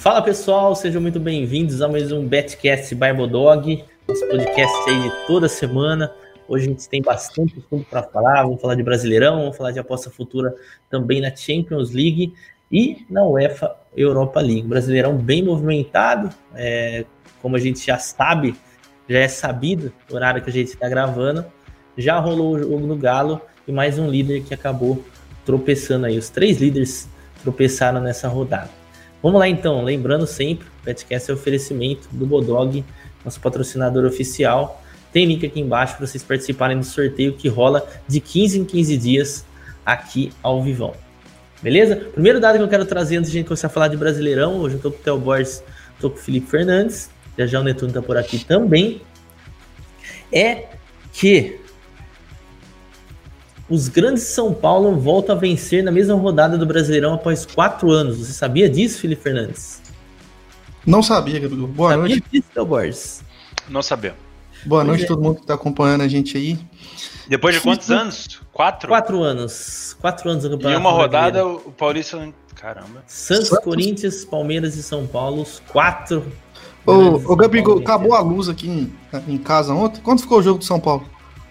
Fala pessoal, sejam muito bem-vindos a mais um Betcast by Bodog, nosso podcast aí de toda semana. Hoje a gente tem bastante assunto para falar, vamos falar de Brasileirão, vamos falar de aposta futura também na Champions League e na UEFA Europa League. Brasileirão bem movimentado, como a gente já sabe, já é sabido o horário que a gente está gravando, já rolou o jogo do Galo e mais um líder que acabou tropeçando aí. Os 3 líderes tropeçaram nessa rodada. Vamos lá então, lembrando sempre, o Betcast é oferecimento do Bodog, nosso patrocinador oficial. Tem link aqui embaixo para vocês participarem do sorteio que rola de 15 em 15 dias aqui ao vivão. Beleza? Primeiro dado que eu quero trazer antes de a gente começar a falar de Brasileirão, hoje eu tô com o Theo Borges, tô com o Felipe Fernandes, já o Netuno tá por aqui também, é que os grandes de São Paulo voltam a vencer na mesma rodada do Brasileirão após 4 anos. Você sabia disso, Felipe Fernandes? Não sabia, Gabriel. Boa noite. Sabia disso, Theo Borges? Não sabia. Boa noite a todo mundo que está acompanhando a gente aí. Depois de quantos anos? 4? 4 anos. 4 anos do campeonato. E uma rodada, o Paulista... Caramba. Santos, Corinthians, Palmeiras e São Paulo, 4. Ô Gabriel, acabou a luz aqui em casa ontem. Quanto ficou o jogo do São Paulo?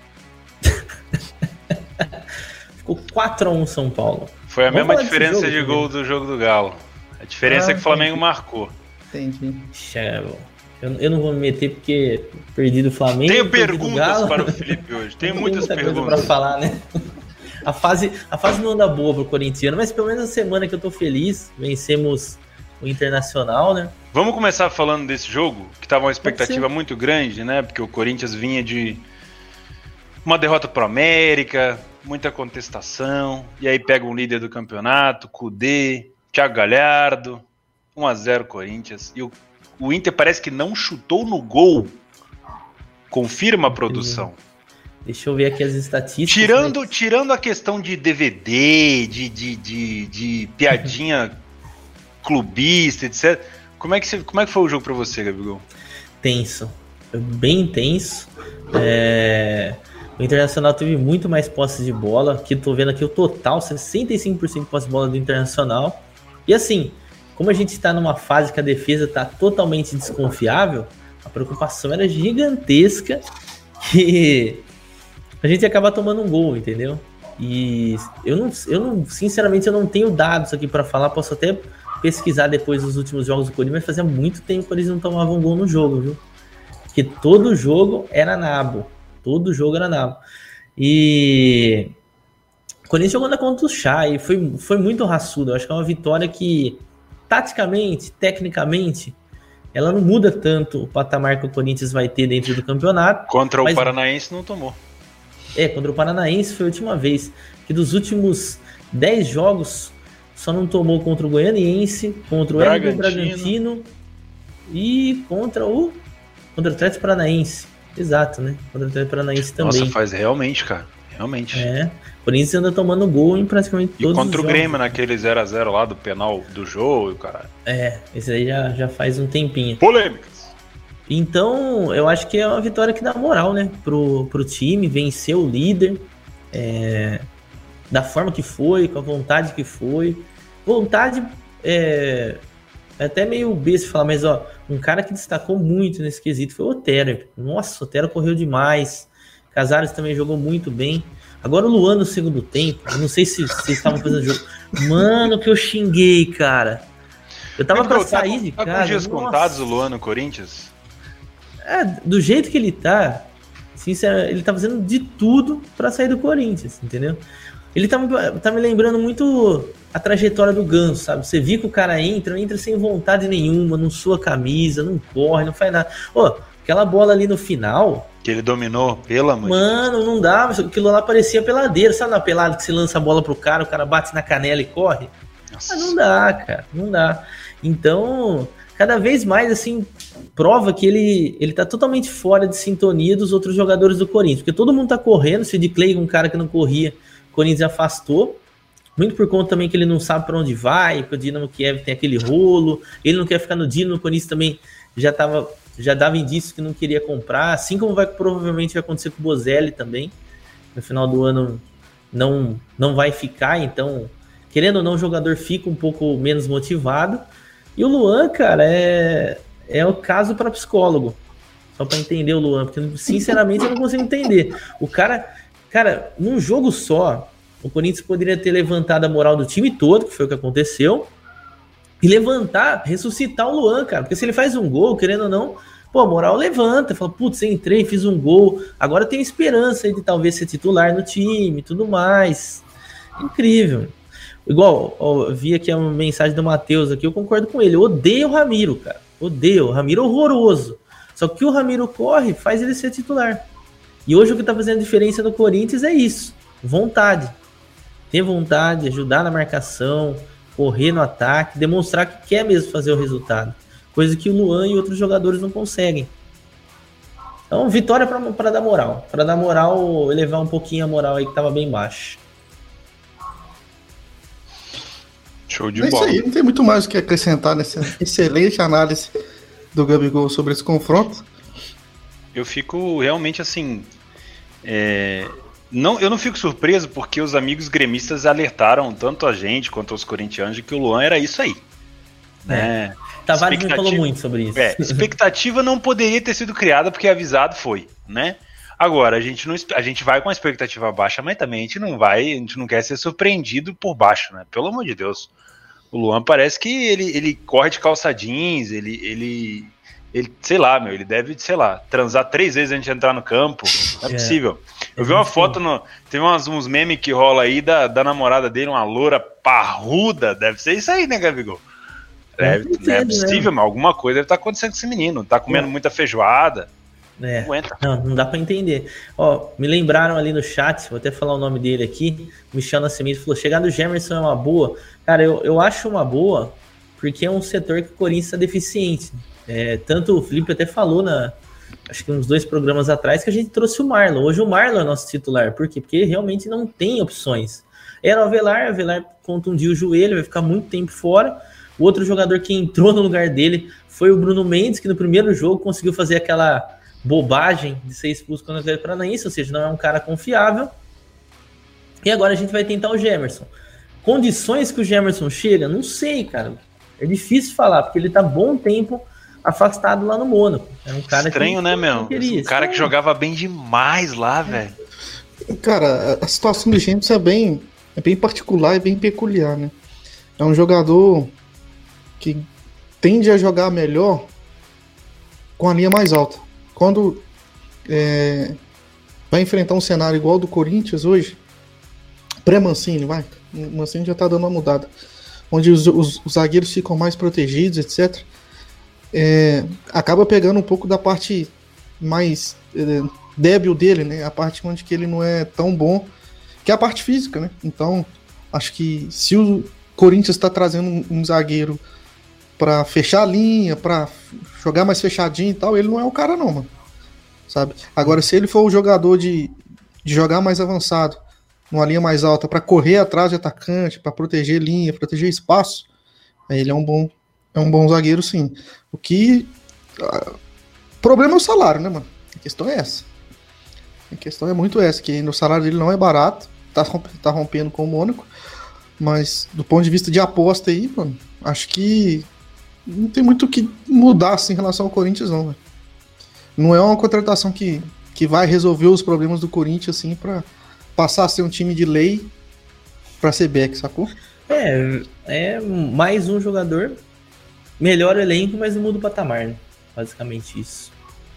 Ficou 4-1 São Paulo. Foi a mesma diferença de gol do jogo do Galo. A diferença é que o Flamengo marcou. Entendi. Eu não vou me meter porque perdi do Flamengo. Tenho perguntas para o Felipe hoje. Tenho muitas perguntas para falar, né? A fase não anda boa pro corintiano, mas pelo menos a semana que eu tô feliz, vencemos o Internacional, né? Vamos começar falando desse jogo, que tava uma expectativa muito grande, né? Porque o Corinthians vinha de uma derrota pro América, muita contestação, e aí pega um líder do campeonato, Kudê, Thiago Galhardo, 1-0 Corinthians, e o Inter parece que não chutou no gol. Confirma a produção. Deixa eu ver aqui as estatísticas. Tirando a questão de DVD, de piadinha clubista, etc. Como é que foi o jogo pra você, Gabigol? Tenso. Bem tenso. O Internacional teve muito mais posse de bola. Aqui tô vendo aqui o total, 65% de posse de bola do Internacional. E assim, como a gente está numa fase que a defesa está totalmente desconfiável, a preocupação era gigantesca que a gente acaba tomando um gol, entendeu? E eu não, sinceramente, eu não tenho dados aqui para falar, posso até pesquisar depois dos últimos jogos do Corinthians, mas fazia muito tempo que eles não tomavam um gol no jogo, viu? Porque todo jogo era nabo. Todo jogo era nabo. E o Corinthians jogou na contra o Chá e foi muito raçudo. Eu acho que é uma vitória que taticamente, tecnicamente, ela não muda tanto o patamar que o Corinthians vai ter dentro do campeonato. Contra o Paranaense não tomou. Contra o Paranaense foi a última vez. Que dos últimos 10 jogos, só não tomou contra o Goianiense, contra o Bragantino e contra o Atlético Paranaense. Exato, né? Contra o Atlético Paranaense também. Nossa, faz realmente, cara. Realmente. O Corinthians anda tomando gol em praticamente todos os jogos. E contra o Grêmio, naquele 0x0 lá do penal do jogo, caralho. Esse aí já faz um tempinho. Polêmicas. Então, eu acho que é uma vitória que dá moral, né? Pro time, vencer o líder. Da forma que foi, com a vontade que foi. Vontade é até meio besta falar, mas ó, um cara que destacou muito nesse quesito foi o Otero. Nossa, o Otero correu demais. Casares também jogou muito bem. Agora o Luan no segundo tempo, eu não sei se vocês estavam fazendo jogo. Mano, que eu xinguei, cara. Eu tava pra sair de casa. Tá com dias contados o Luan no Corinthians? Do jeito que ele tá, sinceramente, ele tá fazendo de tudo pra sair do Corinthians, entendeu? Ele tá me lembrando muito a trajetória do Ganso, sabe? Você viu que o cara entra sem vontade nenhuma, não sua camisa, não corre, não faz nada. Aquela bola ali no final... Que ele dominou, pela mãe. Mano, não dá, aquilo lá parecia peladeiro. Sabe na pelada que você lança a bola pro cara, o cara bate na canela e corre? Nossa. Mas não dá, cara, não dá. Então, cada vez mais, assim, prova que ele tá totalmente fora de sintonia dos outros jogadores do Corinthians. Porque todo mundo tá correndo, Sid Clay, um cara que não corria, o Corinthians afastou. Muito por conta também que ele não sabe pra onde vai, porque o Dinamo Kiev tem aquele rolo, ele não quer ficar no Dinamo, o Corinthians também já dava indício que não queria comprar, assim como provavelmente vai acontecer com o Bozelli também. No final do ano não vai ficar, então, querendo ou não, o jogador fica um pouco menos motivado. E o Luan, cara, é o caso para psicólogo. Só para entender o Luan, porque sinceramente eu não consigo entender. O cara, num jogo só, o Corinthians poderia ter levantado a moral do time todo, que foi o que aconteceu, e ressuscitar o Luan, cara. Porque se ele faz um gol, querendo ou não, pô, a moral levanta, fala, putz, entrei, fiz um gol, agora tem esperança aí de talvez ser titular no time e tudo mais. Incrível. Igual, eu vi aqui a mensagem do Matheus aqui, eu concordo com ele, eu odeio o Ramiro, cara. Odeio, o Ramiro é horroroso. Só que o Ramiro corre, faz ele ser titular. E hoje o que tá fazendo diferença no Corinthians é isso, vontade. Ter vontade, ajudar na marcação, correr no ataque, demonstrar que quer mesmo fazer o resultado. Coisa que o Luan e outros jogadores não conseguem. Então, vitória para dar moral. Para dar moral, elevar um pouquinho a moral aí que tava bem baixa. Show de bola. bola. É isso aí, não tem muito mais o que acrescentar nessa excelente análise do Gabigol sobre esse confronto. Eu fico realmente assim... eu não fico surpreso porque os amigos gremistas alertaram tanto a gente quanto os corintianos de que o Luan era isso aí. Né? Tavares me falou muito sobre isso. Expectativa não poderia ter sido criada porque avisado foi, né? Agora, a gente vai com a expectativa baixa, mas também a gente não quer ser surpreendido por baixo, né? Pelo amor de Deus. O Luan parece que ele corre de calça jeans, ele sei lá, ele deve, sei lá, transar 3 vezes antes de entrar no campo. Não é possível. Eu vi uma foto, tem uns memes que rola aí da namorada dele, uma loura parruda, deve ser isso aí, né, Gabigol? Não é possível, mas alguma coisa deve estar acontecendo com esse menino, tá comendo muita feijoada. Não dá pra entender. Ó, me lembraram ali no chat, vou até falar o nome dele aqui, o Michel Nascimento falou, chegar do Gemerson é uma boa. Cara, eu acho uma boa, porque é um setor que o Corinthians está deficiente. Tanto o Felipe até falou, acho que uns 2 programas atrás, que a gente trouxe o Marlon. Hoje o Marlon é nosso titular. Por quê? Porque realmente não tem opções. Era o Avelar contundiu o joelho, vai ficar muito tempo fora. O outro jogador que entrou no lugar dele foi o Bruno Mendes, que no primeiro jogo conseguiu fazer aquela bobagem de ser expulso contra o Atlético Paranaense, ou seja, não é um cara confiável. E agora a gente vai tentar o Gemerson. Condições que o Gemerson chega? Não sei, cara. É difícil falar, porque ele tá bom tempo afastado lá no Mônaco. É um cara estranho, né, meu? Um cara que jogava bem demais lá, velho. Cara, a situação do Gemerson é bem particular e bem peculiar, né? É um jogador que tende a jogar melhor com a linha mais alta. Quando vai enfrentar um cenário igual ao do Corinthians hoje, pré-Mancini, o Mancini já tá dando uma mudada, onde os zagueiros ficam mais protegidos, etc. Acaba pegando um pouco da parte mais débil dele, né? A parte onde que ele não é tão bom, que é a parte física, né? Então, acho que se o Corinthians está trazendo um zagueiro para fechar a linha, para jogar mais fechadinho e tal, ele não é o cara não, mano. Sabe? Agora, se ele for o jogador de jogar mais avançado, numa linha mais alta, para correr atrás de atacante, para proteger linha, proteger espaço, aí ele é um bom zagueiro, sim. O problema é o salário, né, mano? A questão é essa. A questão é muito essa, que o salário dele não é barato, tá rompendo com o Mônaco, mas do ponto de vista de aposta aí, mano, acho que não tem muito o que mudar assim, em relação ao Corinthians, não, velho. Não é uma contratação que vai resolver os problemas do Corinthians, assim, pra passar a ser um time de lei pra ser back, sacou? É mais um jogador, melhor elenco, mas não muda o patamar, né? Basicamente isso.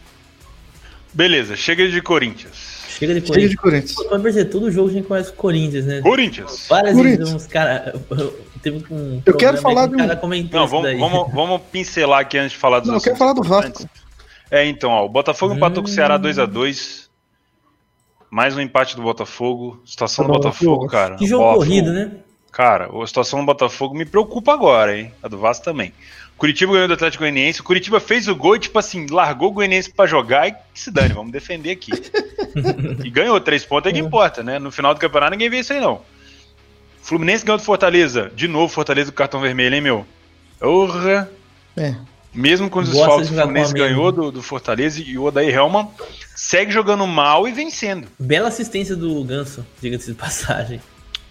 Beleza, chega de Corinthians. Chega de Corinthians. Pode perceber, todo jogo a gente conhece o Corinthians, né? Corinthians. Várias vezes uns caras... Teve um eu quero falar do... cara comentou não, vamos pincelar aqui antes de falar dos assuntos. Eu quero falar do Vasco. Então, ó, o Botafogo empatou com o Ceará 2-2. Mais um empate do Botafogo. Situação do Botafogo, cara. Que jogo corrido, né? Cara, a situação do Botafogo me preocupa agora, hein? A do Vasco também. O Curitiba ganhou do Atlético Goianiense. O Curitiba fez o gol e, tipo assim, largou o Goianiense pra jogar e se dane, vamos defender aqui. E ganhou 3 pontos, é que importa, né? No final do campeonato ninguém vê isso aí, não. Fluminense ganhou do Fortaleza. De novo, Fortaleza com cartão vermelho, hein, meu? Porra! Mesmo com os desfalques, o Fluminense ganhou do Fortaleza e o Odair Helman segue jogando mal e vencendo. Bela assistência do Ganso, diga-se de passagem.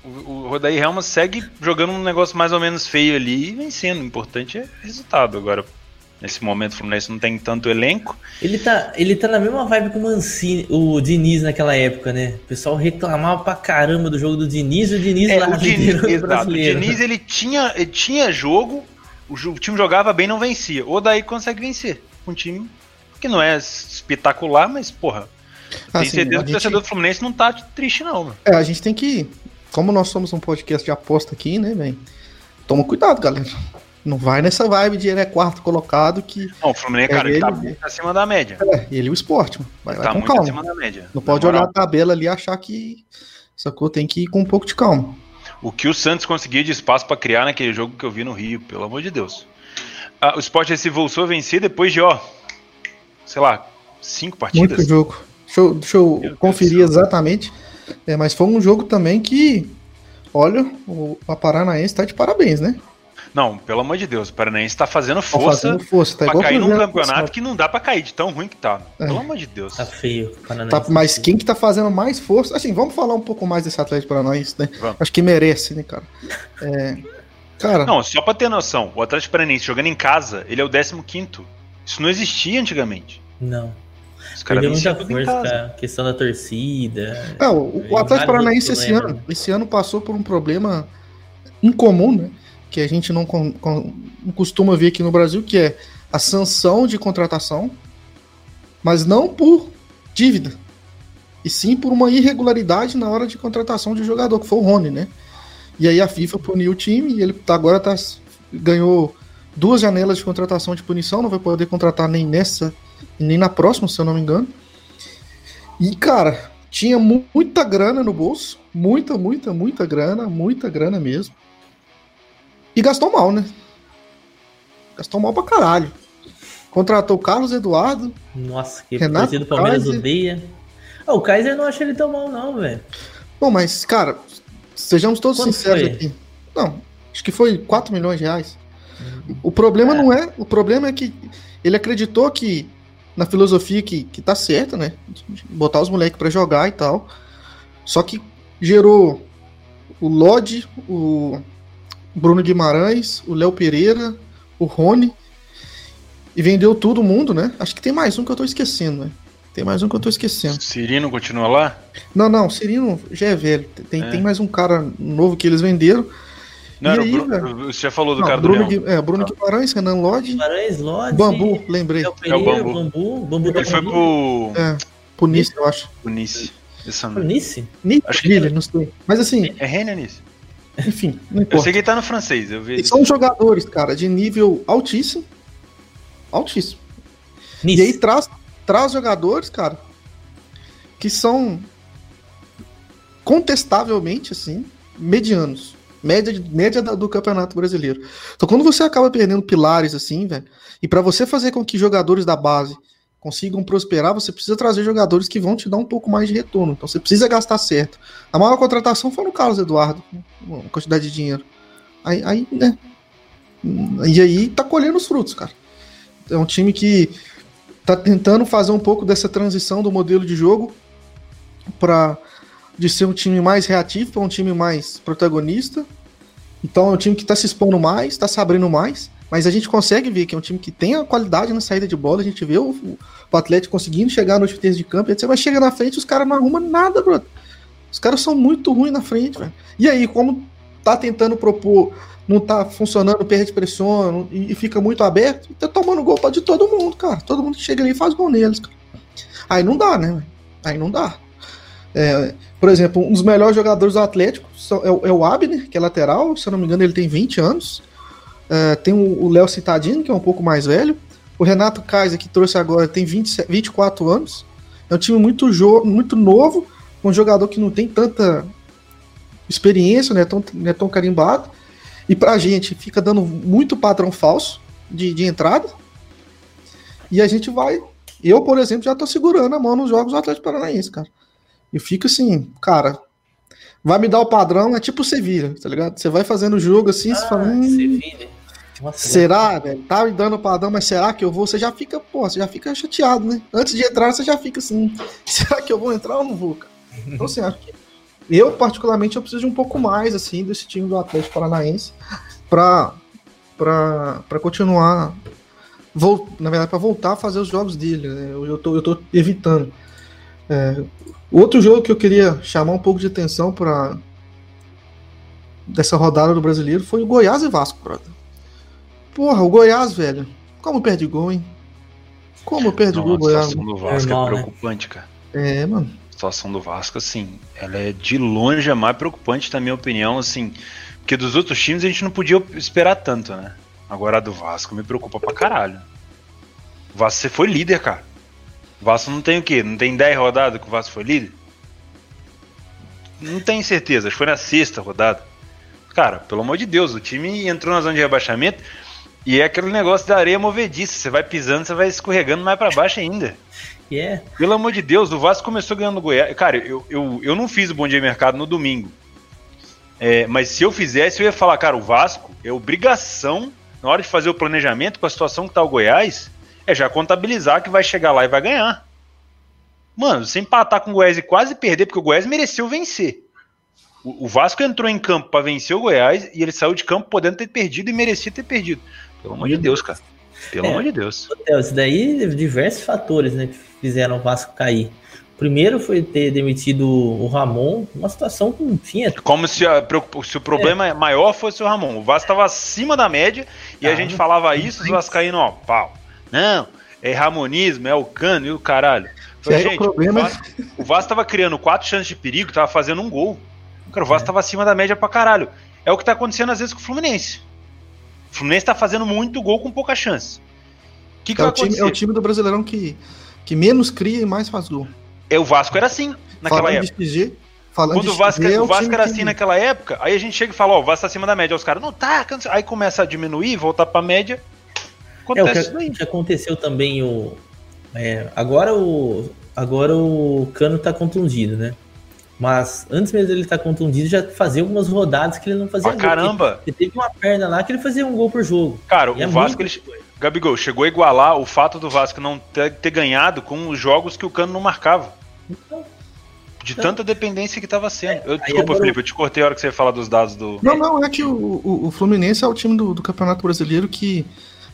O Rodair Helmas segue jogando um negócio mais ou menos feio ali e vencendo. O importante é o resultado. Agora, nesse momento, o Fluminense não tem tanto elenco. Ele tá na mesma vibe que o Mancini, o Diniz naquela época, né? O pessoal reclamava pra caramba do jogo do Diniz e o Diniz lá liderando o brasileiro. O Diniz, ele tinha jogo, o time jogava bem, não vencia. O Odair consegue vencer. Um time que não é espetacular, mas, porra, tenho certeza que o torcedor do Fluminense não tá triste, não, mano. A gente tem que... Como nós somos um podcast de aposta aqui, né, velho? Toma cuidado, galera. Não vai nessa vibe de ele é quarto colocado que... Não, o Fluminense, cara, ele tá muito acima da média. Ele e o Sport, mano. Vai tá com muito calma. Acima da média. Não pode olhar a tabela ali e achar que... Sacou? Tem que ir com um pouco de calma. O que o Santos conseguia de espaço pra criar naquele jogo que eu vi no Rio, pelo amor de Deus. O Sport se voltou a vencer depois de, sei lá, 5 partidas. Muito jogo. Deixa eu conferir exatamente. Mas foi um jogo também que, olha, o Paranaense tá de parabéns, né? Não, pelo amor de Deus, o Paranaense tá fazendo força tá pra cair num campeonato que não dá pra cair de tão ruim que tá. Pelo amor de Deus. Tá feio. Mas quem que tá fazendo mais força... Assim, vamos falar um pouco mais desse Atlético Paranaense, né? Vamos. Acho que merece, né, cara? Cara... Não, só pra ter noção, o Atlético Paranaense jogando em casa, ele é o 15º. Isso não existia antigamente. Não. Os caras perdeu muita força, cara. Questão da torcida. O Atlético Paranaense esse ano passou por um problema incomum, né? Que a gente não costuma ver aqui no Brasil, que é a sanção de contratação, mas não por dívida, e sim por uma irregularidade na hora de contratação de jogador, que foi o Rony, né? E aí a FIFA puniu o time e ele agora ganhou 2 janelas de contratação de punição, não vai poder contratar nem nessa nem na próxima, se eu não me engano. E, cara, tinha muita grana no bolso, muita grana mesmo. E gastou mal, né? Gastou mal pra caralho. Contratou o Carlos Eduardo. Nossa, que torcida do Palmeiras odeia. O Kaiser não acha ele tão mal, não, velho. Bom, mas, cara, sejamos todos sinceros aqui. Não, acho que foi 4 milhões de reais. O problema não é... O problema é que ele acreditou que na filosofia que tá certa, né? Botar os moleques pra jogar e tal. Só que gerou o Lodi, o Bruno Guimarães, o Léo Pereira, o Rony, e vendeu todo mundo, né? Acho que tem mais um que eu tô esquecendo, né? Cirino continua lá? Não, Cirino já é velho. Tem mais um cara novo que eles venderam. Não, aí, você já falou do cara do Leão. Bruno Guimarães, Renan Lodi. Lodi. Bambu, lembrei. É o Bambu. Ele foi pro Nice, eu acho. Pro Nice. Pro Nice? Acho que não sei. Mas assim... É Rennes Nice. Enfim, não importa. Eu sei que ele tá no francês. E são jogadores, cara, de nível altíssimo. Altíssimo. Nice. E aí traz jogadores, cara, que são contestavelmente, assim, medianos. Média do Campeonato Brasileiro. Então, quando você acaba perdendo pilares assim, velho, e para você fazer com que jogadores da base consigam prosperar, você precisa trazer jogadores que vão te dar um pouco mais de retorno. Então, você precisa gastar certo. A maior contratação foi no Carlos Eduardo, uma quantidade de dinheiro. Aí, né? E aí tá colhendo os frutos, cara. É um time que tá tentando fazer um pouco dessa transição do modelo de jogo de ser um time mais reativo para um time mais protagonista. Então é um time que está se expondo mais, está se abrindo mais, mas a gente consegue ver que é um time que tem a qualidade na saída de bola. A gente vê o Atlético conseguindo chegar nos chuteiros de campo, etc. Mas chega na frente, os caras não arrumam nada, bro. Os caras são muito ruins na frente, velho. E aí, como tá tentando propor, não tá funcionando, perde pressão e fica muito aberto, tá tomando gol de todo mundo, cara. Todo mundo que chega ali e faz gol neles, cara. Aí não dá, né? Aí não dá. Por exemplo, um dos melhores jogadores do Atlético é o Abner, que é lateral, se eu não me engano ele tem 20 anos. Tem o Léo Cittadino, que é um pouco mais velho. O Renato Kaiser, que trouxe agora, tem 24 anos. É um time muito novo, um jogador que não tem tanta experiência, não é tão carimbado. E pra gente fica dando muito padrão falso de entrada. E a gente vai... Eu, por exemplo, já tô segurando a mão nos jogos do Atlético Paranaense, cara. Eu fico assim, cara, vai me dar o padrão, é tipo o Sevilha, tá ligado? Você vai fazendo o jogo assim, você fala, Sevilha. Nossa, será, velho? Tá me dando o padrão, mas será que eu vou? Você já fica chateado, né? Antes de entrar, você já fica assim, será que eu vou entrar ou não vou, cara? Então, assim, acho que Eu, particularmente, eu preciso de um pouco mais, assim, desse time do Atlético Paranaense para continuar, na verdade, para voltar a fazer os jogos dele, né? Eu tô evitando. Outro jogo que eu queria chamar um pouco de atenção dessa rodada do Brasileiro foi o Goiás e Vasco, brother. Porra, o Goiás, velho, como perde gol, hein? Como perde gol o Goiás? A situação do Vasco é preocupante, cara. Mano. A situação do Vasco, assim, ela é de longe a mais preocupante, na minha opinião, assim, porque dos outros times a gente não podia esperar tanto, né? Agora a do Vasco me preocupa pra caralho. O Vasco, você foi líder, cara. O Vasco não tem o quê? Não tem 10 rodadas que o Vasco foi líder? Não tenho certeza, acho que foi na 6ª rodada. Cara, pelo amor de Deus, o time entrou na zona de rebaixamento e é aquele negócio da areia movediça. Você vai pisando, você vai escorregando mais pra baixo ainda. Pelo amor de Deus, o Vasco começou ganhando o Goiás. Cara, eu não fiz o Bom Dia Mercado no domingo. Mas se eu fizesse, eu ia falar, cara, o Vasco é obrigação, na hora de fazer o planejamento, com a situação que tá o Goiás, já contabilizar que vai chegar lá e vai ganhar. Mano, você empatar com o Goiás e quase perder, porque o Goiás mereceu vencer. O Vasco entrou em campo para vencer o Goiás e ele saiu de campo podendo ter perdido e merecia ter perdido. Pelo amor de Deus, cara. Pelo amor de Deus. Isso daí, diversos fatores, né, que fizeram o Vasco cair. Primeiro foi ter demitido o Ramon, uma situação que não tinha. Como se o problema maior fosse o Ramon. O Vasco estava acima da média e a gente falava isso, os vascaínos, ó, pau. Não, é ramonismo, é o cano e o caralho. Falei, gente, o Vasco tava criando 4 chances de perigo, tava fazendo um gol. Cara, o Vasco tava acima da média pra caralho. É o que tá acontecendo às vezes com o Fluminense. O Fluminense tá fazendo muito gol com pouca chance. O que vai acontecer? É o time do Brasileirão que menos cria e mais faz gol. O Vasco era assim naquela época. Quando o Vasco era assim naquela época, aí a gente chega e fala, ó, o Vasco tá acima da média. Aí os caras, não tá, aí começa a diminuir, voltar pra média. Acontece isso daí. O que aconteceu também, agora o Cano tá contundido, né? Mas antes mesmo dele estar contundido, já fazia algumas rodadas que ele não fazia gol. Caramba! Ele teve uma perna lá que ele fazia um gol por jogo. Cara, o Vasco, Gabigol, chegou a igualar o fato do Vasco não ter ganhado com os jogos que o Cano não marcava. De tanta dependência que estava sendo. Desculpa, Felipe, eu te cortei a hora que você ia falar dos dados do... Não, é que o Fluminense é o time do Campeonato Brasileiro que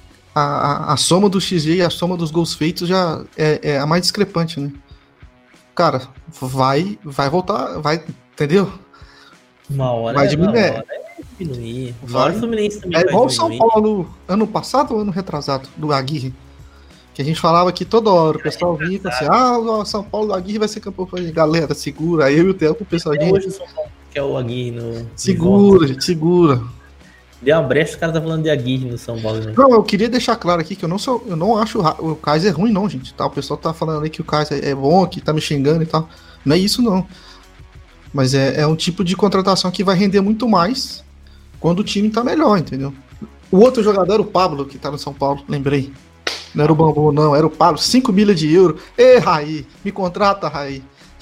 a soma do XG e a soma dos gols feitos já é a mais discrepante, né? Cara, vai voltar, vai, entendeu? Uma hora vai diminuir. Uma hora o Fluminense também igual o São Paulo, ano passado ou ano retrasado, do Aguirre. Que a gente falava aqui toda hora, o pessoal vinha e falava assim, o São Paulo do Aguirre vai ser campeão. Eu falei, galera, segura, aí eu e o Theo com o pessoal aqui. Hoje o São Paulo que é o Aguirre no... Segura, gente, segura. Deu uma brecha, o cara tá falando de Aguirre no São Paulo, né? Não, eu queria deixar claro aqui que eu não acho o Kaiser ruim, não, gente. Tá? O pessoal tá falando aí que o Kaiser é bom, que tá me xingando e tal. Não é isso, não. Mas é um tipo de contratação que vai render muito mais quando o time tá melhor, entendeu? O outro jogador era o Pablo, que tá no São Paulo, lembrei. Não era o Bambu, não, era o Pablo, 5 milhas de euro. Ê, Raí, me contrata, Raí.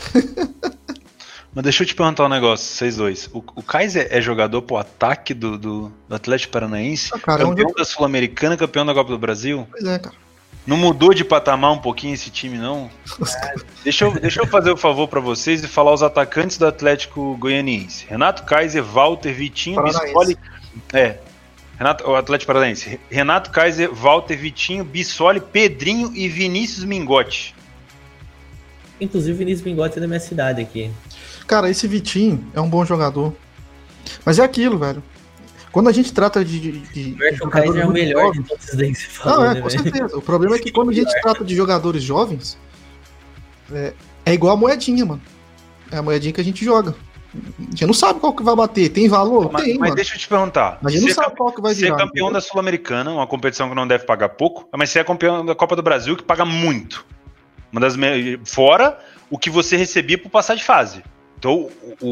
Mas deixa eu te perguntar um negócio, vocês dois. O Kaiser é jogador pro ataque do Atlético Paranaense? Cara, campeão da Sul-Americana, campeão da Copa do Brasil? Pois é, cara. Não mudou de patamar um pouquinho esse time, não? Deixa eu fazer o favor pra vocês e falar os atacantes do Atlético Goianiense. Renato Kaiser, Walter, Vitinho, Bissoli... o Atlético Paranaense. Renato Kaiser, Walter, Vitinho, Bissoli, Pedrinho e Vinícius Mingotti. Inclusive o Vinícius Mingotti é da minha cidade aqui. Cara, esse Vitinho é um bom jogador. Mas é aquilo, velho. Quando a gente trata de o Kaiser é o melhor de todos esses daí que você falou. Não, com certeza. O problema é que quando a gente trata de jogadores jovens, é igual a moedinha, mano. É a moedinha que a gente joga. A gente não sabe qual que vai bater. Tem valor? Tem, mas deixa eu te perguntar. A gente não sabe qual que vai virar. Ser campeão da Sul-Americana, uma competição que não deve pagar pouco, mas ser campeão da Copa do Brasil, que paga muito. Uma das fora o que você recebia por passar de fase. Então,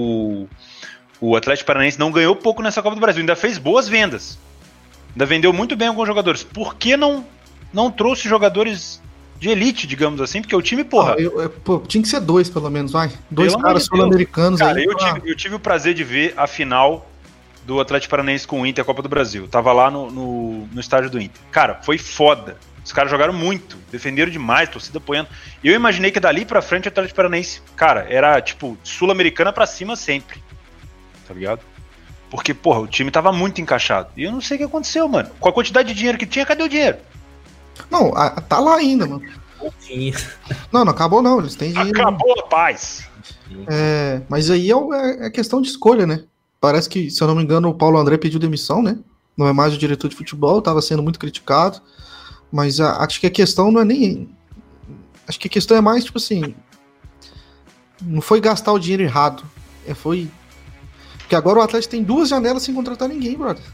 o Atlético Paranaense não ganhou pouco nessa Copa do Brasil, ainda fez boas vendas. Ainda vendeu muito bem alguns jogadores. Por que não trouxe jogadores de elite, digamos assim? Porque o time, porra... tinha que ser 2, pelo menos, vai. 2 caras sul-americanos. Cara, aí, eu tive o prazer de ver a final do Atlético Paranaense com o Inter, a Copa do Brasil. Tava lá no estádio do Inter. Cara, foi foda. Os caras jogaram muito, defenderam demais, torcida apoiando. E eu imaginei que dali pra frente o Atlético Paranaense, cara, era tipo Sul-Americana pra cima sempre. Tá ligado? Porque, porra, o time tava muito encaixado. E eu não sei o que aconteceu, mano. Com a quantidade de dinheiro que tinha, cadê o dinheiro? Não, tá lá ainda, mano. Não acabou não, eles têm dinheiro. Acabou a paz. Mas aí é questão de escolha, né? Parece que, se eu não me engano, o Paulo André pediu demissão, né? Não é mais o diretor de futebol, estava sendo muito criticado. Mas acho que a questão não é nem... Acho que a questão é mais, tipo assim... Não foi gastar o dinheiro errado. Foi... Porque agora o Atlético tem 2 janelas sem contratar ninguém, brother.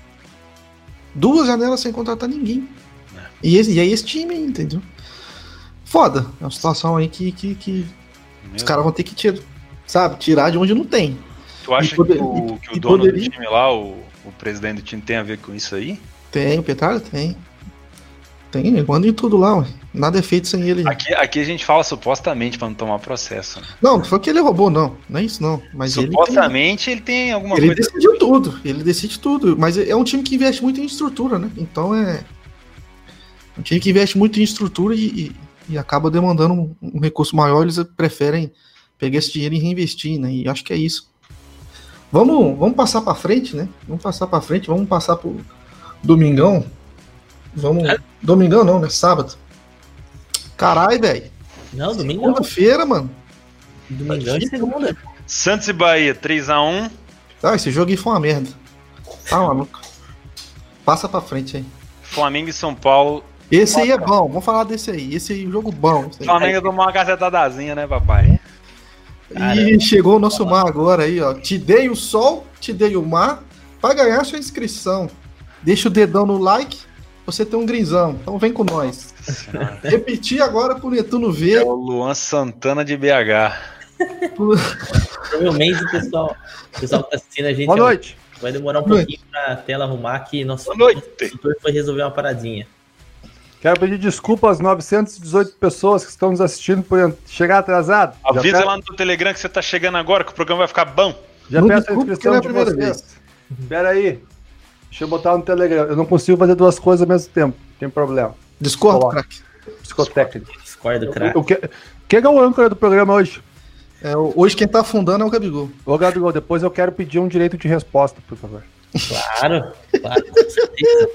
2 janelas sem contratar ninguém. E é esse time aí, entendeu? Foda. É uma situação aí que os caras vão ter que tirar de onde não tem. Tu acha que o dono do time lá, o presidente do time, tem a ver com isso aí? Tem, o Petralha tem. Tem, manda em tudo lá, ué. Nada é feito sem ele. Aqui a gente fala supostamente pra não tomar processo. Né? Não foi que ele roubou, não. Não é isso, não. Mas supostamente ele tem alguma coisa. Ele decidiu tudo. Ele decide tudo. Mas é um time que investe muito em estrutura, né? Então é um time que investe muito em estrutura e acaba demandando um recurso maior. Eles preferem pegar esse dinheiro e reinvestir, né? E acho que é isso. Vamos passar pra frente, né? Vamos passar pro Domingão. Domingão não, né? Sábado. Caralho, velho. Não, domingo. Segunda-feira, mano. Domingão e segunda. Santos e Bahia, 3-1. Esse jogo aí foi uma merda. Tá maluco. Passa pra frente aí. Flamengo e São Paulo. Esse aí é bom, vamos falar desse aí. Esse aí é um jogo bom. Flamengo tomou uma cacetadazinha, né, papai? E chegou o nosso mar agora aí, ó. Te dei o sol, te dei o mar, pra ganhar sua inscrição. Deixa o dedão no like, você tem um grisão. Então vem com nós. Repetir agora pro Netuno ver. É o Luan Santana de BH. Provavelmente o pessoal que tá assistindo a gente. Boa noite. Vai demorar um pouquinho pra tela arrumar que nosso tutor foi resolver uma paradinha. Quero pedir desculpa às 918 pessoas que estão nos assistindo por chegar atrasado. Avisa lá no teu Telegram que você tá chegando agora, que o programa vai ficar bom. Já peço a inscrição de vocês. Espera aí. Deixa eu botar no Telegram. Eu não consigo fazer 2 coisas ao mesmo tempo. Não tem problema. Discordo, craque. Psicotécnico. Discordo, craque. Quem é o âncora do programa hoje? Hoje quem tá afundando é o Gabigol. Ô, Gabigol, depois eu quero pedir um direito de resposta, por favor. Claro, com certeza.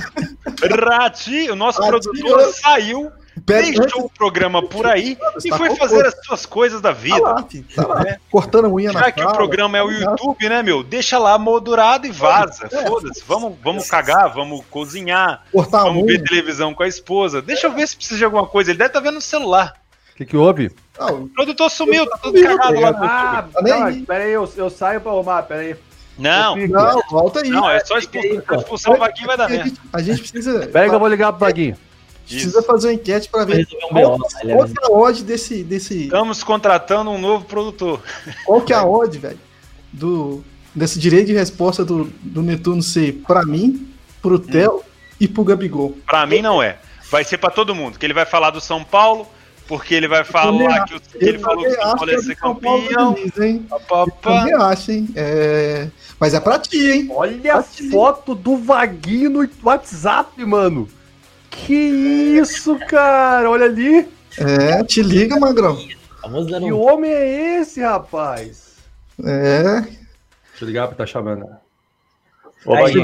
O nosso produtor saiu, deixou o programa por aí e foi fazer as suas coisas da vida. Tá lá. Cortando a unha na Já que o programa é o YouTube, né, meu? Deixa lá moldurado e vaza. Foda-se. Vamos cagar, vamos cozinhar, vamos ver televisão com a esposa. Deixa eu ver se precisa de alguma coisa. Ele deve estar vendo no celular. O que houve? O produtor sumiu, tá todo cagado lá no YouTube. Pera aí, eu saio pra arrumar, pera aí. Não, volta aí. Não, é só expulsar o Vaguinho, vai dar merda. A gente precisa... Pera aí que eu vou ligar pro Vaguinho. Precisa fazer uma enquete pra ver qual que é a odd desse... Estamos contratando um novo produtor. Qual que é a odd, velho, desse direito de resposta do Netuno ser pra mim, pro Theo e pro Gabigol? Pra mim não é. Vai ser pra todo mundo, que ele vai falar do São Paulo, porque ele vai falar que ele falou que o São Paulo ia ser campeão. Eu também acho, hein? Mas é pra ti, hein? Olha a foto do Vaguinho no WhatsApp, mano. Que isso, cara? Olha ali. Te liga, Magrão. Que homem é esse, rapaz? Deixa eu ligar pra tá chamando. Ô, Vaguinho.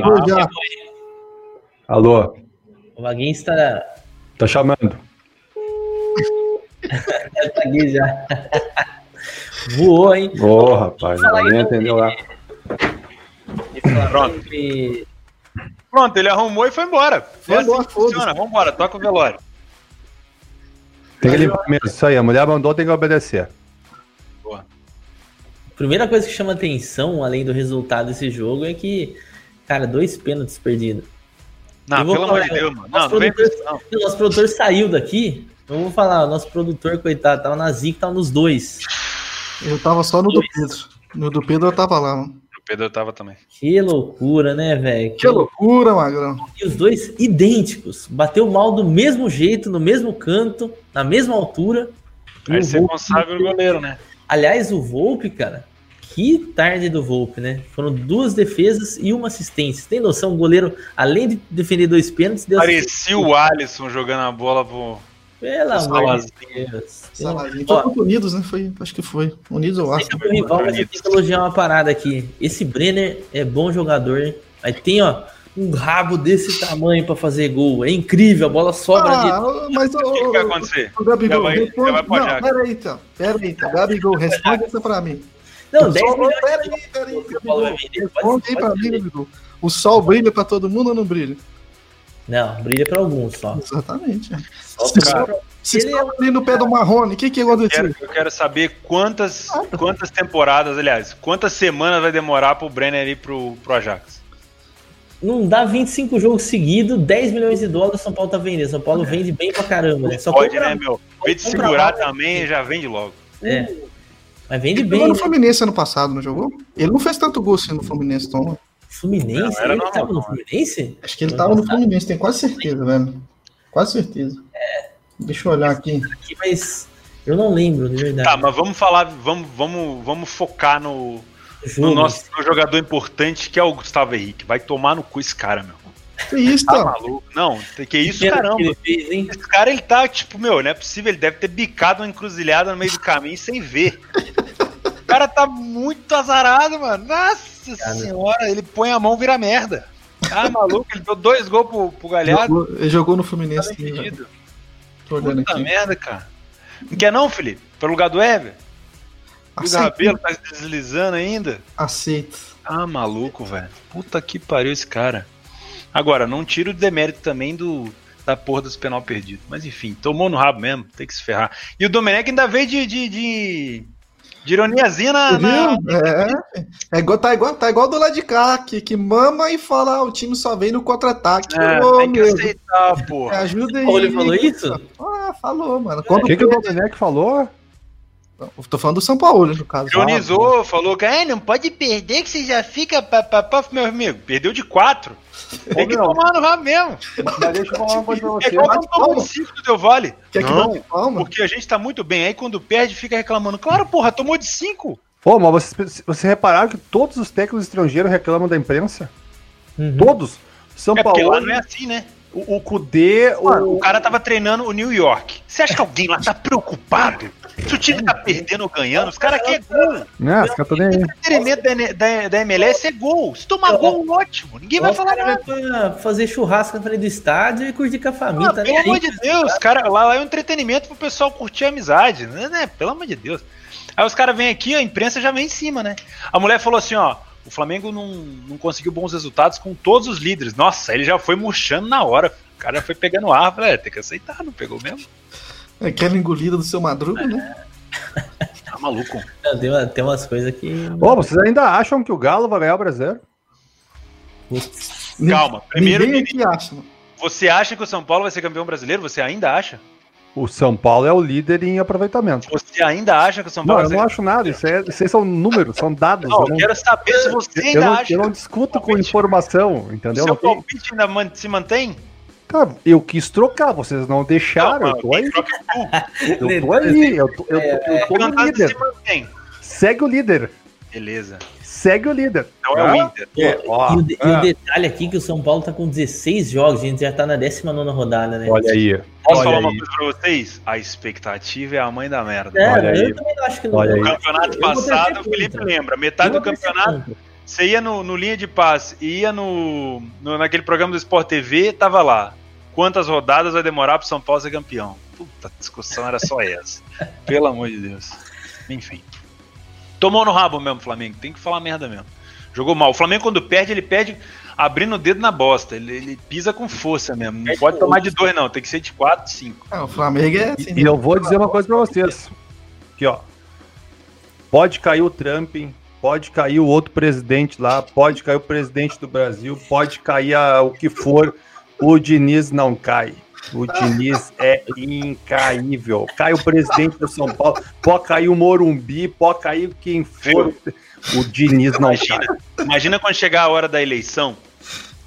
Alô? O Vaguinho está... Tá chamando. Tá aqui já. Voou, hein? Rapaz, ninguém entendeu lá. Pronto, ele arrumou e foi embora. Funciona, vambora, toca o velório. Tem que limpar mesmo, isso aí, a mulher mandou, tem que obedecer. Boa. A primeira coisa que chama atenção, além do resultado desse jogo, é que, cara, 2 pênaltis perdidos. Não, pelo amor de Deus, mano. Nosso produtor saiu daqui. Eu vou falar, o nosso produtor, coitado, tava na zica, tava nos 2. Eu tava só no do Pedro. No do Pedro eu tava lá, mano. O Pedro eu tava também. Que loucura, né, velho? Que loucura, Magrão. E os 2 idênticos. Bateu mal do mesmo jeito, no mesmo canto, na mesma altura. Aí você consagra o goleiro, né? Aliás, o Volpe, cara, Que tarde do Volpe, né? Foram 2 defesas e uma assistência. Tem noção? O goleiro, além de defender 2 pênaltis, deu Parecia o Alisson jogando a bola pro... Pelo amor de Deus. Foi contra Unidos, né? Acho que foi. Unidos ou Arsenal. Tem rival, mas eu tenho que elogiar uma parada aqui. Esse Brenner é bom jogador, hein? Aí tem, ó, um rabo desse tamanho pra fazer gol. É incrível, a bola sobra de... Mas o que vai acontecer? O Gabigol, responde... Não, peraí então. Gabigol, responde essa pra mim. Não, 10 milhões. Peraí. Responde aí pra mim, Gabigol. O sol brilha pra todo mundo ou não brilha? Não, brilha pra alguns só. Exatamente. Se ele ali no pé do Marrone, o que aconteceu? Eu quero saber quantas temporadas, aliás, quantas semanas vai demorar pro Brenner ir pro Ajax? Não dá 25 jogos seguidos, 10 milhões de dólares São Paulo tá vendendo. São Paulo vende bem pra caramba, né? Só pode, né, meu? Em vez de segurar também, já vende logo. É. Mas vende ele bem. Ele jogou no Fluminense ano passado, não jogou? Ele não fez tanto gol assim no Fluminense, Tom. Fluminense? Não, ele tava no Fluminense? Acho que ele tava no Fluminense, tenho quase certeza, velho. Quase certeza. Deixa eu olhar aqui. Mas eu não lembro, de verdade. Tá, mas vamos falar, vamos focar no nosso jogador importante, que é o Gustavo Henrique. Vai tomar no cu esse cara, meu. Que isso, tá maluco? Não, que isso, caramba. Que fez, hein? Esse cara, ele tá, tipo, meu, não é possível, ele deve ter bicado uma encruzilhada no meio do caminho sem ver. O cara tá muito azarado, mano. Nossa senhora, ele põe a mão e vira merda. Ah, maluco, ele deu 2 gols pro Galhardo. Ele jogou no Fluminense. Puta merda, cara. Não quer não, Felipe? Pelo lugar do Ever? O Rabelo tá deslizando ainda? Aceito. Ah, maluco, velho. Puta que pariu esse cara. Agora, não tira o demérito também da porra dos penal perdido. Mas enfim, tomou no rabo mesmo, tem que se ferrar. E o Domenech ainda veio de ironiazinha Tá igual do lado de cá, que mama e fala, o time só vem no contra-ataque. Tem que aceitar, porra. Ajuda aí. Ele falou isso? Falou, mano. O que o Domenech falou? Eu tô falando do São Paulo, no caso. Ironizou, falou que não pode perder, que você já fica meu amigo. Perdeu de 4. Tem que tomar no rabo mesmo. Mas deixa eu falar uma coisa pra você. É igual quando tomou de 5 do Del Valle. Não, porque a gente tá muito bem. Aí quando perde, fica reclamando. Claro, porra, tomou de 5. Pô, mas vocês repararam que todos os técnicos estrangeiros reclamam da imprensa? Uhum. Todos? São Paulo. Porque lá não é assim, né? O Kudê. O cara tava treinando o New York. Você acha que alguém lá tá preocupado? Se o time tá perdendo ou ganhando, os caras querem gol. Não, os caras estão nem aí. O entretenimento da MLS é gol. Se tomar gol, ótimo. Ninguém vai falar nada. Pra fazer churrasco na frente do estádio e curtir com a família. Tá pelo amor de Deus, cara, lá é um entretenimento pro pessoal curtir a amizade, né? Pelo amor de Deus. Aí os caras vêm aqui, a imprensa já vem em cima, né? A mulher falou assim, ó, o Flamengo não conseguiu bons resultados com todos os líderes. Nossa, ele já foi murchando na hora. O cara foi pegando ar, falei, tem que aceitar, não pegou mesmo? É aquela engolida do seu Madruga, né? Tá maluco. Não, tem umas coisas que... Vocês ainda acham que o Galo vai ganhar o Brasileiro? Calma, primeiro... Ninguém aqui acha, mano. Você acha que o São Paulo vai ser campeão brasileiro? Você ainda acha? O São Paulo é o líder em aproveitamento. Você ainda acha que o São Paulo vai ser... Não, eu não acho nada. Isso aí são números, são dados. Não, eu quero saber se você ainda acha. Eu não discuto com informação, entendeu? O seu palpite ainda se mantém? Cara, eu quis trocar, vocês não deixaram, eu tô aí. Eu tô aí, eu tô no líder. Segue o líder. Beleza. Segue o líder. Não é o Inter. E o detalhe aqui é que o São Paulo tá com 16 jogos, a gente já tá na 19ª rodada, né? Olha aí. Posso falar uma coisa pra vocês? A expectativa é a mãe da merda. Olha aí. Eu também acho que não. No campeonato passado, o Felipe lembra, metade do campeonato, você ia no linha de passe, ia naquele programa do Sport TV, tava lá. Quantas rodadas vai demorar pro São Paulo ser campeão? Puta, a discussão era só essa. Pelo amor de Deus. Enfim. Tomou no rabo mesmo o Flamengo, tem que falar merda mesmo. Jogou mal. O Flamengo, quando perde, ele perde abrindo o dedo na bosta. Ele pisa com força mesmo. Não pode tomar de 2, não. Tem que ser de 4, 5. O Flamengo é assim. E eu vou dizer uma coisa pra vocês. Aqui, ó. Pode cair o Trump, pode cair o outro presidente lá, pode cair o presidente do Brasil, pode cair o que for. O Diniz não cai. O Diniz é incaível. Cai o presidente do São Paulo, pode cair o Morumbi, pode cair quem for. O Diniz não cai. Imagina quando chegar a hora da eleição,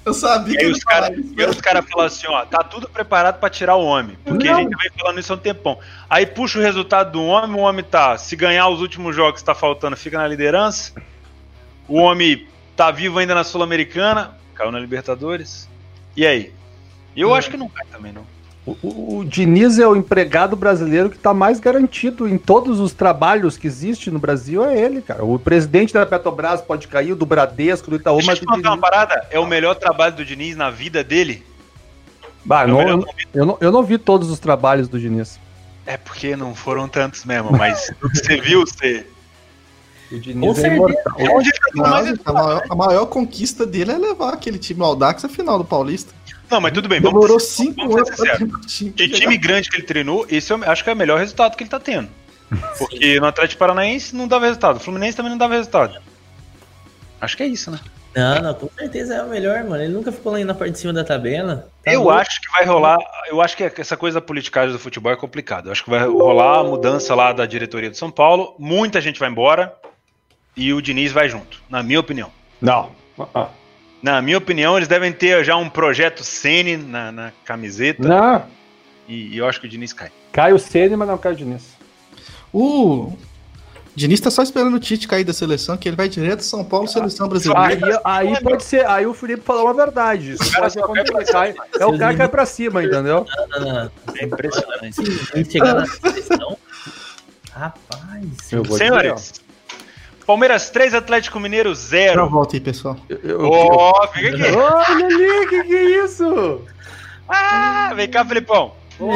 Eu sabia que E aí ele os caras falaram assim, ó, tá tudo preparado pra tirar o homem. Porque a gente vem falando isso há um tempão. Aí puxa o resultado do homem, o homem tá, se ganhar os últimos jogos que tá faltando, fica na liderança. O homem tá vivo ainda na Sul-Americana, caiu na Libertadores. E aí? Eu acho que não cai também, não. O Diniz é o empregado brasileiro que está mais garantido em todos os trabalhos que existem no Brasil, é ele, cara. O presidente da Petrobras pode cair, o do Bradesco, do Itaú, Deixa eu te contar uma parada, é o melhor trabalho do Diniz na vida dele? Bah, eu não vi todos os trabalhos do Diniz. É porque não foram tantos mesmo, mas o que você viu, você... O Diniz é imortal. A maior conquista dele é levar aquele time ao Dax à final do Paulista. Não, mas tudo bem. Demorou 5 anos pra que time grande que ele treinou, esse eu acho que é o melhor resultado que ele tá tendo. Porque no Atlético Paranaense não dava resultado, o Fluminense também não dava resultado. Acho que é isso, né? Não, com certeza é o melhor, mano. Ele nunca ficou lá na parte de cima da tabela. Eu acho que vai rolar. Eu acho que essa coisa da politicagem do futebol é complicada. Eu acho que vai rolar a mudança lá da diretoria do São Paulo. Muita gente vai embora e o Diniz vai junto, na minha opinião. Não. Na minha opinião, eles devem ter já um projeto Ceni na camiseta. Não. E eu acho que o Diniz cai. Cai o Ceni, mas não cai o Diniz. O Diniz tá só esperando o Tite cair da seleção, que ele vai direto do São Paulo, seleção brasileira. Aí pode ser. Aí o Felipe falou uma verdade. Isso pode acontecer. É o cara que cai pra cima, entendeu? Não. É impressionante. Se chegar na seleção. Rapaz. Senhores, Palmeiras 3, Atlético Mineiro 0. Já volta aí, pessoal. Fica aqui. Olha ali, que é isso? Vem cá, Felipão.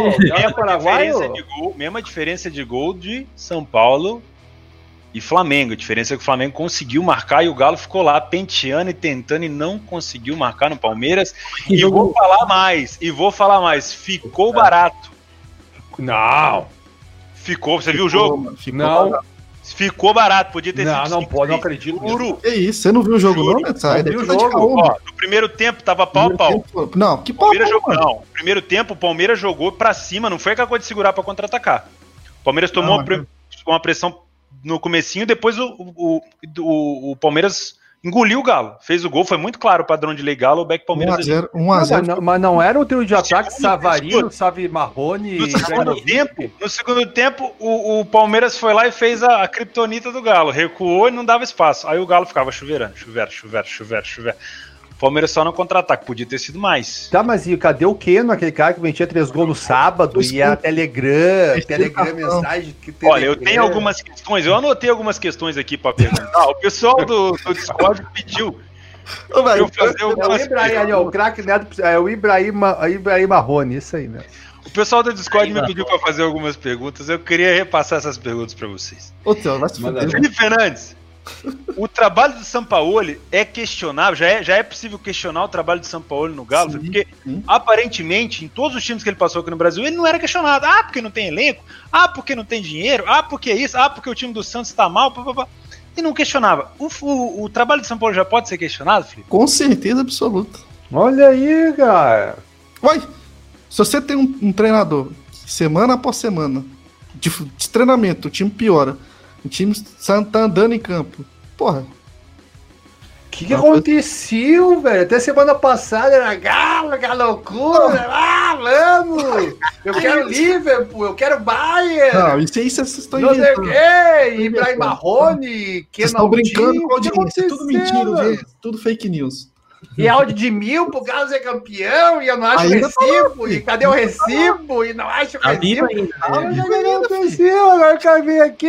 Mesma diferença de gol de São Paulo e Flamengo. A diferença é que o Flamengo conseguiu marcar e o Galo ficou lá penteando e tentando e não conseguiu marcar no Palmeiras. E eu vou falar mais. Ficou barato. Não. Ficou. Você viu o jogo? Não. Barato. Ficou barato. Podia ter sido. Não pode, não acredito. Juro. Que isso? Você não viu o jogo, não, Metsai? Não viu o jogo. No primeiro tempo tava pau a pau. Não, que pau. No primeiro tempo o Palmeiras jogou pra cima, não foi aquela coisa de segurar pra contra-atacar. O Palmeiras tomou uma pressão no comecinho, depois o Palmeiras engoliu o Galo. Fez o gol, foi muito claro o padrão de lei Galo, o Beck Palmeiras. 1x0. Mas não era o trio de ataque Savarino, Savi Marrone No segundo tempo, o Palmeiras foi lá e fez a criptonita do Galo. Recuou e não dava espaço. Aí o Galo ficava chuveirando. O Palmeiras só no contra-ataque, podia ter sido mais. Tá, mas e cadê o Keno, aquele cara que metia 3 gols no sábado, e a Telegram mensagem... Olha, eu tenho algumas questões, eu anotei algumas questões aqui pra perguntar. O pessoal do Discord pediu pra eu fazer algumas perguntas. O craque neto é o Ibrahim Marrone, isso aí, né? O pessoal do Discord me pediu pra fazer algumas perguntas, eu queria repassar essas perguntas pra vocês. Felipe Fernandes, o trabalho do Sampaoli é questionável, já é possível questionar o trabalho do Sampaoli no Galo, porque aparentemente em todos os times que ele passou aqui no Brasil ele não era questionado, porque não tem elenco, porque não tem dinheiro, porque isso, porque o time do Santos tá mal, e não questionava. O trabalho do Sampaoli já pode ser questionado, Felipe? Com certeza absoluta. Olha aí, cara. Uai, se você tem um treinador que semana após semana de treinamento, o time piora, o time tá andando em campo. Porra. O que aconteceu, velho? Até semana passada era Galo, que loucura. Vamos! Eu quero Liverpool, eu quero Bayern. Não, isso aí vocês estão inventando. Não sei o quê, Ibrahim Marrone, vocês estão brincando com a audiência. É tudo mentira, gente. Tudo fake news. E áudio de 1000 pro Galo ser campeão, e eu não acho recibo, e cadê o recibo? E não acho recibo. Agora eu quero ver aqui,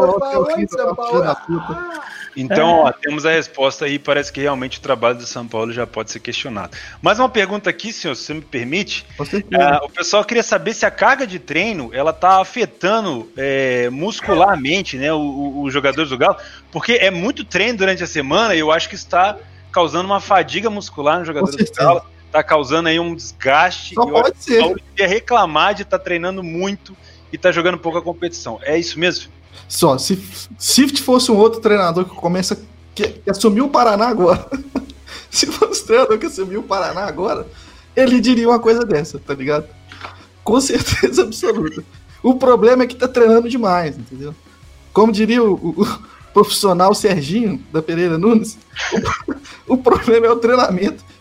Então, temos a resposta aí, parece que realmente o trabalho do São Paulo já pode ser questionado. Mais uma pergunta aqui, senhor, se você me permite. O pessoal queria saber se a carga de treino, ela tá afetando muscularmente, né, os jogadores do Galo, porque é muito treino durante a semana e eu acho que está causando uma fadiga muscular no jogador do Galo, tá causando aí um desgaste. Só pode ser. O Paulo ia reclamar de estar treinando muito e tá jogando pouca competição. É isso mesmo? Só, se fosse um outro treinador que assumiu o Paraná agora, se fosse um treinador que assumiu o Paraná agora, ele diria uma coisa dessa, tá ligado? Com certeza absoluta. O problema é que tá treinando demais, entendeu? Como diria o profissional Serginho da Pereira Nunes, o problema é o treinamento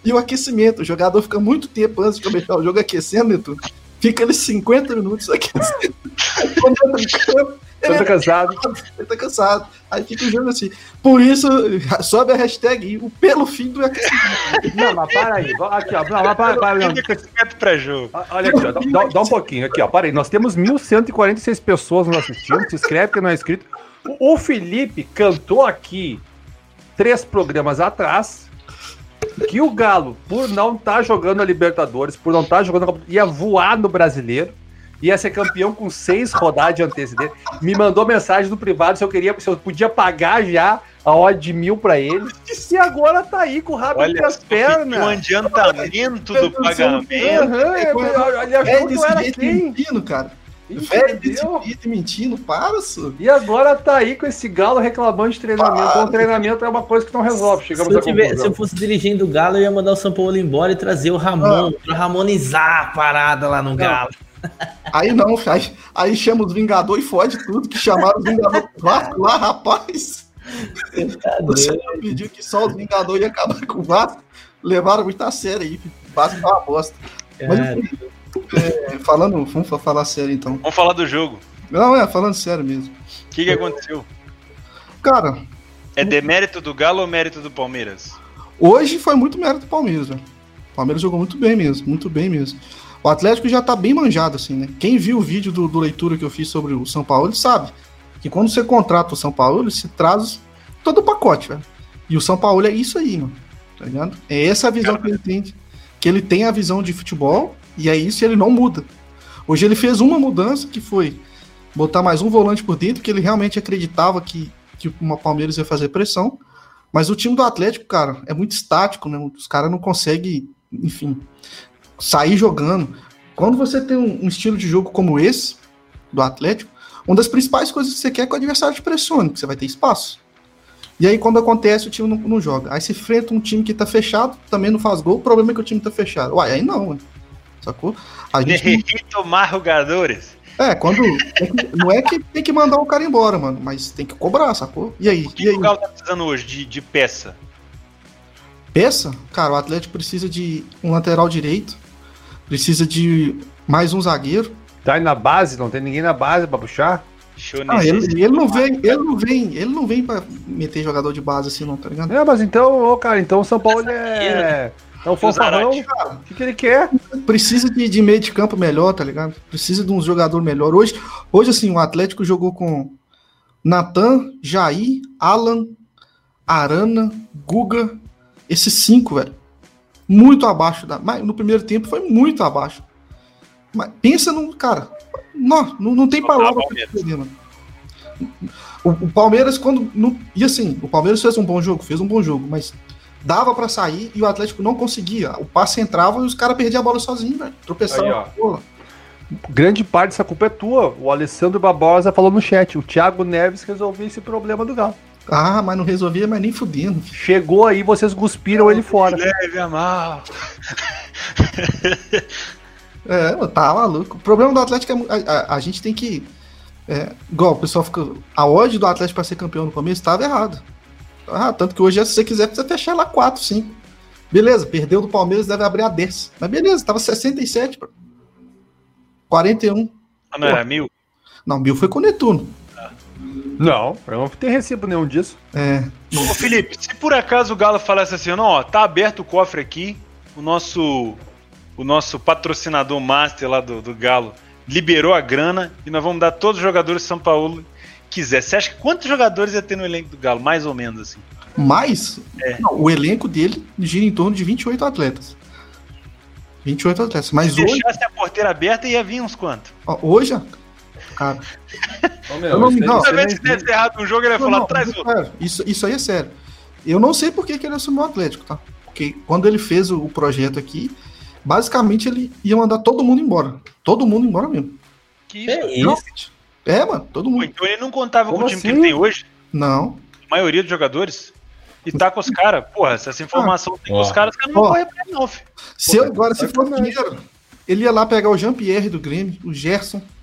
E o aquecimento, o jogador fica muito tempo antes de começar o jogo aquecendo, Neto. Fica ali 50 minutos aquecendo. Quando entra em campo, ele tá cansado. Aí fica o jogo assim. Por isso, sobe a hashtag aí, o pelo fim do aquecimento. Não, mas para aí. Aqui, ó. Não, para. Não. Pra jogo. Olha aqui, ó. Dá um pouquinho. Aqui, ó. Para aí. Nós temos 1.146 pessoas nos assistindo. Se inscreve que não é inscrito. O Felipe cantou aqui 3 programas atrás que o Galo, por não estar jogando a Libertadores, por não estar jogando a Copa, ia voar no Brasileiro, ia ser campeão com 6 rodadas de antecedência. Me mandou mensagem no privado se eu podia pagar já a odd de 1.000 pra ele. E agora tá aí com o rabo entre as pernas. Um adiantamento do pagamento. Ele achou que eu era mentindo, cara. Velho desse mentindo, para, senhor. E agora tá aí com esse Galo reclamando de treinamento. Então, o treinamento é uma coisa que não resolve. Chegamos se eu fosse dirigindo o Galo, eu ia mandar o São Paulo embora e trazer o Ramon pra ramonizar a parada lá no Galo. Aí não, aí chama os Vingadores e fode tudo, que chamaram os Vingadores lá, rapaz. Você pediu que só os Vingadores iam acabar com o Vasco, levaram muito a sério aí, o Vasco tá uma bosta. Mas vamos falar sério então. Vamos falar do jogo. Não, falando sério mesmo. O que aconteceu? Cara... É demérito do Galo ou mérito do Palmeiras? Hoje foi muito mérito do Palmeiras, velho. O Palmeiras jogou muito bem mesmo. O Atlético já tá bem manjado, assim, né? Quem viu o vídeo do leitura que eu fiz sobre o São Paulo, ele sabe que quando você contrata o São Paulo, você traz todo o pacote, velho. E o São Paulo é isso aí, mano. Tá ligado? É essa a visão que ele tem. Que ele tem a visão de futebol, e é isso, e ele não muda. Hoje ele fez uma mudança, que foi botar mais um volante por dentro, que ele realmente acreditava que o Palmeiras ia fazer pressão. Mas o time do Atlético, cara, é muito estático, né? Os caras não conseguem, enfim, sair jogando. Quando você tem um estilo de jogo como esse, do Atlético, uma das principais coisas que você quer é que o adversário te pressione, que você vai ter espaço. E aí, quando acontece, o time não joga. Aí se enfrenta um time que tá fechado, também não faz gol, o problema é que o time tá fechado. Uai, aí não, sacou? A gente tomar jogadores. Quando... não é que tem que mandar o cara embora, mano, mas tem que cobrar, sacou? E aí? O que o Galo tá precisando hoje de peça? Peça? Cara, o Atlético precisa de um lateral direito, precisa mais um zagueiro. Tá aí na base? Não tem ninguém na base pra puxar? Ele não vem pra meter jogador de base assim, não, tá ligado? Mas então, então o São Paulo é um fanfarrão. O que ele quer? Precisa de meio de campo melhor, tá ligado? Precisa de um jogador melhor. Hoje assim, o Atlético jogou com Natan, Jair, Alan, Arana, Guga, esses 5, velho. Muito abaixo mas no primeiro tempo foi muito abaixo. Mas pensa num cara. Não tem palavra pra entender, mano. O Palmeiras, e assim, o Palmeiras fez um bom jogo, mas dava pra sair e o Atlético não conseguia. O passe entrava e os caras perdiam a bola sozinhos, velho. Tropeçavam. Grande parte dessa culpa é tua. O Alessandro Barbosa falou no chat. O Thiago Neves resolveu esse problema do Galo. Mas não resolvia, mas nem fudendo. Chegou aí, vocês cuspiram ele fora. Leve a mal. Tá maluco. O problema do Atlético é a gente tem que... igual o pessoal fica... A odd do Atlético pra ser campeão no começo estava errado. Tanto que hoje, se você quiser, precisa fechar lá 4, 5. Beleza, perdeu do Palmeiras, deve abrir a 10. Mas beleza, tava 67, 41. Não era 1.000? Não, 1.000 foi com o Netuno. Não, eu não tenho recibo nenhum disso. Ô Felipe, se por acaso o Galo falasse assim, tá aberto o cofre aqui, o nosso patrocinador master lá do Galo liberou a grana e nós vamos dar todos os jogadores de São Paulo quiser. Você acha que quantos jogadores ia ter no elenco do Galo? Mais ou menos assim. Mais? Não, o elenco dele gira em torno de 28 atletas. 28 atletas. Mas se hoje... deixasse a porteira aberta, ia vir uns quantos? Hoje, cara... Se tivesse errado um jogo, ele ia falar, traz outro. Isso aí é sério. Eu não sei por que ele assumiu o Atlético, tá? Porque quando ele fez o projeto aqui, basicamente ele ia mandar todo mundo embora. Todo mundo embora mesmo. Que isso? Mano, todo mundo. Então ele não contava com o time que ele tem hoje? Não. A maioria dos jogadores? E tá com os caras? Porra, se essa informação tem com os caras não vão correr pra ele não, filho. Se for dinheiro, ele ia lá pegar o Jean-Pierre do Grêmio, o Gerson,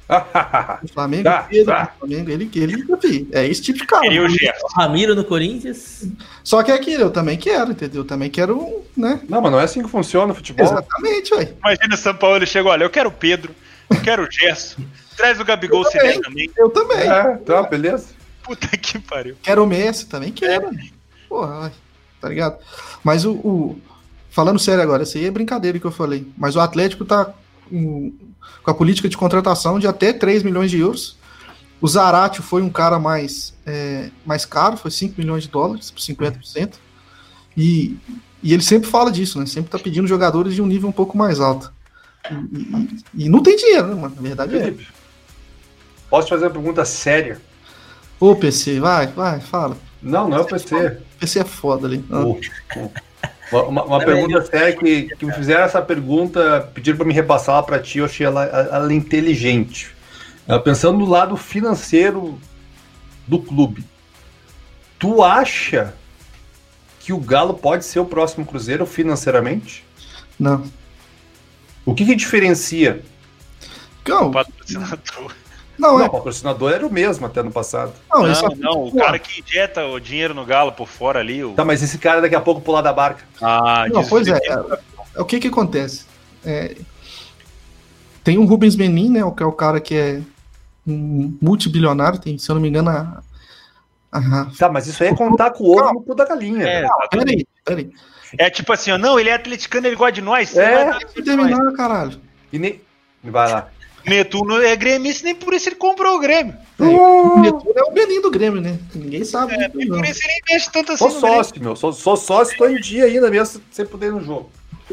O Flamengo, Pedro no Flamengo, ele é esse tipo de cara. Queria o Gerson. Ramiro no Corinthians. Só que é aquilo, eu também quero, entendeu? Eu também quero, né? Não, mas não é assim que funciona o futebol. Exatamente, velho. Imagina o São Paulo, ele chega, olha, eu quero o Pedro, eu quero o Gerson, traz o Gabigol se der também. Eu também. Tá, beleza. Puta que pariu. Quero o Messi, também quero. Porra, tá ligado? Mas falando sério agora, isso aí é brincadeira que eu falei. Mas o Atlético tá com a política de contratação de até 3 milhões de euros. O Zaratio foi um cara mais caro, foi 5 milhões de dólares, por 50%. E ele sempre fala disso, né? Sempre tá pedindo jogadores de um nível um pouco mais alto. E não tem dinheiro, né, mano? Na verdade Felipe, posso te fazer uma pergunta séria? Ô, PC, vai, fala. Não é o PC. PC é foda ali. Uma pergunta séria que me fizeram essa pergunta, pediram para me repassar para ti, eu achei ela inteligente. Pensando no lado financeiro do clube, tu acha que o Galo pode ser o próximo Cruzeiro financeiramente? Não. O que diferencia? Não, Patrocinador. Não, o patrocinador era o mesmo até no passado. Não, o cara que injeta o dinheiro no Galo por fora ali. Tá, mas esse cara daqui a pouco pular da barca. Não, pois é. O que acontece? Tem o Rubens Menin, né? Que é o cara que é um multibilionário, tem, se eu não me engano, Tá, mas isso aí é contar com o ovo no cu da galinha. Peraí. É tipo assim, ó, não, ele é atleticano, ele gosta de nós. Deixa eu terminar, caralho. Vai lá. Netuno é gremista, nem por isso ele comprou o Grêmio. O Netuno é o Benin do Grêmio, né? Ninguém sabe. Nem por isso ele investe tanto assim. Sou sócio, meu. Sou sócio, tô em dia ainda mesmo, sem poder ir no jogo.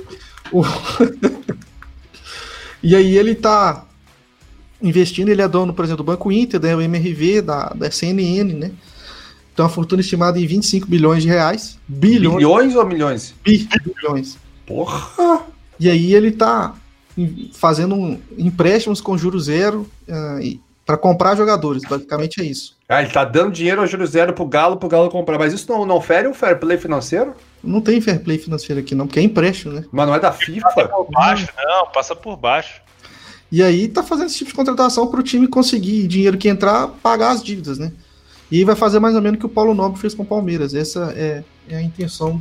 E aí ele tá investindo, ele é dono, por exemplo, do Banco Inter, da MRV, da CNN, né? Então uma fortuna estimada em 25 bilhões de reais. Bilhões ou milhões? Bilhões. Porra! E aí ele tá fazendo empréstimos com juros zero para comprar jogadores, basicamente é isso. Ele tá dando dinheiro a juros zero pro Galo comprar, mas isso não fere o fair play financeiro? Não tem fair play financeiro aqui não, porque é empréstimo, né? Mas não é da FIFA? Passa por baixo, não, passa por baixo. E aí tá fazendo esse tipo de contratação pro time conseguir dinheiro que entrar, pagar as dívidas, né? E vai fazer mais ou menos o que o Paulo Nobre fez com o Palmeiras. Essa é a intenção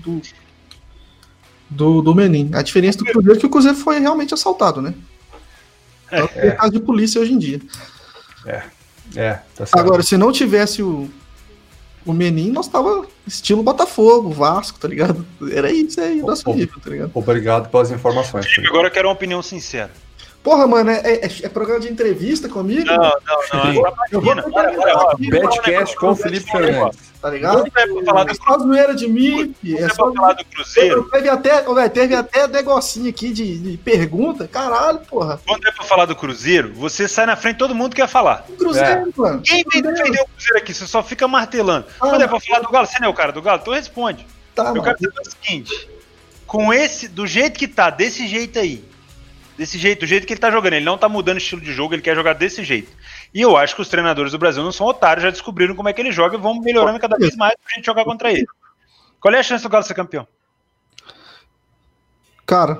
do Menin. A diferença do Cruzeiro é que o Cruzeiro foi realmente assaltado, né? É caso de polícia hoje em dia. Tá certo. Agora, se não tivesse o Menin, nós tava estilo Botafogo, Vasco, tá ligado? Era isso aí, nosso nível, tá ligado? Obrigado pelas informações. Agora eu quero uma opinião sincera. Porra, mano, é programa de entrevista comigo? Não. Eu vou Betcast com o Felipe Fernandes. Tá ligado? É só zoeira de mim, é só falar do Cruzeiro. Teve até negocinho aqui de pergunta. Caralho, porra. Quando é pra falar do Cruzeiro, você sai na frente, todo mundo quer falar. Cruzeiro, mano. Quem vem defender o Cruzeiro aqui? Você só fica martelando. Quando é pra falar do Galo, você não é o cara do Galo? Então responde. Eu quero saber o seguinte: do jeito que tá, desse jeito aí. Do jeito que ele tá jogando, ele não tá mudando o estilo de jogo, ele quer jogar desse jeito. E eu acho que os treinadores do Brasil não são otários, já descobriram como é que ele joga e vão melhorando cada vez mais pra gente jogar contra ele. Qual é a chance do Galo ser campeão? Cara,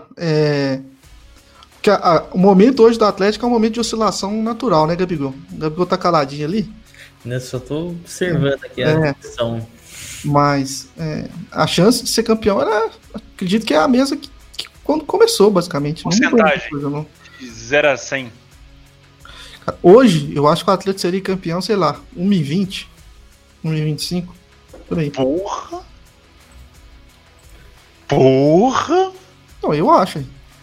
o momento hoje do Atlético é um momento de oscilação natural, né, Gabigol? O Gabigol tá caladinho ali. Eu só tô observando aqui a questão. Mas a chance de ser campeão acredito que é a mesma que quando começou, basicamente. Porcentagem de 0 a 100. Hoje, eu acho que o Atlético seria campeão, sei lá, 1,20, 1,25, por aí. Porra! Não, eu acho.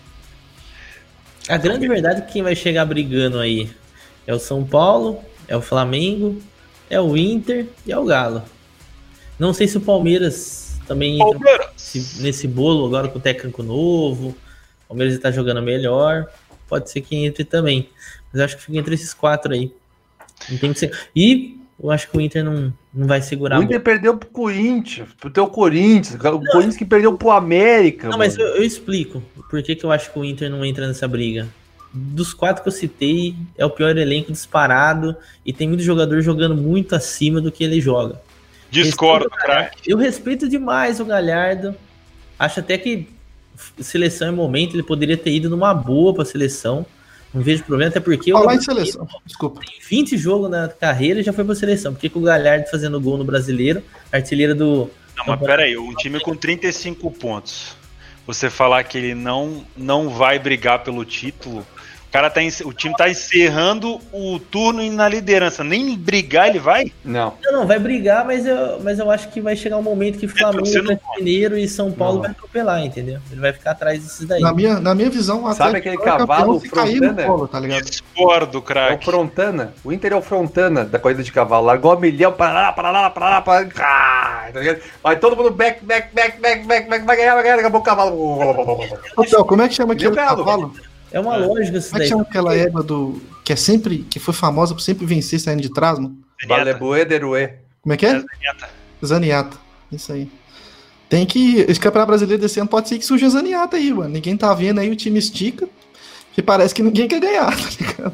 A grande verdade é que quem vai chegar brigando aí é o São Paulo, é o Flamengo, é o Inter e é o Galo. Não sei se o Palmeiras também entra nesse bolo agora com o técnico novo. O Palmeiras está jogando melhor. Pode ser que entre também. Mas eu acho que fica entre esses 4 aí. Não tem que ser. E eu acho que o Inter não vai segurar. O Inter perdeu pro Corinthians, pro teu Corinthians. Corinthians que perdeu pro América. Não, mas eu explico por que eu acho que o Inter não entra nessa briga. Dos 4 que eu citei, é o pior elenco disparado. E tem muito jogador jogando muito acima do que ele joga. Discordo, craque. Eu respeito demais o Galhardo. Acho até que seleção é momento, ele poderia ter ido numa boa pra seleção. Não vejo problema, até porque Falar em seleção, desculpa. Tem 20 jogos na carreira e já foi pra seleção. Por que o Galhardo fazendo gol no Brasileiro, artilheiro do... Não, mas peraí, um time com 35 pontos, você falar que ele não vai brigar pelo título, o time tá encerrando o turno na liderança, nem brigar ele vai? Não. Não, vai brigar, mas eu acho que vai chegar um momento que Flamengo, Mineiro e São Paulo vai atropelar, entendeu? Ele vai ficar atrás desses daí. Na minha visão, sabe aquele cavalo Frontana? Colo, tá ligado? Discordo, craque. É o Frontana. O Inter é o Frontana da corrida de cavalo. Largou a milhão para lá. Tá ligado? Vai todo mundo back, vai ganhar, acabou o cavalo. Ô, Theo, como é que chama aquele cavalo? É uma lógica isso daí. Como é que chama aquela égua que foi famosa por sempre vencer saindo de trás, mano? Balebuê Deruê. Como é que é? Zaniata. Isso aí. Tem que... Esse campeonato brasileiro desse ano pode ser que surja Zaniata aí, mano. Ninguém tá vendo aí, o time estica. E parece que ninguém quer ganhar, tá ligado?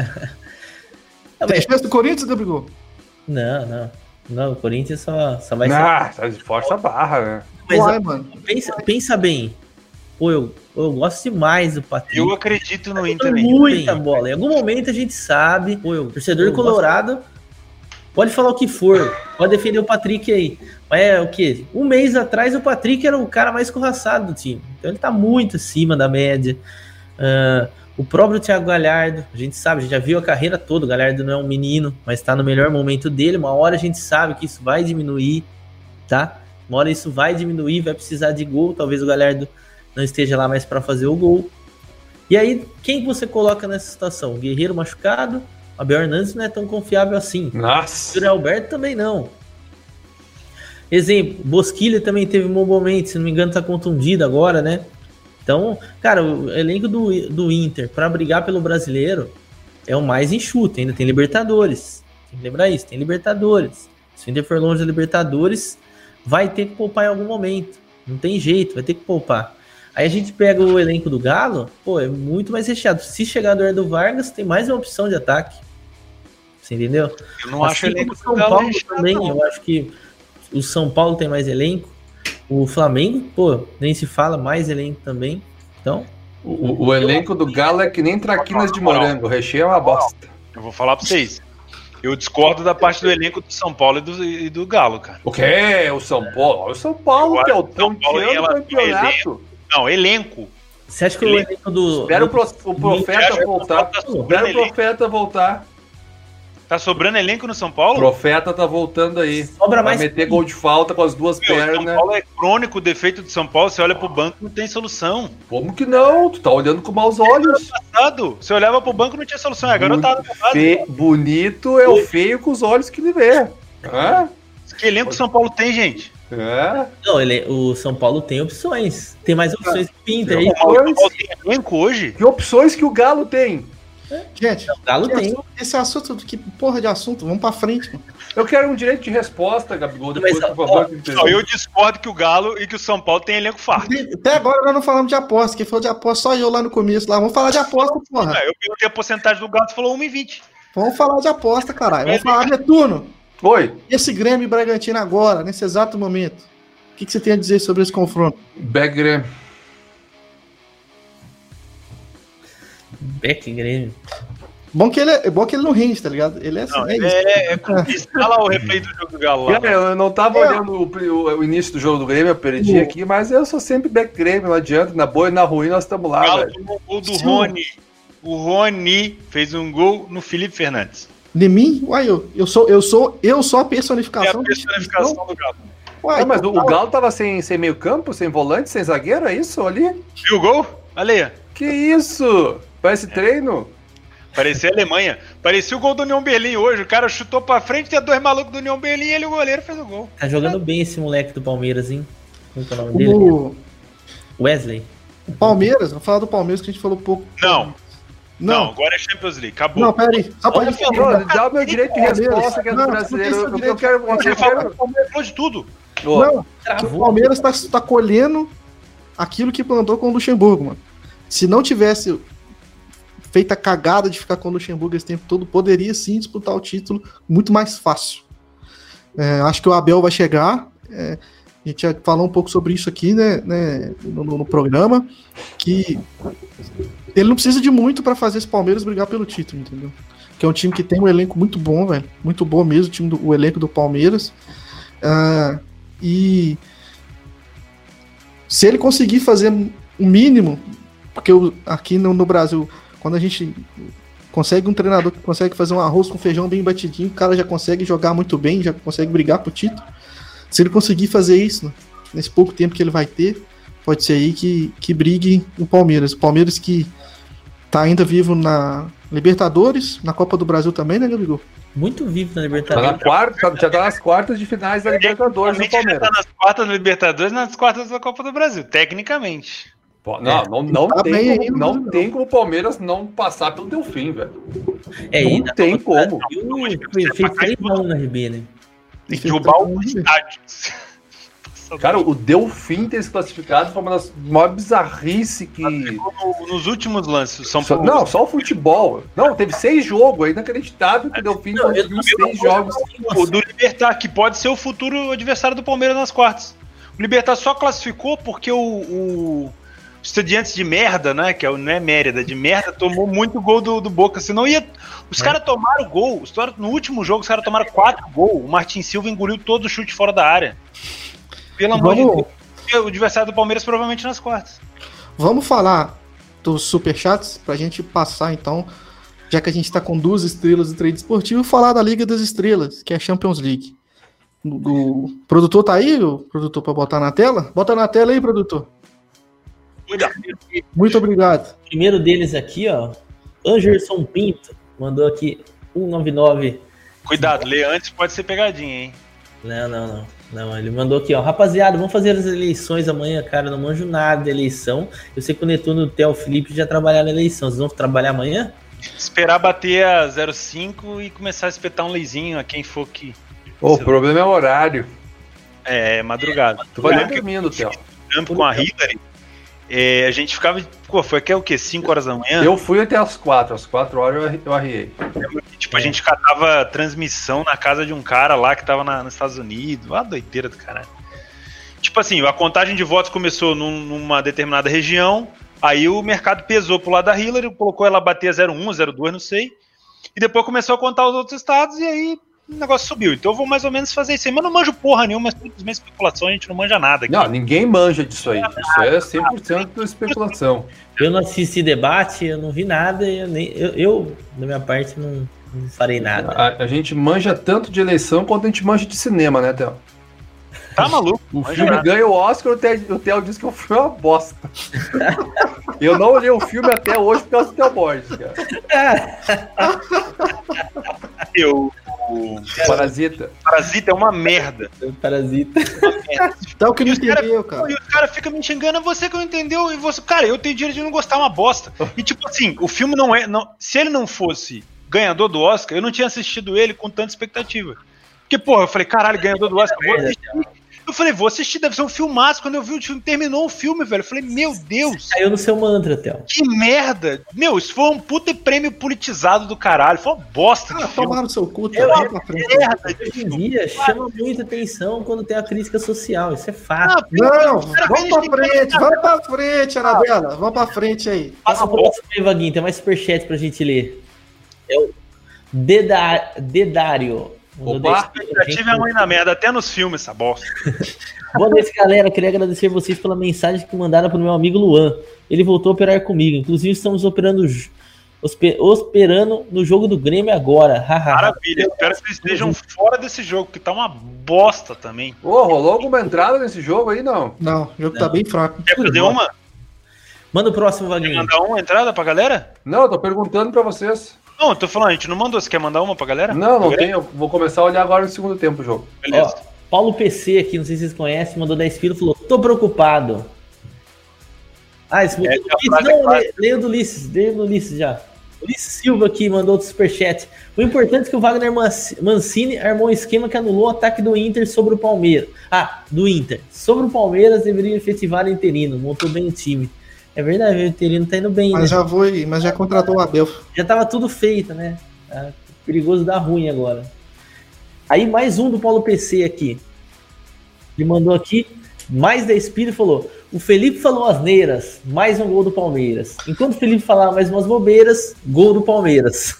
Tem chance do Corinthians, Gabriel? Não, o Corinthians só vai ser... força a barra, né? Mas, mano. Pensa bem. Pô, eu gosto demais do Patrick. Eu acredito no Inter. Muita bola. Em algum momento a gente sabe. Pô, o torcedor colorado pode falar o que for. Pode defender o Patrick aí. Mas é o quê? Um mês atrás o Patrick era o cara mais escorraçado do time. Então ele tá muito acima da média. O próprio Thiago Galhardo, a gente sabe, a gente já viu a carreira toda. O Galhardo não é um menino, mas tá no melhor momento dele. Uma hora a gente sabe que isso vai diminuir, tá? Uma hora isso vai diminuir, vai precisar de gol. Talvez o Galhardo não esteja lá mais para fazer o gol. E aí, quem você coloca nessa situação? O Guerreiro machucado, Abel Hernandes não é tão confiável assim. Nossa! O Yuri Alberto também não. Exemplo, Bosquilha também teve um bom momento, se não me engano tá contundido agora, né? Então, cara, o elenco do Inter para brigar pelo Brasileiro é o mais enxuto, ainda tem Libertadores. Tem que lembrar isso, tem Libertadores. Se o Inter for longe da Libertadores, vai ter que poupar em algum momento. Não tem jeito, vai ter que poupar. Aí a gente pega o elenco do Galo, pô, é muito mais recheado. Se chegar do Eduardo Vargas, tem mais uma opção de ataque. Você entendeu? Eu não acho elenco do São Paulo também, eu acho que o São Paulo tem mais elenco. O Flamengo, pô, nem se fala, mais elenco também. Então... O elenco do Galo é que nem traquinas de morango, o recheio é uma bosta. Eu vou falar pra vocês. Eu discordo da parte do elenco do São Paulo e do Galo, cara. O quê? O São Paulo? O São Paulo que é o campeonato. Não, elenco. Você acha que o elenco do... Espera o Profeta voltar. Espera o Profeta voltar. Tá sobrando elenco no São Paulo? O Profeta tá voltando aí. Sobra mais. Vai meter gol de falta com as duas pernas. São Paulo é crônico o defeito de São Paulo. Você olha pro banco, não tem solução. Como que não? Tu tá olhando com maus olhos. Passado, você olhava pro banco, não tinha solução. Agora eu tava bonito é o feio com os olhos que ele vê. Que elenco o São Paulo tem, gente? Não, o São Paulo tem opções. Tem mais opções que o Inter. O São Paulo tem elenco hoje? Que opções que o Galo tem? Gente, o Galo tem. Esse assunto, que porra de assunto? Vamos pra frente, mano. Eu quero um direito de resposta, Gabigol, depois, por favor. Eu discordo que o Galo e que o São Paulo tem elenco farto. Até agora nós não falamos de aposta. Quem falou de aposta só eu lá no começo. Lá. Vamos falar de aposta, porra. Eu perguntei a porcentagem do Galo, você falou 1,20. Vamos falar de aposta, caralho. Vamos falar, Netuno. Oi. Esse Grêmio e Bragantino agora, nesse exato momento. O que você tem a dizer sobre esse confronto? Back Grêmio. Back Grêmio. Bom que ele não rende, tá ligado? Ele é assim. Não, Fala o replay do jogo do Galo lá. Eu não tava olhando o início do jogo do Grêmio, eu perdi aqui, mas eu sou sempre back Grêmio, não adianta. Na boa e na ruim nós estamos lá. O Galo tomou o gol do Rony. O Rony fez um gol no Felipe Fernandes. De mim? Uai, eu sou a personificação. É a personificação do Galo. Uai, mas o Galo tava sem meio campo, sem volante, sem zagueiro, é isso ali? Viu o gol? Olha aí. Que isso? Parece treino. Parecia a Alemanha. Parecia o gol do União Berlim hoje. O cara chutou pra frente, tinha dois malucos do União Berlim e ele, o goleiro, fez o gol. Tá jogando bem esse moleque do Palmeiras, hein? Como é o nome dele? Wesley. O Palmeiras, vou falar do Palmeiras que a gente falou pouco. Não, agora é Champions League, acabou. Não, peraí. Só pra gente dá o meu direito de resposta, que é do brasileiro. Eu quero. O Palmeiras falou de tudo. Não, o Palmeiras tá colhendo aquilo que plantou com o Luxemburgo, mano. Se não tivesse feito a cagada de ficar com o Luxemburgo esse tempo todo, poderia sim disputar o título muito mais fácil. Acho que o Abel vai chegar. a gente já falou um pouco sobre isso aqui, né, no programa, que ele não precisa de muito para fazer esse Palmeiras brigar pelo título, entendeu? Que é um time que tem um elenco muito bom, velho, muito bom mesmo, o elenco do Palmeiras, e se ele conseguir fazer o mínimo, porque aqui no Brasil, quando a gente consegue um treinador que consegue fazer um arroz com feijão bem batidinho, o cara já consegue jogar muito bem, já consegue brigar pro título. Se ele conseguir fazer isso, nesse pouco tempo que ele vai ter, pode ser aí que brigue o Palmeiras. O Palmeiras que tá ainda vivo na Libertadores, na Copa do Brasil também, né, Gabigol? Muito vivo na Libertadores. Tá na quarta, já tá nas quartas de finais da Libertadores do Palmeiras. Tá nas quartas da Libertadores e nas quartas da Copa do Brasil, tecnicamente. Não tem como o Palmeiras não passar pelo Delfim, velho. Não tem como. Fez 3-1 na RB, né? Tem que derrubar o estádio. Cara, o Delfim ter se classificado foi uma das maiores bizarrices que... Nos últimos lances. Só o futebol. Não, teve 6 jogos. É inacreditável que o Delfim conseguiu 6 jogos. O do Libertad, que pode ser o futuro adversário do Palmeiras nas quartas. O Libertad só classificou porque o Estudiantes de merda, né? Que não é Mérida, de merda, tomou muito gol do Boca. Senão ia. Os caras tomaram gol. No último jogo, os caras tomaram 4 gols. O Martin Silva engoliu todo o chute fora da área. Pelo amor de Deus. O adversário do Palmeiras provavelmente nas quartas. Vamos falar dos superchats pra gente passar, então, já que a gente tá com 2 estrelas do trade esportivo, falar da Liga das Estrelas, que é a Champions League. O produtor tá aí, o produtor, pra botar na tela? Bota na tela aí, produtor. Muito obrigado. O primeiro deles aqui, ó, Anderson Pinto, mandou aqui 199. Cuidado, ler antes pode ser pegadinha, hein? Não, ele mandou aqui, ó, rapaziada, vamos fazer as eleições amanhã, cara, não manjo nada de eleição. Eu sei que o Netuno e o Theo Felipe já trabalharam na eleição, vocês vão trabalhar amanhã? Esperar bater a 0,5 e começar a espetar um leizinho a quem for que... O problema é o horário. É, madrugada. Tu vai dormindo, Theo. Com a Hillary, a gente ficava... Foi até o quê? 5 horas da manhã? Eu fui até as 4. Às 4 horas eu arriei. A gente catava transmissão na casa de um cara lá que tava nos Estados Unidos. A doideira do caralho. Tipo assim, a contagem de votos começou numa determinada região, aí o mercado pesou pro lado da Hillary, colocou ela a bater a 0,1, 0,2, não sei. E depois começou a contar os outros estados e aí o negócio subiu. Então eu vou mais ou menos fazer isso aí. Mas não manjo porra nenhuma, é simplesmente especulação, a gente não manja nada aqui. Não, ninguém manja disso aí. Isso é 100% especulação. Eu não assisti debate, eu não vi nada, eu da minha parte, não farei nada. A gente manja tanto de eleição quanto a gente manja de cinema, né, Theo? Tá maluco? O filme ganha o Oscar, o Theo disse que o filme é uma bosta. Eu não olhei o filme até hoje por causa do Theo Borges, cara. Parasita. Parasita é uma merda. Parasita. Então que não entendeu, cara. E os caras ficam me xingando, você que não entendeu, e você, cara, eu tenho direito de não gostar, uma bosta. E tipo assim, o filme não é. Se ele não fosse ganhador do Oscar, eu não tinha assistido ele com tanta expectativa. Porque, porra, eu falei, caralho, ganhador do Oscar, vou assistir. Eu falei, vou assistir, deve ser um filmaço. Quando eu vi o filme, terminou o filme, velho. Eu falei, meu Deus. Caiu no seu mantra, Theo. Que merda. Meu, isso foi um puta prêmio politizado do caralho. Foi uma bosta de filme. Tomaram no seu cu, Theo. Hoje em dia, chama muita atenção quando tem a crítica social. Isso é fato. Não, vamos pra frente, Anabela. Vamos pra frente aí. Passa o próximo aí, Vaguinho. Tem mais superchat pra gente ler. É o Dedário. Opa, já tive a mãe na merda, até nos filmes, essa bosta. Boa noite, galera. Queria agradecer vocês pela mensagem que mandaram pro meu amigo Luan. Ele voltou a operar comigo. Inclusive, estamos operando no jogo do Grêmio agora. Maravilha, espero que eles estejam fora desse jogo, que tá uma bosta também. Rolou alguma entrada nesse jogo aí, não? Não, o jogo tá bem fraco. Quer fazer uma? Manda o próximo, Vaguinho. Quer mandar uma entrada pra galera? Não, eu tô perguntando pra vocês. Não, eu tô falando, a gente não mandou. Você quer mandar uma pra galera? Não tem. Eu vou começar a olhar agora no segundo tempo o jogo. Beleza. Ó, Paulo PC aqui, não sei se vocês conhecem, mandou 10 pila e falou: tô preocupado. Esse mandou leia do Ulisses já. Ulisses Silva aqui mandou outro superchat. O importante é que o Wagner Mancini armou um esquema que anulou o ataque do Inter sobre o Palmeiras. Do Inter. Sobre o Palmeiras, deveria efetivar o interino. Montou bem o time. É verdade, o interino tá indo bem, mas né? Mas já contratou o Abel. Já tava tudo feito, né? Perigoso dar ruim agora. Aí mais um do Paulo PC aqui. Ele mandou aqui mais 10 pila e falou: o Felipe falou asneiras, mais um gol do Palmeiras. Enquanto o Felipe falava mais umas bobeiras, gol do Palmeiras.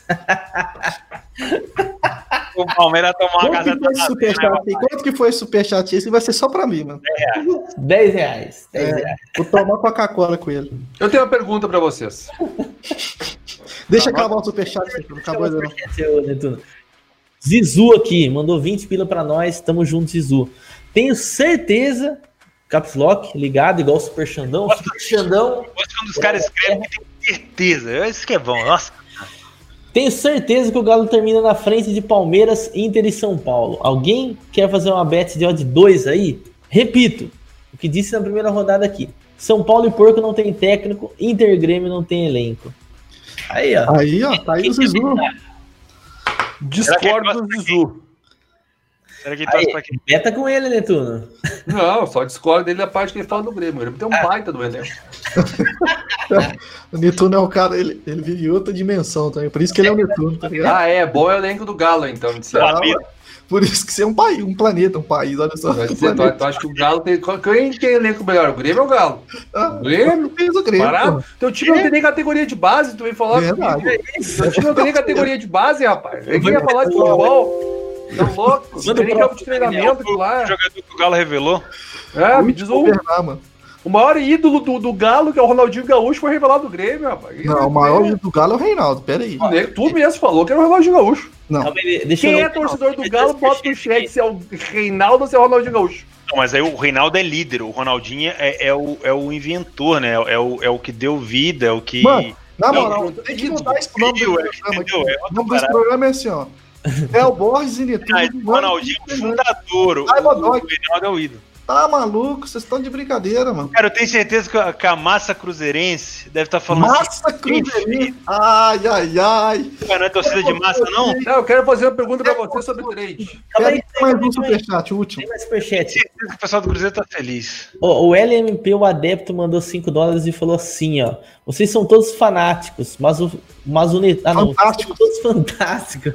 O Palmeiras tomou uma casa Quanto que foi esse superchat? Esse vai ser só pra mim, mano. R$10. Vou tomar Coca-Cola com ele. Eu tenho uma pergunta pra vocês. Deixa acabar o superchat, não acabou ainda não. Netuno. Zizu aqui, mandou 20 pila pra nós, tamo junto, Zizu. Tenho certeza, Caps Lock, ligado, igual o Super Xandão. Super Xandão. Gosto quando os caras escrevem que tem certeza. Isso que é bom, nossa. Tenho certeza que o Galo termina na frente de Palmeiras, Inter e São Paulo. Alguém quer fazer uma bet de odd 2 aí? Repito, o que disse na primeira rodada aqui. São Paulo e Porco não tem técnico, Inter e Grêmio não tem elenco. Aí, ó. Tá aí o Zizu. Discordo do Zizu. Será que ele tá aqui? Beta com ele, Netuno. Não, só discordo dele da parte que ele fala do Grêmio. Ele tem um baita do elenco. O Netuno é o cara, ele vive em outra dimensão também. Por isso que ele é o Netuno, tá ligado? Bom é o elenco do Galo, então. Por isso que você é um país, um planeta, olha só. Tu acha que o Galo tem. Quem tem elenco melhor? O Grêmio ou o Galo? O Grêmio? O Grêmio. Parado? Teu time não tem nem categoria de base, tu vem falar. Teu time não tem nem categoria de base, rapaz. Quem ia falar de futebol? Tá louco? Não tem nem campo de treinamento lá. O jogador que o Galo revelou. Me diz o maior ídolo do Galo, que é o Ronaldinho Gaúcho, foi revelado do Grêmio, rapaz. Não, o maior ídolo do Galo é o Reinaldo, pera aí. Tu mesmo falou que era o Ronaldinho Gaúcho. Não. Quem é torcedor do Galo, bota no chat se é o Reinaldo ou se é o Ronaldinho Gaúcho. Não, mas aí o Reinaldo é líder, o Ronaldinho é o inventor, né? É o que deu vida, é o que... Mano, na moral, tem que mudar esse nome do programa aqui. O nome desse programa é assim, ó. É o Borges e Netuno. O Ronaldinho é o fundador, o Reinaldo é o ídolo. Tá maluco? Vocês estão de brincadeira, mano. Cara, eu tenho certeza que a massa cruzeirense deve estar falando Massa cruzeirense? Ai. Não é torcida de massa, não? Não, eu quero fazer uma pergunta pra você sobre o trade. Tem mais um superchat, o último. Tem mais superchat. Certeza que o pessoal do Cruzeiro tá feliz. O LMP, o adepto, mandou $5 e falou assim, ó. Vocês são todos fanáticos, mas o Netuno... Vocês são todos fantásticos.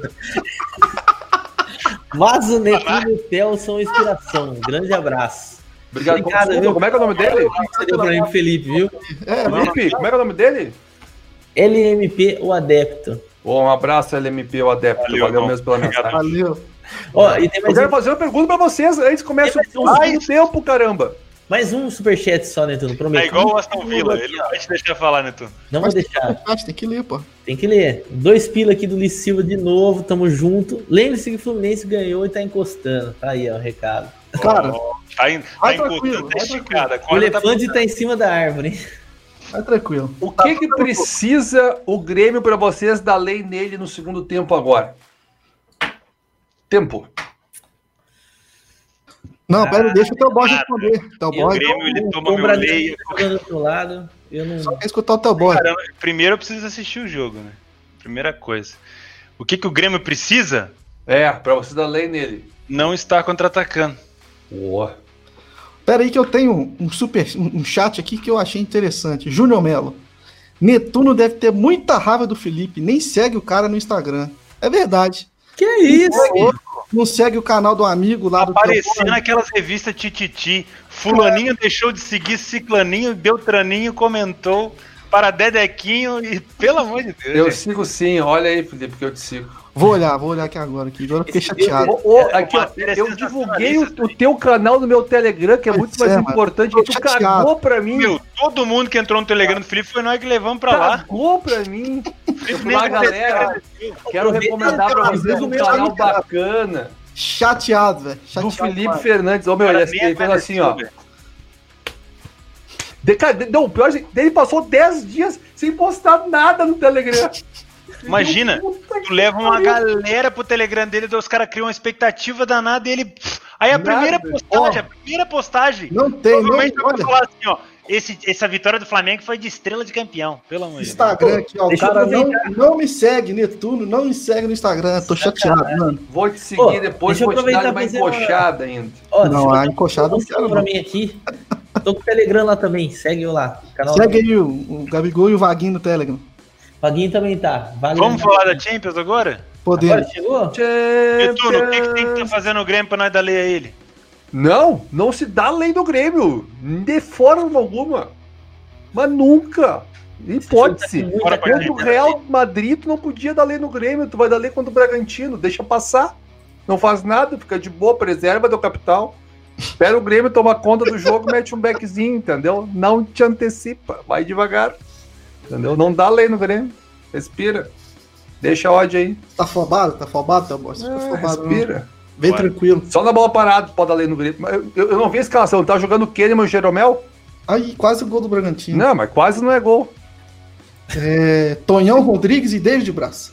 Mas o Netuno e o Theo são inspiração. Grande abraço. Obrigado, viu? Como é que é o nome dele? Você deu pra mim, Felipe, viu? Felipe, como é que é o nome dele? LMP, o adepto. Um abraço, LMP, o adepto. Valeu mesmo pela mensagem. Valeu. E tem mais eu quero fazer uma pergunta pra vocês antes que comece o segundo tempo, caramba. Mais um superchat só, Netuno, prometo. É igual o Aston Villa, ele não vai te deixar falar, Netuno. Não vou deixar. Tem que ler, pô. Tem que ler. 2 pila aqui do Luiz Silva de novo, tamo junto. Lembre-se que o Fluminense ganhou e tá encostando. Tá aí, ó, o recado. Cara, tá encostando, tá esticada. O elefante tá em cima da árvore. Vai tranquilo. O que precisa o Grêmio pra vocês dar lei nele no segundo tempo agora? Tempo. Não, pera, deixa o teu boy responder. O Grêmio, ele toma meu lei. Só quer escutar o teu boy. Primeiro eu preciso assistir o jogo, né? Primeira coisa. O que o Grêmio precisa? Pra você dar lei nele. Não estar contra-atacando. Boa. Pera aí que eu tenho um chat aqui que eu achei interessante. Júnior Melo. Netuno deve ter muita raiva do Felipe, nem segue o cara no Instagram. É verdade. Que isso? Não segue o canal do amigo lá do... Aparecendo naquelas revistas Tititi. Fulaninho deixou de seguir Ciclaninho, Beltraninho comentou para Dedequinho e pelo amor de Deus. Eu sigo sim, olha aí, Felipe, que eu te sigo. Vou olhar aqui agora. Agora eu fiquei chateado. Aqui, ó, eu divulguei o teu canal no meu Telegram, que é muito mais importante. Tu cagou pra mim. Meu, todo mundo que entrou no Telegram do Felipe foi nós que levamos pra lá. Cagou pra mim. Olá, galera. Quero recomendar pra vocês um canal bacana. Chateado, velho. Do Felipe Fernandes. Ô, meu, ele fez assim, ó. Não, pior, ele passou 10 dias sem postar nada no Telegram. Imagina, tu leva uma galera pro Telegram dele, os caras criam uma expectativa danada e ele... Aí a primeira postagem... Não tem, provavelmente vai falar assim, ó, essa vitória do Flamengo foi de estrela de campeão, pelo amor de Deus. Instagram aqui, ó, o cara não me segue, Netuno, não me segue no Instagram, tô chateado, mano. Vou te seguir depois, vou te dar uma encoxada ainda. Não, a encoxada não quero, pra mim aqui. Tô com o Telegram lá também, segue eu lá. Segue aí o Gabigol e o Vaguinho no Telegram. Vaguinho também tá. Vamos falar da Champions agora? Podemos. Agora chegou? Netuno, o que tem que estar fazendo o Grêmio pra nós dar lei a ele? Não se dá a lei do Grêmio. De forma alguma. Mas nunca. Hipótese. Contra o Real Madrid, tu não podia dar lei no Grêmio. Tu vai dar lei contra o Bragantino. Deixa passar. Não faz nada. Fica de boa. Preserva teu capital. Espera o Grêmio tomar conta do jogo, mete um backzinho, entendeu? Não te antecipa. Vai devagar. Entendeu? Não dá lei no Grêmio. Respira. Deixa a ódio aí. Tá afobado, Thelma? Respira. Não. Vem tranquilo. Só na bola parada pode dar lei no Grêmio. Eu não vi a escalação. Tá jogando o Kahneman e o Jeromel? Aí, quase o gol do Bragantino. Não, mas quase não é gol. Tonhão Rodrigues e David Braz.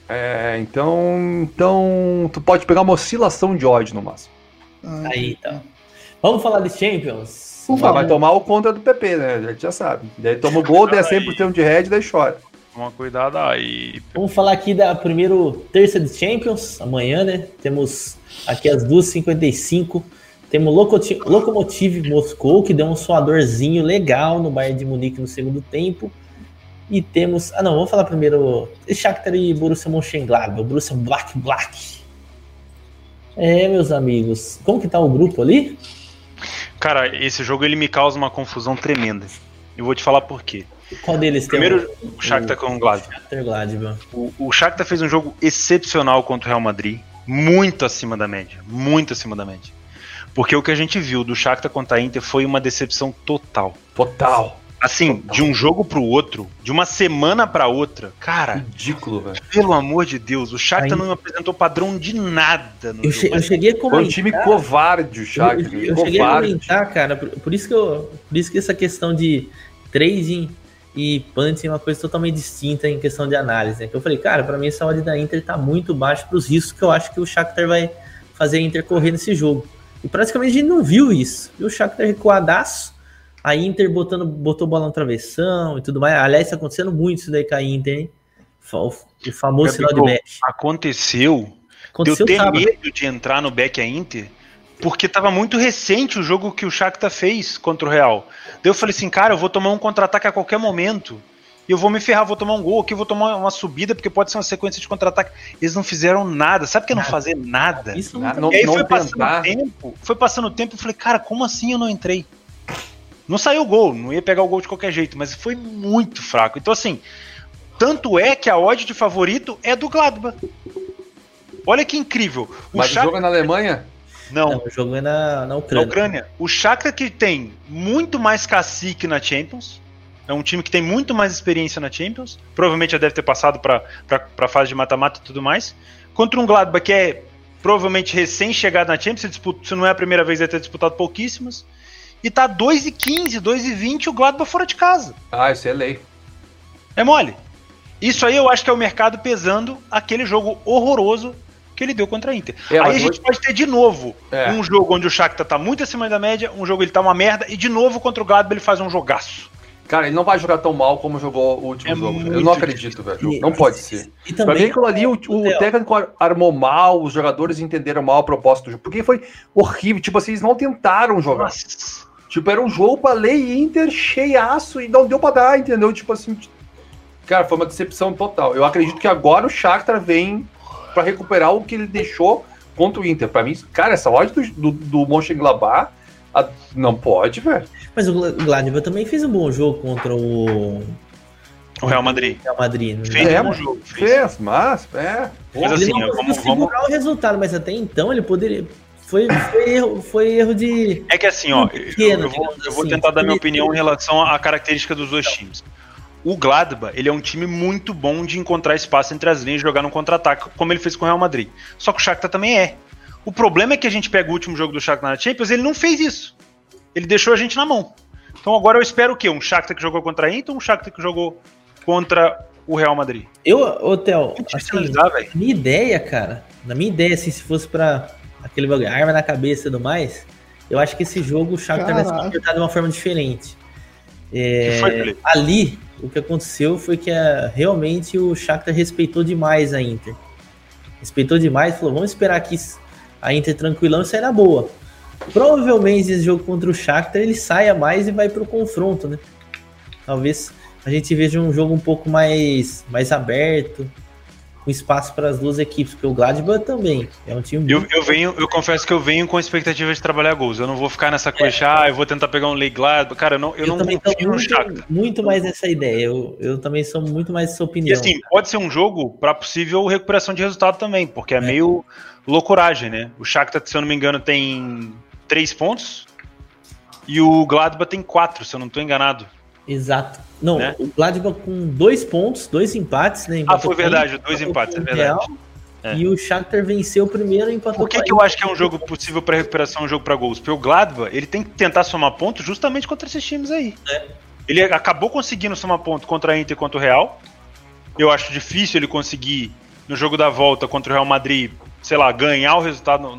Então tu pode pegar uma oscilação de ódio no máximo. Aí, então. Vamos falar de Champions. Vai tomar o contra do PP, né? A gente já sabe. Daí toma o gol, der 100% de head, daí chora. Toma cuidado aí. Vamos falar aqui da primeira terça de Champions, amanhã, né? Temos aqui às 2h55. Temos Lokomotiv Moscou, que deu um suadorzinho legal no Bayern de Munique no segundo tempo. E temos... vamos falar primeiro Shakhtar e Borussia Mönchengladbach, o Borussia Black. Meus amigos, como que tá o grupo ali? Cara, esse jogo ele me causa uma confusão tremenda. Eu vou te falar por quê. Qual deles Primeiro, tem o Shakhtar com o Gladbach. O Shakhtar fez um jogo excepcional contra o Real Madrid, muito acima da média. Porque o que a gente viu do Shakhtar contra a Inter foi uma decepção total. Assim, de um jogo pro outro, de uma semana pra outra, cara... Ridículo, velho. Pelo amor de Deus, o Shakhtar não apresentou padrão de nada no jogo. Eu cheguei a comentar... Foi um time covarde, o Shakhtar. Eu cheguei a comentar, cara, por isso que essa questão de trading e punting é uma coisa totalmente distinta em questão de análise, né? Que eu falei, cara, pra mim essa odd da Inter tá muito baixa pros riscos que eu acho que o Shakhtar vai fazer a Inter correr nesse jogo. E praticamente a gente não viu isso. Viu o Shakhtar recuadaço, a Inter botou bola no travessão e tudo mais. Aliás, tá acontecendo muito isso daí com a Inter, hein? O famoso sinal de bet. Aconteceu de eu ter medo de entrar no back a Inter, porque tava muito recente o jogo que o Shakhtar fez contra o Real. Daí eu falei assim, cara, eu vou tomar um contra-ataque a qualquer momento. E eu vou me ferrar, vou tomar um gol aqui, vou tomar uma subida, porque pode ser uma sequência de contra-ataque. Eles não fizeram nada. Sabe o que é não fazer nada? Isso não, e aí foi passando o tempo, eu falei, cara, como assim eu não entrei? Não saiu o gol, não ia pegar o gol de qualquer jeito, mas foi muito fraco. Então assim, tanto é que a odd de favorito é do Gladbach. Olha que incrível. Mas o jogo é na Alemanha? Não, o jogo é na Ucrânia. Na Ucrânia. O Shakhtar que tem muito mais cacique na Champions, é um time que tem muito mais experiência na Champions, provavelmente já deve ter passado para a fase de mata-mata e tudo mais, contra um Gladbach que é provavelmente recém-chegado na Champions, se não é a primeira vez, vai ter disputado pouquíssimas, e tá 2,15, 2,20 o Gladbach fora de casa. Isso é lei. É mole. Isso aí eu acho que é o mercado pesando aquele jogo horroroso que ele deu contra a Inter. Aí a gente pode ter de novo um jogo onde o Shakhtar tá muito acima da média, um jogo ele tá uma merda, e de novo contra o Gladbach ele faz um jogaço. Cara, ele não vai jogar tão mal como jogou o último jogo. Eu não acredito, velho. Não pode ser. Pra mim, aquilo ali, o técnico armou mal, os jogadores entenderam mal a proposta do jogo. Porque foi horrível. Tipo assim, eles não tentaram jogar. Nossa. Tipo, era um jogo pra lei Inter cheiaço e não deu pra dar, entendeu? Tipo assim, cara, foi uma decepção total. Eu acredito que agora o Shakhtar vem pra recuperar o que ele deixou contra o Inter. Pra mim, cara, essa odd do Mönchengladbach não pode, velho. Mas o Gladbach também fez um bom jogo contra o Real Madrid. Fez um bom jogo. Fez, mas Mas assim, ele não conseguiu segurar o resultado, mas até então ele poderia... Foi erro de... É que assim, ó, eu vou tentar dar minha opinião em relação à característica dos dois times. O Gladbach, ele é um time muito bom de encontrar espaço entre as linhas e jogar no contra-ataque, como ele fez com o Real Madrid. Só que o Shakhtar também é. O problema é que a gente pega o último jogo do Shakhtar na Champions, ele não fez isso. Ele deixou a gente na mão. Então agora eu espero o quê? Um Shakhtar que jogou contra a Inter ou um Shakhtar que jogou contra o Real Madrid? Theo, assim, na minha ideia, assim, se fosse pra aquele bagulho, arma na cabeça e tudo mais, eu acho que esse jogo o Shakhtar vai se comportar de uma forma diferente. Ali, o que aconteceu foi que realmente o Shakhtar respeitou demais a Inter. Respeitou demais, falou, vamos esperar aqui a Inter tranquilão e sair na boa. Provavelmente esse jogo contra o Shakhtar ele saia mais e vai pro confronto, né? Talvez a gente veja um jogo um pouco mais aberto. espaço para as duas equipes, porque o Gladbach também é um time muito... Eu confesso que eu venho com a expectativa de trabalhar gols. Eu não vou ficar nessa coisa, eu vou tentar pegar um Lei Gladbach. Cara, eu não também confio no Shakhtar. Muito mais nessa ideia. Eu também sou muito mais dessa opinião. E assim, pode ser um jogo para possível recuperação de resultado também, porque é meio loucuragem, né? O Shakhtar, se eu não me engano, tem 3 pontos e o Gladbach tem 4, se eu não estou enganado. Exato. Não, né? O Gladbach com 2 pontos, 2 empates, né? Foi verdade, 2 empates, é verdade. E o Shakhtar venceu o primeiro e empatou. Por que eu acho que é um jogo possível para recuperação, um jogo para gols? Porque o Gladbach, ele tem que tentar somar pontos justamente contra esses times aí. Ele acabou conseguindo somar ponto contra a Inter e contra o Real. Eu acho difícil ele conseguir, no jogo da volta contra o Real Madrid, sei lá, ganhar o resultado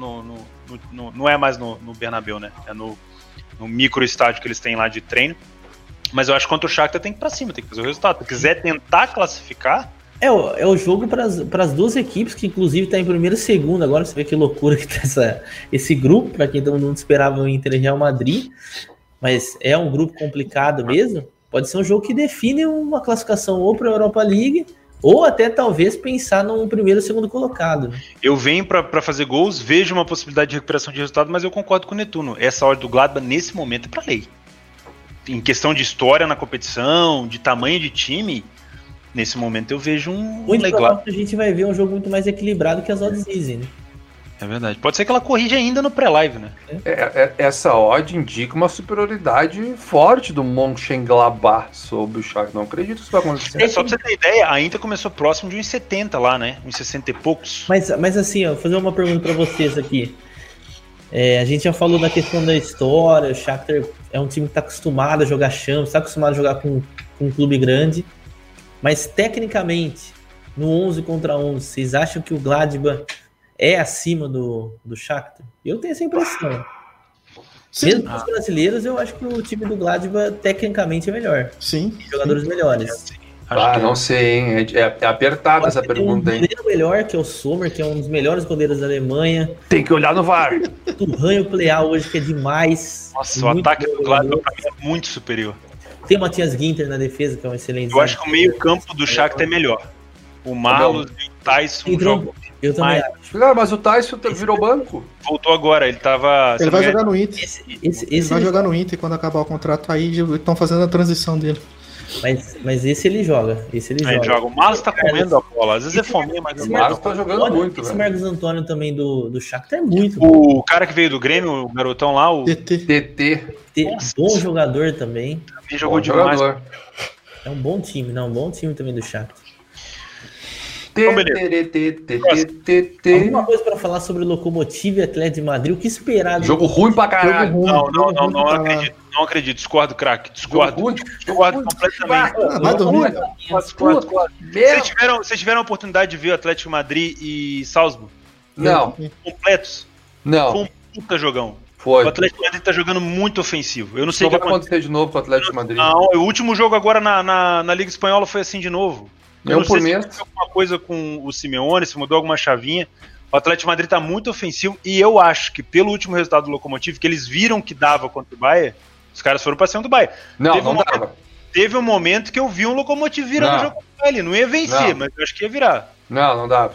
não é mais no Bernabéu, né? É no micro estádio que eles têm lá de treino. Mas eu acho que contra o Shakhtar tem que ir pra cima, tem que fazer o resultado. Se quiser tentar classificar... É o jogo para as duas equipes, que inclusive tá em primeiro e segundo. Agora você vê que loucura que tá esse grupo, para quem todo mundo esperava o Inter e Real Madrid. Mas é um grupo complicado mesmo. Pode ser um jogo que define uma classificação ou para a Europa League, ou até talvez pensar no primeiro e segundo colocado. Eu venho para fazer gols, vejo uma possibilidade de recuperação de resultado, mas eu concordo com o Netuno. Essa hora do Gladbach, nesse momento, é para lei. Em questão de história na competição, de tamanho de time, nesse momento eu vejo muito legal. A gente vai ver um jogo muito mais equilibrado que as odds dizem, né? É verdade. Pode ser que ela corrija ainda no pré-live, né? Essa odd indica uma superioridade forte do Mönchengladbach sobre o Shakhtar. Não acredito que isso vai acontecer. Só pra você ter ideia, a Inter começou próximo de 1,70 lá, né? 1,60 e poucos. Mas assim, vou fazer uma pergunta pra vocês aqui. A gente já falou da questão da história, o Shakhtar é um time que está acostumado a jogar Champions, está acostumado a jogar com um clube grande, mas tecnicamente, no 11 contra 11, vocês acham que o Gladbach é acima do Shakhtar? Eu tenho essa impressão. Sim. Mesmo os brasileiros, eu acho que o time do Gladbach tecnicamente é melhor. Sim. Tem jogadores melhores. Não sei, hein? É apertada essa pergunta, hein? Tem um goleiro melhor, que é o Sommer, que é um dos melhores goleiros da Alemanha. Tem que olhar no VAR. Turan e o Pleal hoje, que é demais. Nossa, o ataque do Gladbach pra mim é muito superior. Tem o Matias Ginter na defesa, que é um excelente. Eu acho que o meio-campo do Shakhtar é melhor. O Marlos e o Tyson jogam. Eu também acho. Não, mas o Tyson virou banco. Voltou agora, ele tava... Ele vai jogar no Inter. Ele vai jogar no Inter quando acabar o contrato, aí estão fazendo a transição dele. Mas esse ele joga. Ele joga. O Marlos tá comendo a bola. Às vezes é fominha, mas o Marlos tá jogando muito. Esse Marcos Antônio também do Shakhtar é muito bom. O cara que veio do Grêmio, o garotão lá, o TT. Bom jogador também. Também jogou demais. É um bom time, não. Um bom time também do Shakhtar. Alguma coisa para falar sobre o Lokomotiv e Atlético de Madrid? O que esperar? Jogo ruim pra caralho. Não acredito. Discordo, craque. Discordo completamente. Vocês tiveram a oportunidade de ver o Atlético de Madrid e Salzburg? Não. Completos? Não. Foi um puta jogão. Foi. O Atlético de Madrid tá jogando muito ofensivo. Eu não sei o que vai acontecer de novo com o Atlético de Madrid. Não, o último jogo agora na Liga Espanhola foi assim de novo. Eu não sei se mudou alguma coisa com o Simeone, se mudou alguma chavinha. O Atlético de Madrid tá muito ofensivo e eu acho que pelo último resultado do Lokomotiv, que eles viram que dava contra o Bayern, os caras foram pra cima do Bayern. Não dava. Teve um momento que eu vi um Lokomotiv virando o jogo com ele. Não ia vencer, mas eu acho que ia virar. Não dava.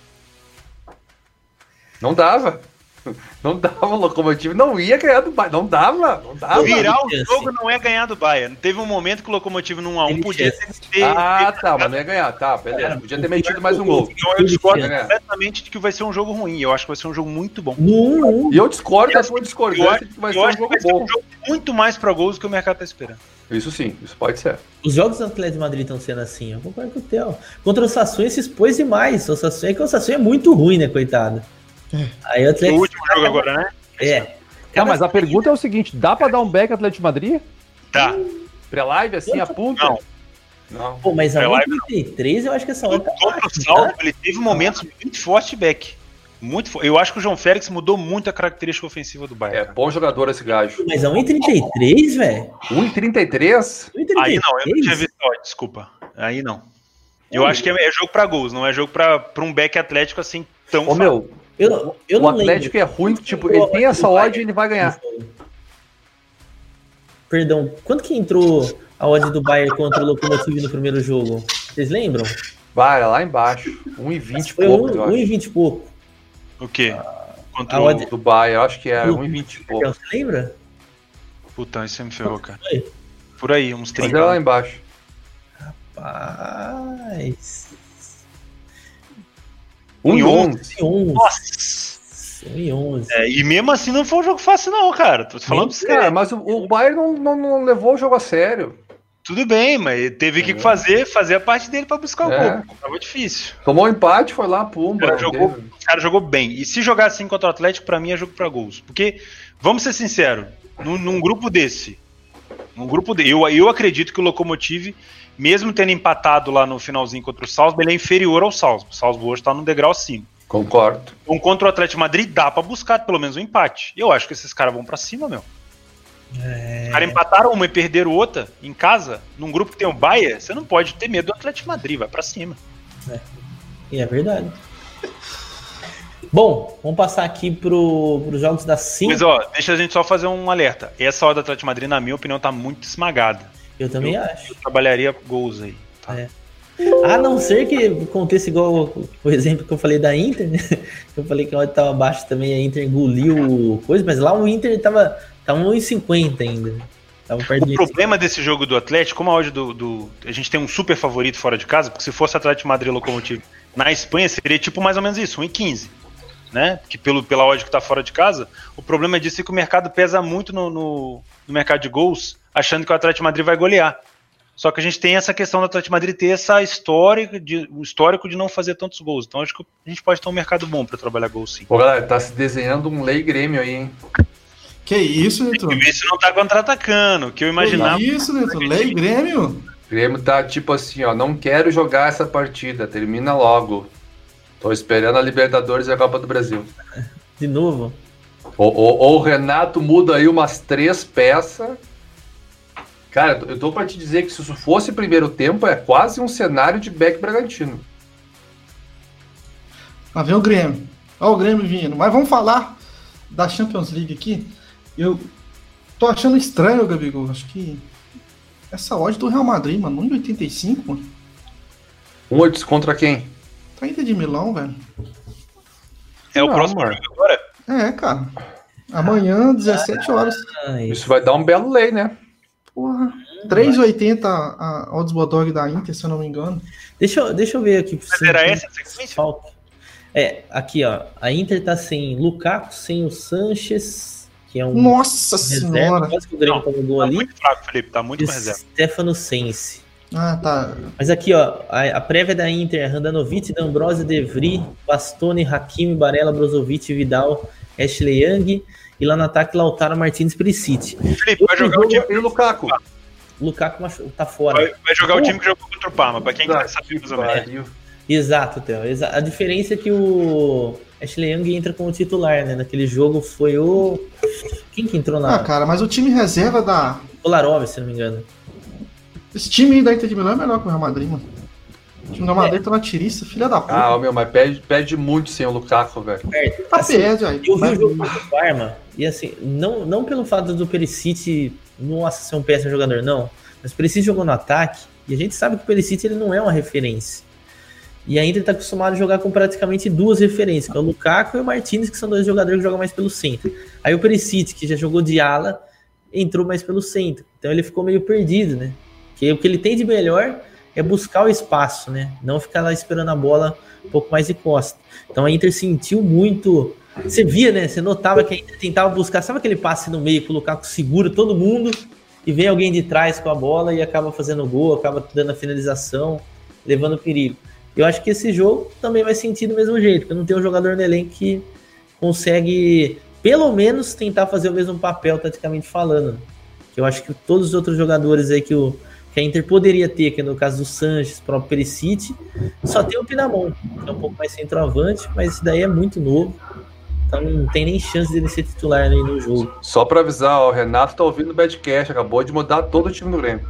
Não dava. Não dava, o Lokomotiv não ia ganhar do Bayern. Não dava. Virar o jogo não é ganhar do Bayern. Teve um momento que o Lokomotiv num 1x1 podia ter... mas não ia ganhar. Tá, beleza. Podia ter metido mais um gol. Então eu discordo completamente de que vai ser um jogo ruim. Eu acho que vai ser um jogo muito bom. E eu discordo da sua discordância de que vai ser um jogo bom. Um jogo muito mais pra gols do que o mercado tá esperando. Isso sim, isso pode ser. Os jogos do Atlético de Madrid estão sendo assim. Eu concordo com o Theo. Contra o Sassuolo se expôs demais. O Sassuolo é muito ruim, né, coitado? Aí o Atlético... último jogo agora, né? Mas a pergunta é o seguinte: dá pra dar um back Atlético de Madrid? Tá. Pré-live assim, a punta? Não. Pô, mas a 1,33 eu acho que essa hora tá contra o Salto, ele teve momentos muito fortes de back. Eu acho que o João Félix mudou muito a característica ofensiva do Bayern. É bom jogador esse gajo. Mas a 1,33, velho? 1,33? Aí não, eu não tinha visto. Desculpa. Aí não. Eu acho que é jogo pra gols, não é jogo pra um back atlético assim tão fácil. Meu, eu o Atlético é ruim, tipo, ele tem essa odd e ele vai ganhar. Perdão, quanto que entrou a odd do Bayern contra o Lokomotiv no primeiro jogo? Vocês lembram? Vai, lá embaixo. 1,20 e Foi pouco, eu acho. 1,20 e pouco. O quê? Contra a o... odd- Do Bayern, eu acho que era 1,20 e pouco. Você lembra? Puta, isso me ferrou, cara. Foi? Por aí, uns Mas 30. era lá embaixo. Paz. 1,11. 11. Nossa! 11. E mesmo assim não foi um jogo fácil não, cara. Tô te falando pra você. Cara, mas o Bayern não levou o jogo a sério. Tudo bem, mas teve que fazer a parte dele pra buscar o gol. Tava difícil. Tomou um empate, foi lá, pumba. O cara jogou bem. E se jogar assim contra o Atlético, pra mim é jogo pra gols. Porque, vamos ser sinceros, num grupo desse, eu acredito que o Lokomotiv, mesmo tendo empatado lá no finalzinho contra o Salzburg, ele é inferior ao Salzburg. O Salzburg hoje tá num degrau acima. Concordo. Então, contra o Atlético de Madrid, dá pra buscar pelo menos um empate. Eu acho que esses caras vão pra cima, meu. Os caras empataram uma e perderam outra em casa, num grupo que tem o Bayern, você não pode ter medo do Atlético de Madrid, vai pra cima. E é verdade. Bom, vamos passar aqui pros jogos da 5. Mas ó, deixa a gente só fazer um alerta. Essa hora do Atlético de Madrid, na minha opinião, tá muito esmagada. Eu também acho. Eu trabalharia gols aí. Tá? A não ser que aconteça igual o exemplo que eu falei da Inter, né? Eu falei que a odd tava abaixo também, a Inter engoliu coisa, mas lá o Inter tava 1,50 ainda. Tava perto O problema desse jogo do Atlético, como a odd a gente tem um super favorito fora de casa, porque se fosse Atlético de Madrid e Lokomotiv na Espanha, seria tipo mais ou menos isso, 1,15. Né? Que pela odd que tá fora de casa, o problema disso é que o mercado pesa muito no mercado de gols, achando que o Atlético de Madrid vai golear. Só que a gente tem essa questão do Atlético de Madrid ter essa histórico de não fazer tantos gols. Então acho que a gente pode ter um mercado bom para trabalhar gols, sim. Pô, galera, tá se desenhando um Lei Grêmio aí, hein? Que isso, Neto? E se não tá contra-atacando, que eu imaginava. Que isso, Neto? Lei Grêmio? O Grêmio tá tipo assim, ó, não quero jogar essa partida, termina logo. Tô esperando a Libertadores e a Copa do Brasil. De novo. Ou o Renato muda aí umas 3 peças. Cara, eu tô pra te dizer que se isso fosse primeiro tempo, é quase um cenário de Beck Bragantino. Lá vem o Grêmio. Olha o Grêmio vindo. Mas vamos falar da Champions League aqui. Eu tô achando estranho, Gabigol. Acho que essa odd do Real Madrid, mano, 1,85, mano. 1,8 contra quem? Tá Inter de Milão, velho. É o Não, próximo mano. jogo agora? É, cara. Amanhã, 17 horas. Isso vai dar um belo lei, né? Porra. 3,80 a odds Bodog da Inter, se eu não me engano. Deixa eu ver aqui. Mas era essa a sequência? Falta. Aqui, ó. A Inter tá sem Lukaku, sem o Sanches, que é um Nossa reserva. senhora. Quase que o Grêmio tomou gol Tá ali. muito fraco, Felipe, tá muito E com reserva. Stefano Sensi. Ah, tá. Mas aqui, ó, a prévia da Inter, Handanovic, D'Ambrosio, De Vrij, Bastoni, Hakimi, Barella, Brozovic, Vidal, Ashley Young, e lá no ataque, Lautaro, Martins, Perisic. Felipe, vai jogar o time. E o Lukaku? Lukaku tá fora. Vai jogar o time que jogou contra o Parma, pra quem quiser saber mais ou menos. Pariu. Exato, Theo. A diferença é que o Ashley Young entra como titular, né? Naquele jogo foi o... Quem que entrou Ah, cara, mas o time reserva da... Kolarov, se não me engano. Esse time da Inter de Milão é melhor que o Real Madrid, mano. O time do Real Madrid tá na tiriça, filha da puta. Ah, meu, mas perde muito sem o Lukaku, velho. Certo. Tá Assim, perde, aí. eu vi o jogo contra o Parma, e assim, não pelo fato do Perisic, nossa, ser um péssimo jogador, não. Mas o Perisic jogou no ataque, e a gente sabe que o Perisic ele não é uma referência. E a Inter tá acostumado a jogar com praticamente 2 referências, que é o Lukaku e o Martins, que são 2 jogadores que jogam mais pelo centro. Aí o Perisic, que já jogou de ala, entrou mais pelo centro. Então ele ficou meio perdido, né? Porque o que ele tem de melhor é buscar o espaço, né? Não ficar lá esperando a bola um pouco mais de costa. Então a Inter sentiu muito... Você via, né? Você notava que a Inter tentava buscar... Sabe aquele passe no meio que o Lukaku segura todo mundo e vem alguém de trás com a bola e acaba fazendo gol, acaba dando a finalização, levando perigo. Eu acho que esse jogo também vai sentir do mesmo jeito, porque não tem um jogador no elenco que consegue, pelo menos, tentar fazer o mesmo papel, taticamente falando. Que eu acho que todos os outros jogadores aí que a Inter poderia ter, que é no caso do Sanches, próprio Perisic, só tem o Pinamon, que é um pouco mais centroavante, mas esse daí é muito novo, então não tem nem chance dele ser titular aí no jogo. Só pra avisar, ó, o Renato tá ouvindo o Badcast, acabou de mudar todo o time do Grêmio.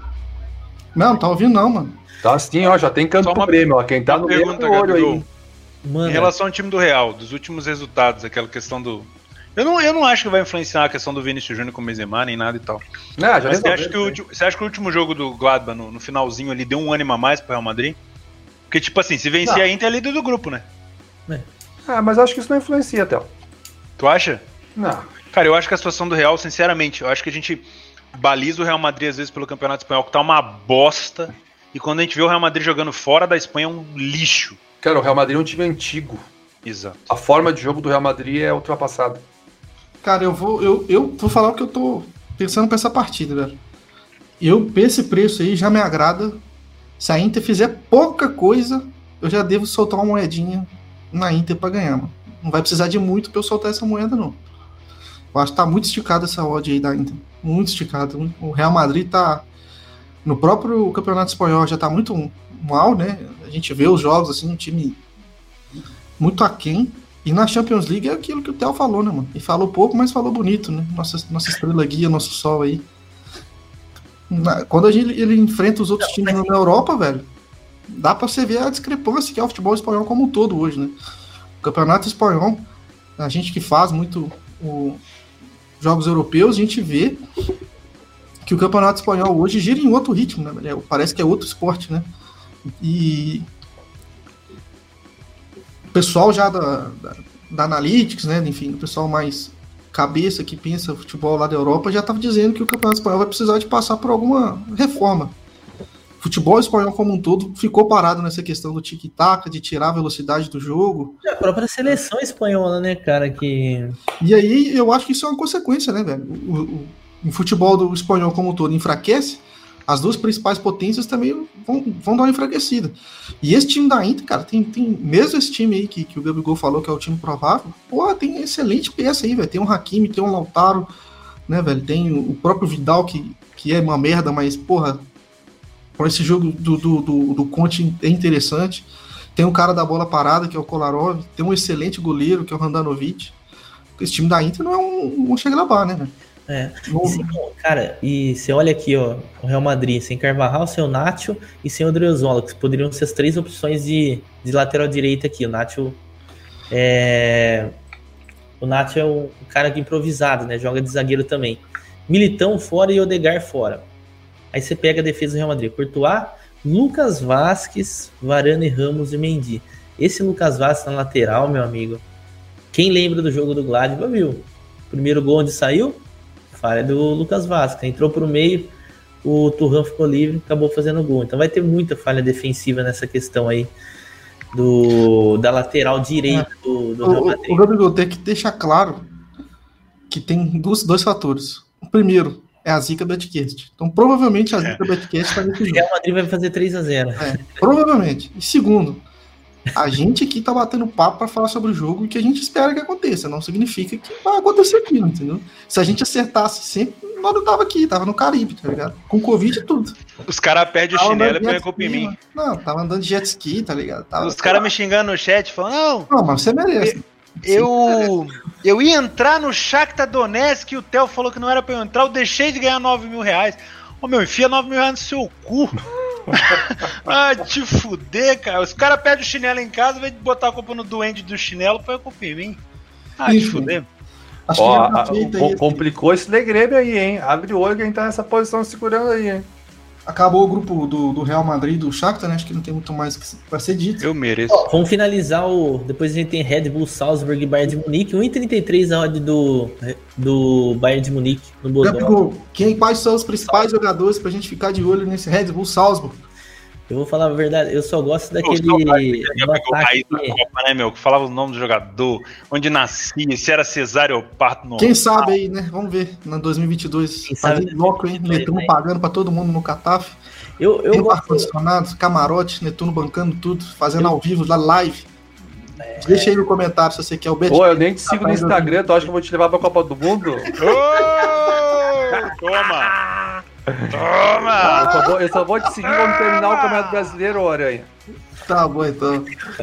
Não tá ouvindo não, mano. Tá assim, ó, já tem canto pro Grêmio, ó. Quem tá no Grêmio pergunta, no olho Gabigol. aí. Mano, Em relação ao time do Real, dos últimos resultados, aquela questão do... Eu não acho que vai influenciar a questão do Vinícius Júnior com o Benzema, nem nada e tal. Não, já Mas você resolveu, acha que o último jogo do Gladbach, no finalzinho ali, deu um ânimo a mais pro Real Madrid? Porque, tipo assim, se vencer a Inter é líder do grupo, né? Mas acho que isso não influencia, Théo. Tu acha? Não. Cara, eu acho que a situação do Real, sinceramente, eu acho que a gente baliza o Real Madrid às vezes pelo Campeonato Espanhol, que tá uma bosta. E quando a gente vê o Real Madrid jogando fora da Espanha, é um lixo. Cara, o Real Madrid é um time antigo. Exato. A forma de jogo do Real Madrid é ultrapassada. Cara, eu vou falar o que eu tô pensando pra essa partida, velho. Por esse preço aí, já me agrada. Se a Inter fizer pouca coisa, eu já devo soltar uma moedinha na Inter pra ganhar, mano. Não vai precisar de muito pra eu soltar essa moeda, não. Eu acho que tá muito esticada essa odd aí da Inter. Muito esticado. O Real Madrid tá... No próprio Campeonato Espanhol já tá muito mal, né? A gente vê os jogos, assim, um time muito aquém. E na Champions League é aquilo que o Theo falou, né, mano? E falou pouco, mas falou bonito, né? Nossa estrela guia, nosso sol aí. Quando ele enfrenta os outros times na Europa, velho, dá pra você ver a discrepância que é o futebol espanhol como um todo hoje, né? O Campeonato Espanhol, a gente que faz muito jogos europeus, a gente vê que o Campeonato Espanhol hoje gira em outro ritmo, né? Parece que é outro esporte, né? E o pessoal já da Analytics, né? Enfim, o pessoal mais cabeça que pensa futebol lá da Europa já estava dizendo que o Campeonato Espanhol vai precisar de passar por alguma reforma. O futebol espanhol como um todo ficou parado nessa questão do tic-tac, de tirar a velocidade do jogo. A própria seleção espanhola, né, cara, que... E aí eu acho que isso é uma consequência, né, velho? O futebol do espanhol como um todo enfraquece, as duas principais potências também vão dar uma enfraquecida. E esse time da Inter, cara, tem mesmo esse time aí que o Gabigol falou que é o time provável, porra, tem excelente peça aí, velho. Tem um Hakimi, tem um Lautaro, né, velho? Tem o próprio Vidal, que é uma merda, mas, porra, por esse jogo do Conte é interessante. Tem um cara da bola parada, que é o Kolarov. Tem um excelente goleiro, que é o Handanovic. Esse time da Inter não é um chega-lá, né, velho? Cara, e você olha aqui, ó, o Real Madrid sem Carvajal, sem o Nacho e sem o Odriozola, que poderiam ser as três opções de lateral direita aqui. O Nacho é um cara que improvisado, né? Joga de zagueiro também. Militão fora e Odegaard fora. Aí você pega a defesa do Real Madrid. Courtois, Lucas Vazquez, Varane, Ramos e Mendy. Esse Lucas Vazquez na lateral, meu amigo. Quem lembra do jogo do Gladbach viu? Primeiro gol onde saiu? Falha do Lucas Vazquez. Entrou pro meio, o Thuram ficou livre, acabou fazendo gol. Então vai ter muita falha defensiva nessa questão aí da lateral direita do Real Madrid. O Gabigol tem que deixar claro que tem dois fatores. O primeiro é a zica Betcast. Então provavelmente a zica Betcast vai nesse jogo. O Real Madrid vai fazer 3-0. Provavelmente. E segundo, a gente aqui tá batendo papo pra falar sobre o jogo e que a gente espera que aconteça. Não significa que vai acontecer aquilo, entendeu? Se a gente acertasse sempre, nós não tava aqui, tava no Caribe, tá ligado? Com Covid e tudo. Os caras perdem o chinelo e põem a culpa em mim. Não, tava andando de jet ski, tá ligado? Os caras me xingando no chat, falando, não, mas você merece. Eu ia entrar no Shakhtar Donetsk e o Theo falou que não era pra eu entrar, eu deixei de ganhar 9 mil reais. Ô meu, enfia 9 mil reais no seu cu. Ah, te fuder, cara. Os caras pedem o chinelo em casa, vem botar a culpa no doente do chinelo, põe a culpa em mim. Ah, te fuder. Complicou esse Grêmio aí, hein? Abre o olho quem tá nessa posição segurando aí, hein? Acabou o grupo do Real Madrid e do Shakhtar, né? Acho que não tem muito mais pra ser dito. Eu mereço. Vamos finalizar depois a gente tem Red Bull Salzburg e Bayern de Munique. 1,33 a odd do Bayern de Munique no Bodog. Quais são os principais jogadores pra gente ficar de olho nesse Red Bull Salzburg? Eu vou falar a verdade, eu só gosto daquele ataque na Copa, né, meu? Que falava o nome do jogador, onde nascia, se era cesárea ou parto normal. Quem sabe aí, né? Vamos ver, na 2022. Fazendo bloco, hein? Netuno pagando pra todo mundo no Cataf. Eu ar-condicionado, camarote, Netuno bancando tudo, fazendo ao vivo, da live. Deixa aí no comentário se você quer o bet. Pô, eu nem te sigo no Instagram, tu acha que eu vou te levar pra Copa do Mundo? Toma! Toma! Eu só vou te seguir quando terminar o Campeonato Brasileiro, Aranha. Tá bom, então.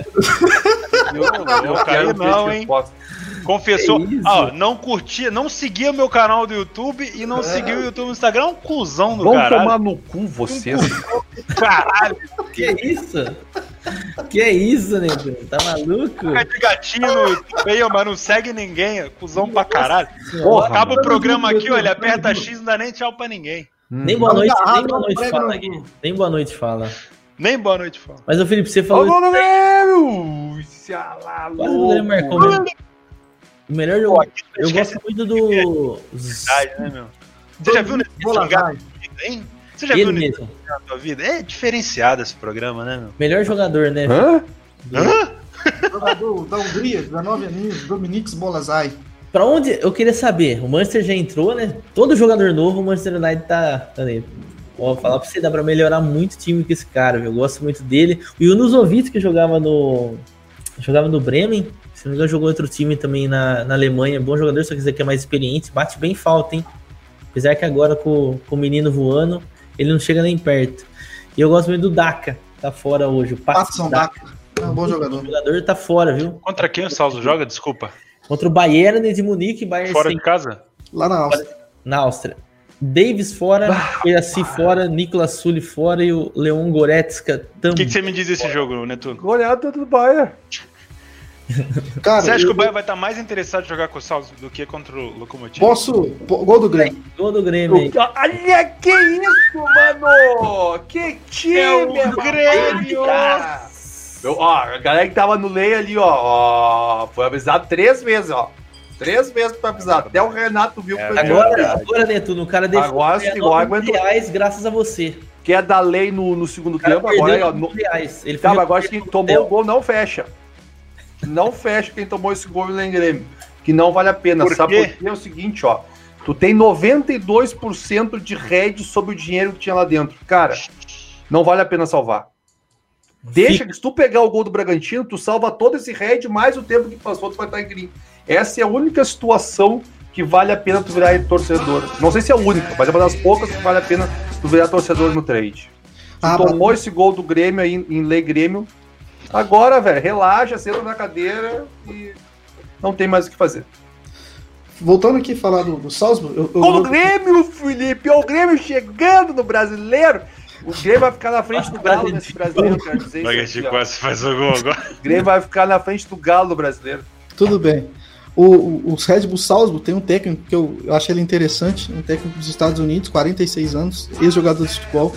Eu caí não, hein? Confessou. Não curtia, não seguia o meu canal do YouTube e não seguiu o YouTube no Instagram. É um cuzão do caralho. Vamos tomar no cu vocês. Caralho. Que isso, nego? Tá maluco? Fica de gatinho no YouTube, mas não segue ninguém. É cuzão pra caralho. Porra, acaba o programa aqui, olha, aperta X, não dá nem tchau pra ninguém. Nem boa noite fala aqui. Nem boa noite fala. Nem boa noite, fala. Mas o Felipe, você Ó o falou... gol do Grêmio! Quase o Grêmio marcou mesmo. O melhor jogo... Eu gosto muito do... Verdade, né, meu? Você já viu Vou lá, vai. hein? Você já Ele viu mesmo. na tua vida? É diferenciado esse programa, né, meu? Melhor jogador, né? Hã? Jogador da Hungria, 19 aninhos, Dominique Szoboszlai. Pra onde... Eu queria saber. O Manchester já entrou, né? Todo jogador novo, o Manchester United tá nele. Vou falar pra você, dá pra melhorar muito o time com esse cara, viu? Eu gosto muito dele. O Junuzovic, que jogava no Bremen, se não me engano, jogou outro time também na Alemanha. Bom jogador, só que esse aqui é mais experiente. Bate bem falta, hein? Apesar que agora com o menino voando, ele não chega nem perto. E eu gosto muito do Daka, tá fora hoje. O Patson Daka. É um bom jogador. O jogador tá fora, viu? Contra quem o Salso joga? Desculpa. Contra o Bayern de Munique, Bayern Fora sem... de casa? Lá na Áustria. na Áustria. Davis fora, Perassi fora, Nicolas Sully fora e o Leon Goretzka O também. que você me diz desse jogo, Netuno? Goleada do Bayern. Cara, Você acha que o Bayern vai estar mais interessado em jogar com o Salso do que contra o Lokomotiv? Gol do Grêmio. Gol do Grêmio aí. Olha que isso, mano! Que time, É o Grêmio! Ó, a galera que tava no Lei ali, ó, foi avisado 3 vezes, ó. 3 vezes foi avisado. Até o Renato viu que foi Agora, Netuno, o cara deixou Agora sim, agora aguentou. reais graças a você. que é da Lei no segundo O cara tempo. Agora, perdeu ó, no... reais. Ele Tá, foi mas agora quem tomou o gol não fecha. Não fecha quem tomou esse gol no Grêmio. Que não vale a pena. Por Sabe quê? por quê? É o seguinte, ó. Tu tem 92% de rede sobre o dinheiro que tinha lá dentro. Cara, não vale a pena salvar. Deixa que se tu pegar o gol do Bragantino, tu salva todo esse head, mais o tempo que passou, tu vai estar em green. Essa é a única situação que vale a pena tu virar torcedor. Não sei se é a única, mas é uma das poucas que vale a pena tu virar torcedor no trade. Tu tomou esse gol do Grêmio aí em Lei Grêmio. Agora, velho, relaxa, senta na cadeira e não tem mais o que fazer. Voltando aqui a falar do Salzburg... Gol do Grêmio, Felipe! Ó, o Grêmio chegando no Brasileiro! O Grêmio vai ficar na frente do Galo nesse Brasileiro, quero dizer isso Bragantino aqui, ó. quase faz o gol agora. O Grêmio vai ficar na frente do Galo no Brasileiro. Tudo bem. Os Red Bull Salzburg tem um técnico que eu achei ele interessante, um técnico dos Estados Unidos, 46 anos, ex-jogador de futebol.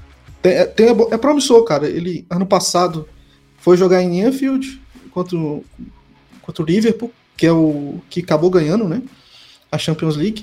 É promissor, cara. Ele, ano passado, foi jogar em Anfield contra o Liverpool, que é o que acabou ganhando, né? A Champions League.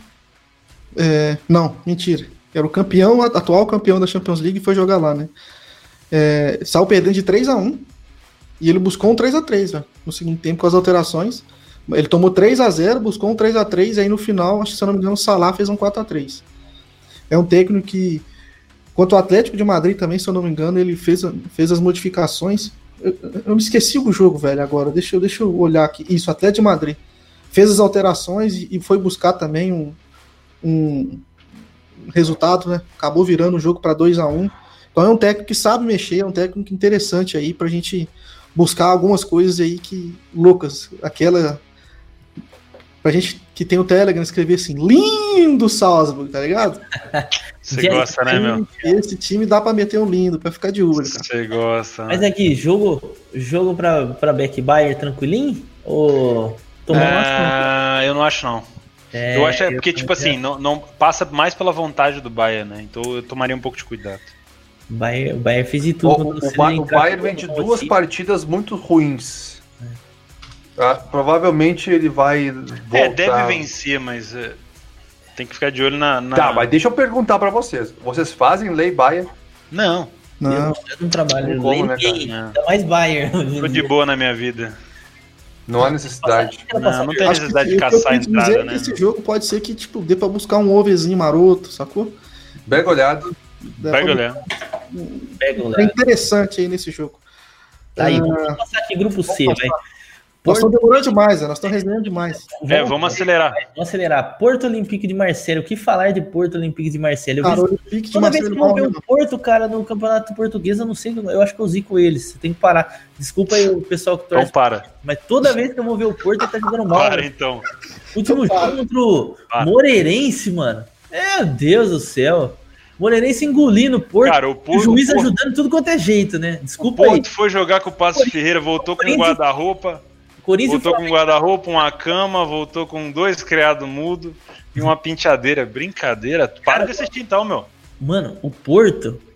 Não, mentira. Era o campeão, atual campeão da Champions League, e foi jogar lá, né? Saiu perdendo de 3-1 e ele buscou um 3-3, né? No segundo tempo, com as alterações. Ele tomou 3-0, buscou um 3-3, e aí no final, acho que se eu não me engano, o Salah fez um 4-3. É um técnico que, quanto ao Atlético de Madrid também, se eu não me engano, ele fez as modificações. Eu me esqueci o jogo, velho, agora. Deixa eu olhar aqui. Isso, Atlético de Madrid. Fez as alterações e foi buscar também um resultado, né? Acabou virando o jogo para 2-1. Então é um técnico que sabe mexer, é um técnico interessante aí pra gente buscar algumas coisas aí loucas. Aquela... Pra gente que tem o Telegram escrever assim, lindo Salzburg, tá ligado? Você gosta, né, meu? Esse time dá pra meter um lindo, pra ficar de olho, cara. Você gosta. Mas aqui, jogo pra Beck Bayern tranquilinho? Ou tomou Eu não acho, não. Eu acho porque, tipo assim, não passa mais pela vontade do Bayern, né? Então eu tomaria um pouco de cuidado. O Bayern fez de tudo. O Bayern vem de 2 partidas muito ruins. Provavelmente ele vai voltar. Deve vencer, mas tem que ficar de olho na... Tá, mas deixa eu perguntar pra vocês. Vocês fazem lei Bayern? Não. Não. Eu não trabalho Como, né, cara? ainda mais Bayern. Tô de boa na minha vida. Não há necessidade. Não tem Acho necessidade que de o que eu caçar a quis dizer entrada, é que né? esse jogo pode ser que, tipo, dê pra buscar um overzinho maroto, sacou? Pega olhado. Pega olhar. É interessante aí nesse jogo. Tá aí, vamos passar aqui grupo C, vai. Nós estamos demorando demais, né? Nós estamos resenhando demais. Vamos acelerar. Vamos acelerar. Porto Olympique de Marselha. O que falar de Porto Olympique de Marselha? Cara, o Olympique de Toda vez Marselha que eu ver o Porto, cara, no campeonato português, eu não sei, eu acho que eu zico eles. Você tem que parar. Desculpa aí o pessoal que torce. Então para. Mas toda vez que eu vou ver o Porto, ele tá jogando mal. Para, Né? então. Último jogo contra o Moreirense, mano. Meu Deus do céu. Moreirense engolindo o Porto. Cara, o juiz ajudando tudo quanto é jeito, né? Desculpa o aí. Porto foi jogar com o Passo Ferreira, voltou com um guarda-roupa. Voltou com um guarda-roupa, uma cama, voltou com 2 criados mudo e uma penteadeira. Brincadeira. Para de assistir então, meu. Mano, o Porto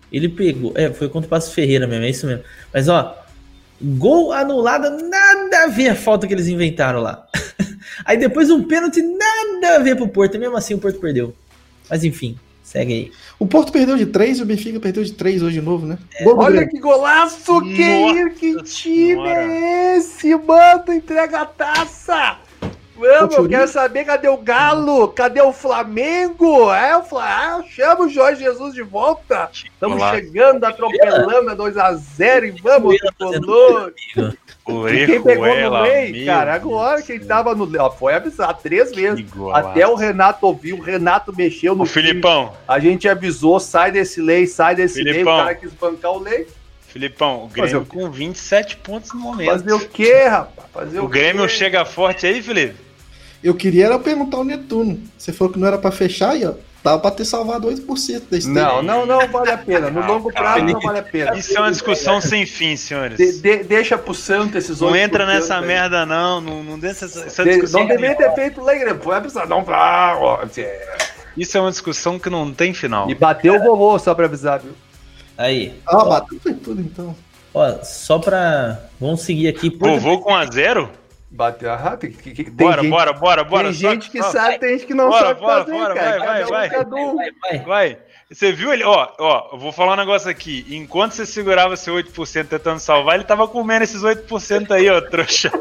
Ele pegou, foi contra o Passo Ferreira mesmo, é isso mesmo. Mas ó, gol anulado, nada a ver a falta que eles inventaram lá. Aí depois um pênalti, nada a ver pro Porto, mesmo assim o Porto perdeu. Mas enfim, segue aí. O Porto perdeu de 3 e o Benfica perdeu de 3 hoje de novo, né? Olha que golaço! Que time é esse, mano? Entrega a taça! Vamos, eu quero saber cadê o Galo? Cadê o Flamengo? Chama o Jorge Jesus de volta. Estamos chegando, atropelando, 2-0 e vamos, tricolor. E quem pegou no meio, cara, agora quem tava no... Foi avisado 3 vezes. Até o Renato ouviu, o Renato mexeu no... O Filipão. A gente avisou, sai desse lei, o cara quis bancar o lei. Filipão, o Grêmio com 27 pontos no momento. Fazer o quê, rapaz? O Grêmio chega forte aí, Felipe? Eu queria era perguntar o Netuno. Você falou que não era pra fechar aí, ó. Dava pra ter salvado 8% desse tempo. Não vale a pena. No longo prazo não vale a pena. Isso é uma discussão sem fim, senhores. Deixa pro Santos esses 8%. Não entra nessa merda, não. Não deixa essa discussão. Não deveria ter feito lei, Grêmio. Foi avisar. Não, isso é uma discussão que não tem final. E bateu o vovô, só pra avisar, viu? Aí. Bateu foi tudo, então. Ó, só pra... Vamos seguir aqui. Vovô com 1-0? Bateu rápido. Bora. Tem gente que sabe, tem gente que não sabe fazer, cara. Vai. Você viu ele? Ó, eu vou falar um negócio aqui. Enquanto você segurava seu 8% tentando salvar, ele tava comendo esses 8% aí, ó, trouxa.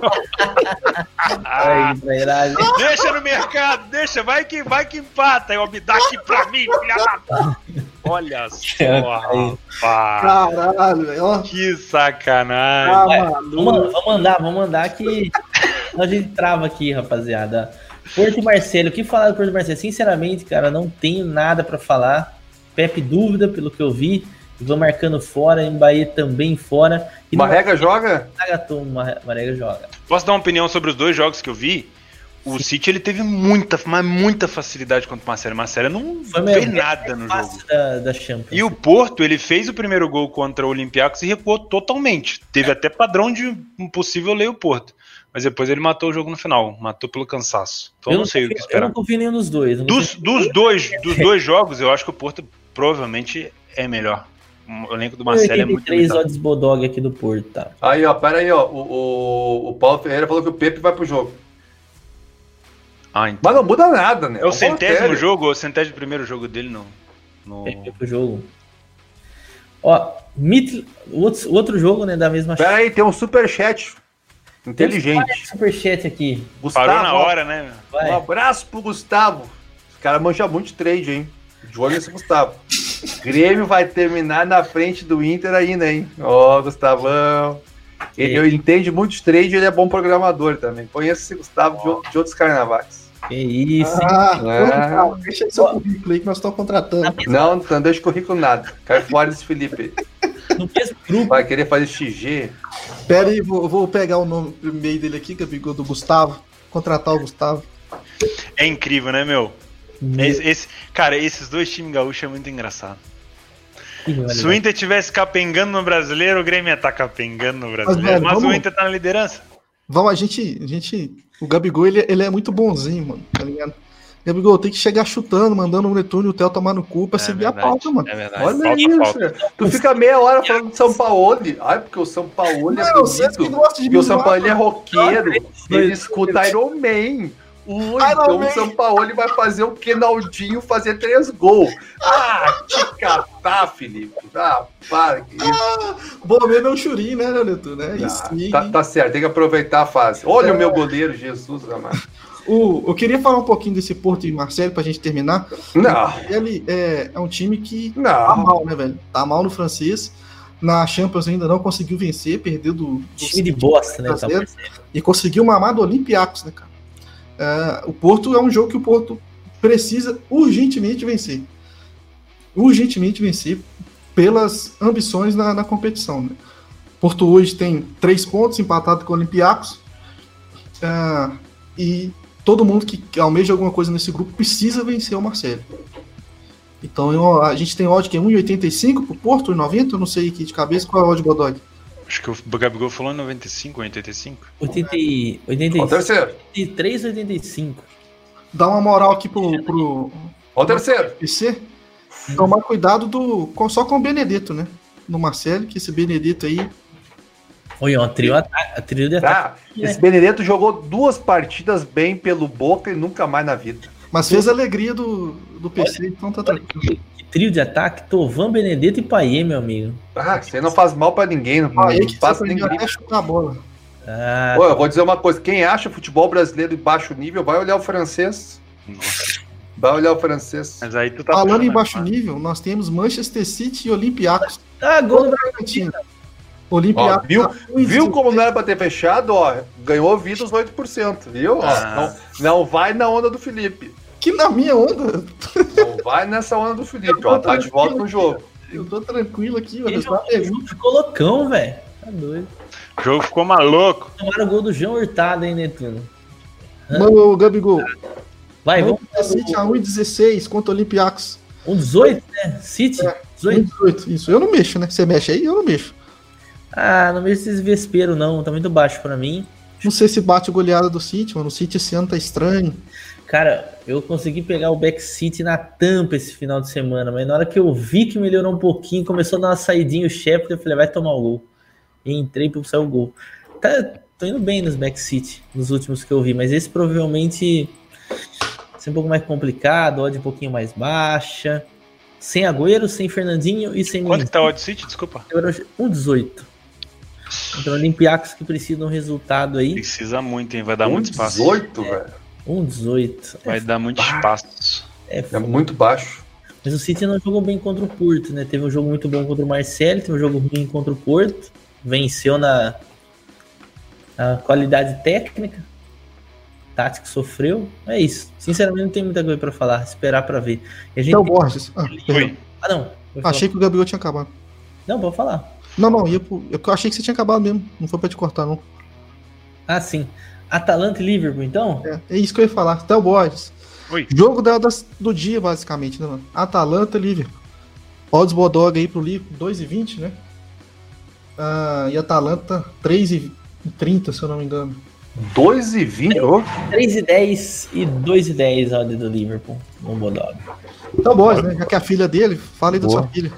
Deixa no mercado, deixa. Vai que empata. Me dá aqui pra mim, filha da... Olha só, rapaz. Caralho, ó. Que sacanagem. Vamos mandar que a gente trava aqui, rapaziada. Porto e Marcelo, o que falar do Porto e Marcelo? Sinceramente, cara, não tenho nada pra falar. Pepe dúvida, pelo que eu vi. Ivan marcando fora, Mbaye também fora. Marega joga? Marega joga. Posso dar uma opinião sobre os 2 jogos que eu vi? O City ele teve muita facilidade contra o Marcelo. Marcelo não fez nada no jogo. Da Champions. E o Porto, ele fez o primeiro gol contra o Olympiacos e recuou totalmente. Teve até padrão de impossível ler o Porto. Mas depois ele matou o jogo no final. Matou pelo cansaço. Então eu não sei o que esperar. Eu não confio nenhum dos dois. Dos dois jogos, eu acho que o Porto provavelmente é melhor. O elenco do Marcelo é muito 3 odds Bodog aqui do Porto, tá? Aí, ó, pera aí, ó. O Paulo Ferreira falou que o Pepe vai pro jogo. Então. Mas não muda nada, né? É o 100º jogo, ou o 101º jogo dele no... Pepe pro jogo. Ó, o outro jogo, né, da mesma... Pera aí, tem um superchat inteligente. Superchat aqui. Gustavo, parou na hora, né? Um abraço pro Gustavo. Os caras manjam muito de trade, hein? De olho nesse Gustavo. Grêmio vai terminar na frente do Inter ainda, hein? Ó, Gustavão. Ele entende muito de trade e ele é bom programador também. Conheço esse Gustavo de outros carnavais. Que isso, deixa aí seu currículo aí que nós estamos contratando. Não deixa currículo nada. Cai fora esse Felipe. No mesmo grupo. Vai querer fazer XG. Pera aí, vou pegar o nome do e-mail dele aqui, Gabigol, do Gustavo. Contratar o Gustavo. É incrível, né, meu? Cara, esses 2 times gaúchos é muito engraçado. Se o Inter tivesse capengando no Brasileiro, o Grêmio ia estar capengando no Brasileiro. Mas o Inter tá na liderança. Vamos, a gente o Gabigol, ele é muito bonzinho, mano, tá ligado? Gabigol, tem que chegar chutando, mandando o Netuno e o Theo tomar no cu pra seguir a pauta, mano. É verdade. Olha isso. Tu fica meia hora falando de São Paulo. Ai, porque o São Paulo é bonito. Porque o São Paulo é roqueiro. Ele escuta Iron Man. Então o São Paulo vai fazer o Kenaldinho fazer 3 gols. Te catar, Felipe. Para que isso. Bom mesmo é o Churinho, né, Netuno? Né? Tá certo, tem que aproveitar a fase. Olha o meu goleiro, Jesus amado. Eu queria falar um pouquinho desse Porto e Marcelo pra gente terminar. Não. Ele é um time que tá mal, né, velho? Tá mal no francês. Na Champions ainda não conseguiu vencer, perdeu do time de bosta, né? E conseguiu mamar do Olympiacos, né, cara? O Porto é um jogo que o Porto precisa urgentemente vencer. Urgentemente vencer pelas ambições na competição, né? Porto hoje tem 3 pontos, empatado com o Olympiacos. E todo mundo que almeja alguma coisa nesse grupo precisa vencer o Marcelo. Então a gente tem odd que é 1,85 pro Porto, 1,90, eu não sei aqui de cabeça qual é a odd Bodog. Acho que o Gabigol falou em 95 ou 85. 83, 85. Dá uma moral aqui pro Ó o terceiro. PC. Tomar cuidado só com o Benedetto, né? No Marcelo, que esse Benedetto aí... Olha, um trio de ataque. Esse Benedetto jogou 2 partidas bem pelo Boca e nunca mais na vida. Mas fez a alegria do PC, então tá tranquilo. Que trio de ataque, Tovan, Benedetto e Payet, meu amigo. Isso aí não faz mal pra ninguém. Não faz ninguém até chutar a bola. Pô, eu vou dizer uma coisa. Quem acha futebol brasileiro de baixo nível, vai olhar o francês. Nossa. Vai olhar o francês. Mas aí tu tá falando em baixo nível, nós temos Manchester City e Olympiacos. Gol do Bragantino. Olympiacos. Viu como não era pra ter fechado? Ganhou vida os 8%, viu? Não vai na onda do Felipe. Que na minha onda? Não vai nessa onda do Felipe, tá de volta no jogo. Eu tô tranquilo aqui, velho. O ficou loucão, velho. Tá doido. O jogo ficou maluco. Tomaram o gol do João Hurtado, hein, Netuno? Mano, Gabigol. Vai, vamos. City a 1,16 contra o Olympiacos. 1,18, né? City? 1,18. Isso, eu não mexo, né? Você mexe aí, eu não mexo. Não mexo esses vesperos, não. Tá muito baixo pra mim. Não sei se bate a goleada do City, mano. O City esse ano tá estranho. Cara, eu consegui pegar o Back City na tampa esse final de semana, mas na hora que eu vi que melhorou um pouquinho, começou a dar uma saidinha o Sheffield, eu falei, vai tomar o gol. E entrei pra sair o gol. Tô indo bem nos Back City, nos últimos que eu vi, mas esse provavelmente vai ser um pouco mais complicado, odd um pouquinho mais baixa. Sem Agüero, sem Fernandinho e sem... Quanto que tá o odd City? Desculpa. 1,18. Então, Olympiacos que precisa de um resultado aí. Precisa muito, hein? Vai dar muito espaço. 18, velho. 1,18. Vai dar muito espaço. É muito baixo. Mas o City não jogou bem contra o Porto, né? Teve um jogo muito bom contra o Marseille, teve um jogo ruim contra o Porto. Venceu na qualidade técnica. Tático sofreu. É isso. Sinceramente, não tem muita coisa pra falar. Esperar pra ver. E a gente Borges. não. Achei que o Gabriel tinha acabado. Não, pode falar. Não. Eu achei que você tinha acabado mesmo. Não foi pra te cortar, não. Sim. Atalanta e Liverpool, então? É isso que eu ia falar. Theo Borges. Oi. Jogo do dia, basicamente, né, mano? Atalanta e Liverpool. Odds Bodog aí pro Liverpool, 2,20, né? E Atalanta, 3,30, se eu não me engano. 2,20? 3,10 e 2,10 a odd do Liverpool no Bodog. Theo Borges, né? Já que é a filha dele, fala aí da sua filha.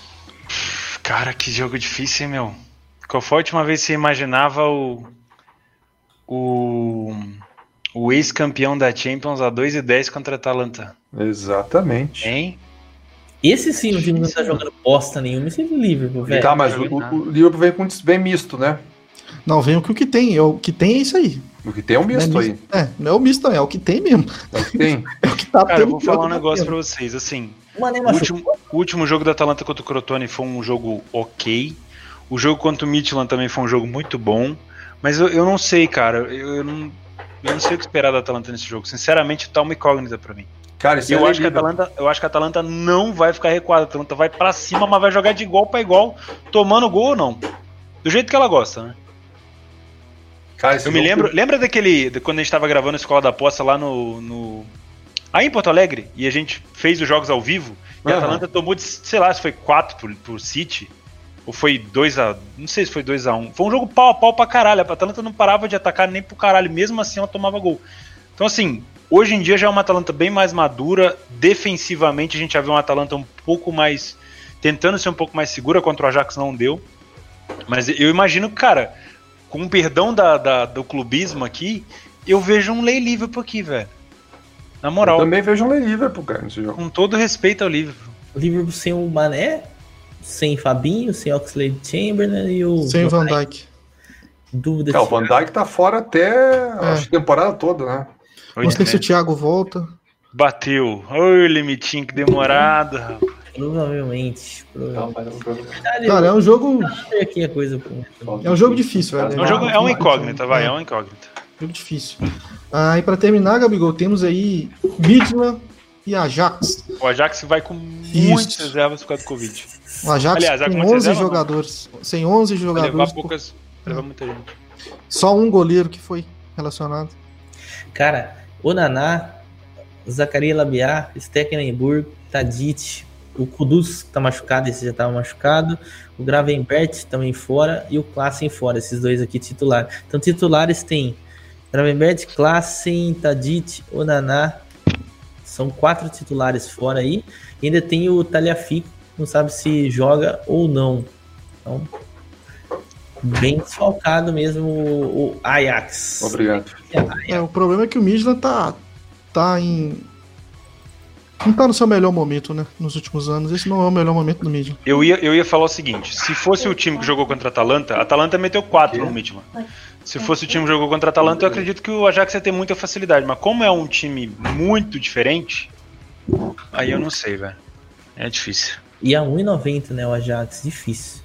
Cara, que jogo difícil, hein, meu? Qual foi a última vez que você imaginava o ex-campeão da Champions a 2,10 contra a Atalanta? Exatamente. Hein? Esse sim, o time não tá jogando bosta nenhuma. Esse é do Liverpool, velho. Tá, mas o Liverpool vem com um bem misto, né? Não, vem o que tem. O que tem é isso aí. O que tem é um misto aí. Não é o misto, não. É o que tem mesmo. É o que tem. É o que tá. Cara, eu vou falar um negócio pra vocês. Assim, o último jogo da Atalanta contra o Crotone foi um jogo ok. O jogo contra o Midtjylland também foi um jogo muito bom. Mas eu não sei, cara. Eu não sei o que esperar da Atalanta nesse jogo. Sinceramente, tá uma incógnita pra mim. Cara, isso eu acho que a Atalanta não vai ficar recuada. A Atalanta vai pra cima, mas vai jogar de igual pra igual, tomando gol ou não. Do jeito que ela gosta, né? Cara, eu me lembro. Lembra quando a gente tava gravando a Escola da Aposta lá aí em Porto Alegre? E a gente fez os jogos ao vivo. E a Atalanta tomou, sei lá, se foi 4 por City. Ou foi 2-1. Não sei se foi 2-1. Foi um jogo pau a pau pra caralho. A Atalanta não parava de atacar nem pro caralho. Mesmo assim, ela tomava gol. Então, assim, hoje em dia já é uma Atalanta bem mais madura. Defensivamente, a gente já vê uma Atalanta um pouco mais... tentando ser um pouco mais segura. Contra o Ajax não deu. Mas eu imagino que, cara, com o perdão do clubismo aqui, eu vejo um Lei Liverpool aqui, velho. Na moral. Eu também vejo um Lei Liverpool, cara, nesse jogo. Com todo respeito ao Liverpool. O Liverpool sem o Mané... Sem Fabinho, sem Oxlade-Chamberlain e o... Sem o Van Dijk. Dúvida o Van Dijk tá fora até a temporada toda, né? Não sei se o Thiago volta. Bateu. Oi, limitinho, que demorado, rapaz. Provavelmente. Cara, é um jogo... Aqui a coisa, é um jogo difícil, velho. É uma incógnita, vai, é uma incógnita. Jogo difícil. E pra terminar, Gabigol, temos aí Midtjylland e Ajax. O Ajax vai com muitas reservas por causa do Covid. O Ajax tem 11 jogadores. Sem 11 jogadores. Levar muita gente. Só um goleiro que foi relacionado. Cara, o Naná, Zakaria Labiá, Stekelenburg, Tadic, o Kudus tá machucado, esse já tava machucado, o Gravenberch também fora e o Klaassen fora, esses dois aqui titulares. Então titulares tem Gravenberch, Klaassen, Tadic, o Naná. São 4 titulares fora aí. E ainda tem o Tagliafico, não sabe se joga ou não. Então, bem desfalcado mesmo o Ajax. Obrigado. O problema é que o Midland tá em... Não tá no seu melhor momento, né? Nos últimos anos. Esse não é o melhor momento do Midland. Eu ia falar o seguinte: se fosse o time que jogou contra a Atalanta meteu 4 no Midland. Se fosse o time que jogou contra a Atalanta, eu acredito que o Ajax ia ter muita facilidade. Mas como é um time muito diferente, aí eu não sei, velho. É difícil. E a 1,90, né? O Ajax, difícil.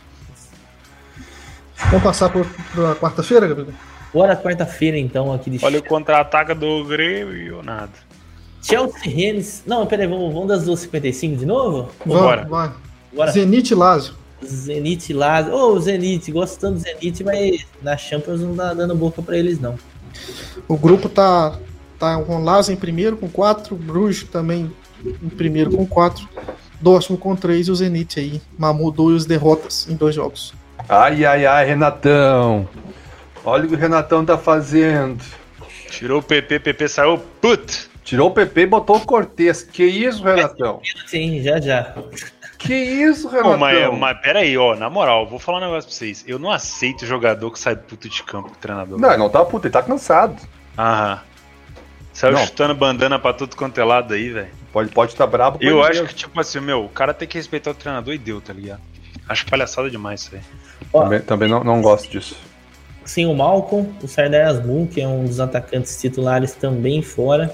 Vamos passar pra quarta-feira, Gabriel? Bora quarta-feira, então, aqui de Olha o contra-ataque do Grêmio ou nada. Chelsea Rennes. Não, peraí, vamos das 2h55 de novo? Bora. Vai. Bora. Zenit e Lazio. Zenit Lazio. O Zenit, gostando do Zenit, mas na Champions não tá dando boca pra eles, não. O grupo tá com Lazio em primeiro com 4, Bruges também em primeiro com 4, Dortmund com 3 e o Zenit aí mamou 2 derrotas em 2 jogos. Ai, Renatão. Olha o que o Renatão tá fazendo. Tirou o PP saiu, Tirou o PP e botou o Cortez. Que isso, Renatão? Sim, já. Que isso, Renatão? Mas peraí, ó, na moral, vou falar um negócio pra vocês. Eu não aceito jogador que sai puto de campo, treinador. Não, ele não tá puto, ele tá cansado. Aham. Saiu Não. chutando bandana pra tudo quanto é lado aí, velho. Pode tá brabo com Eu ele acho mesmo. que, tipo assim, o cara tem que respeitar o treinador e deu, tá ligado? Acho palhaçada demais isso aí. Também não gosto disso. Sim, o Malcolm, o Serdar Azmoun, que é um dos atacantes titulares, também fora.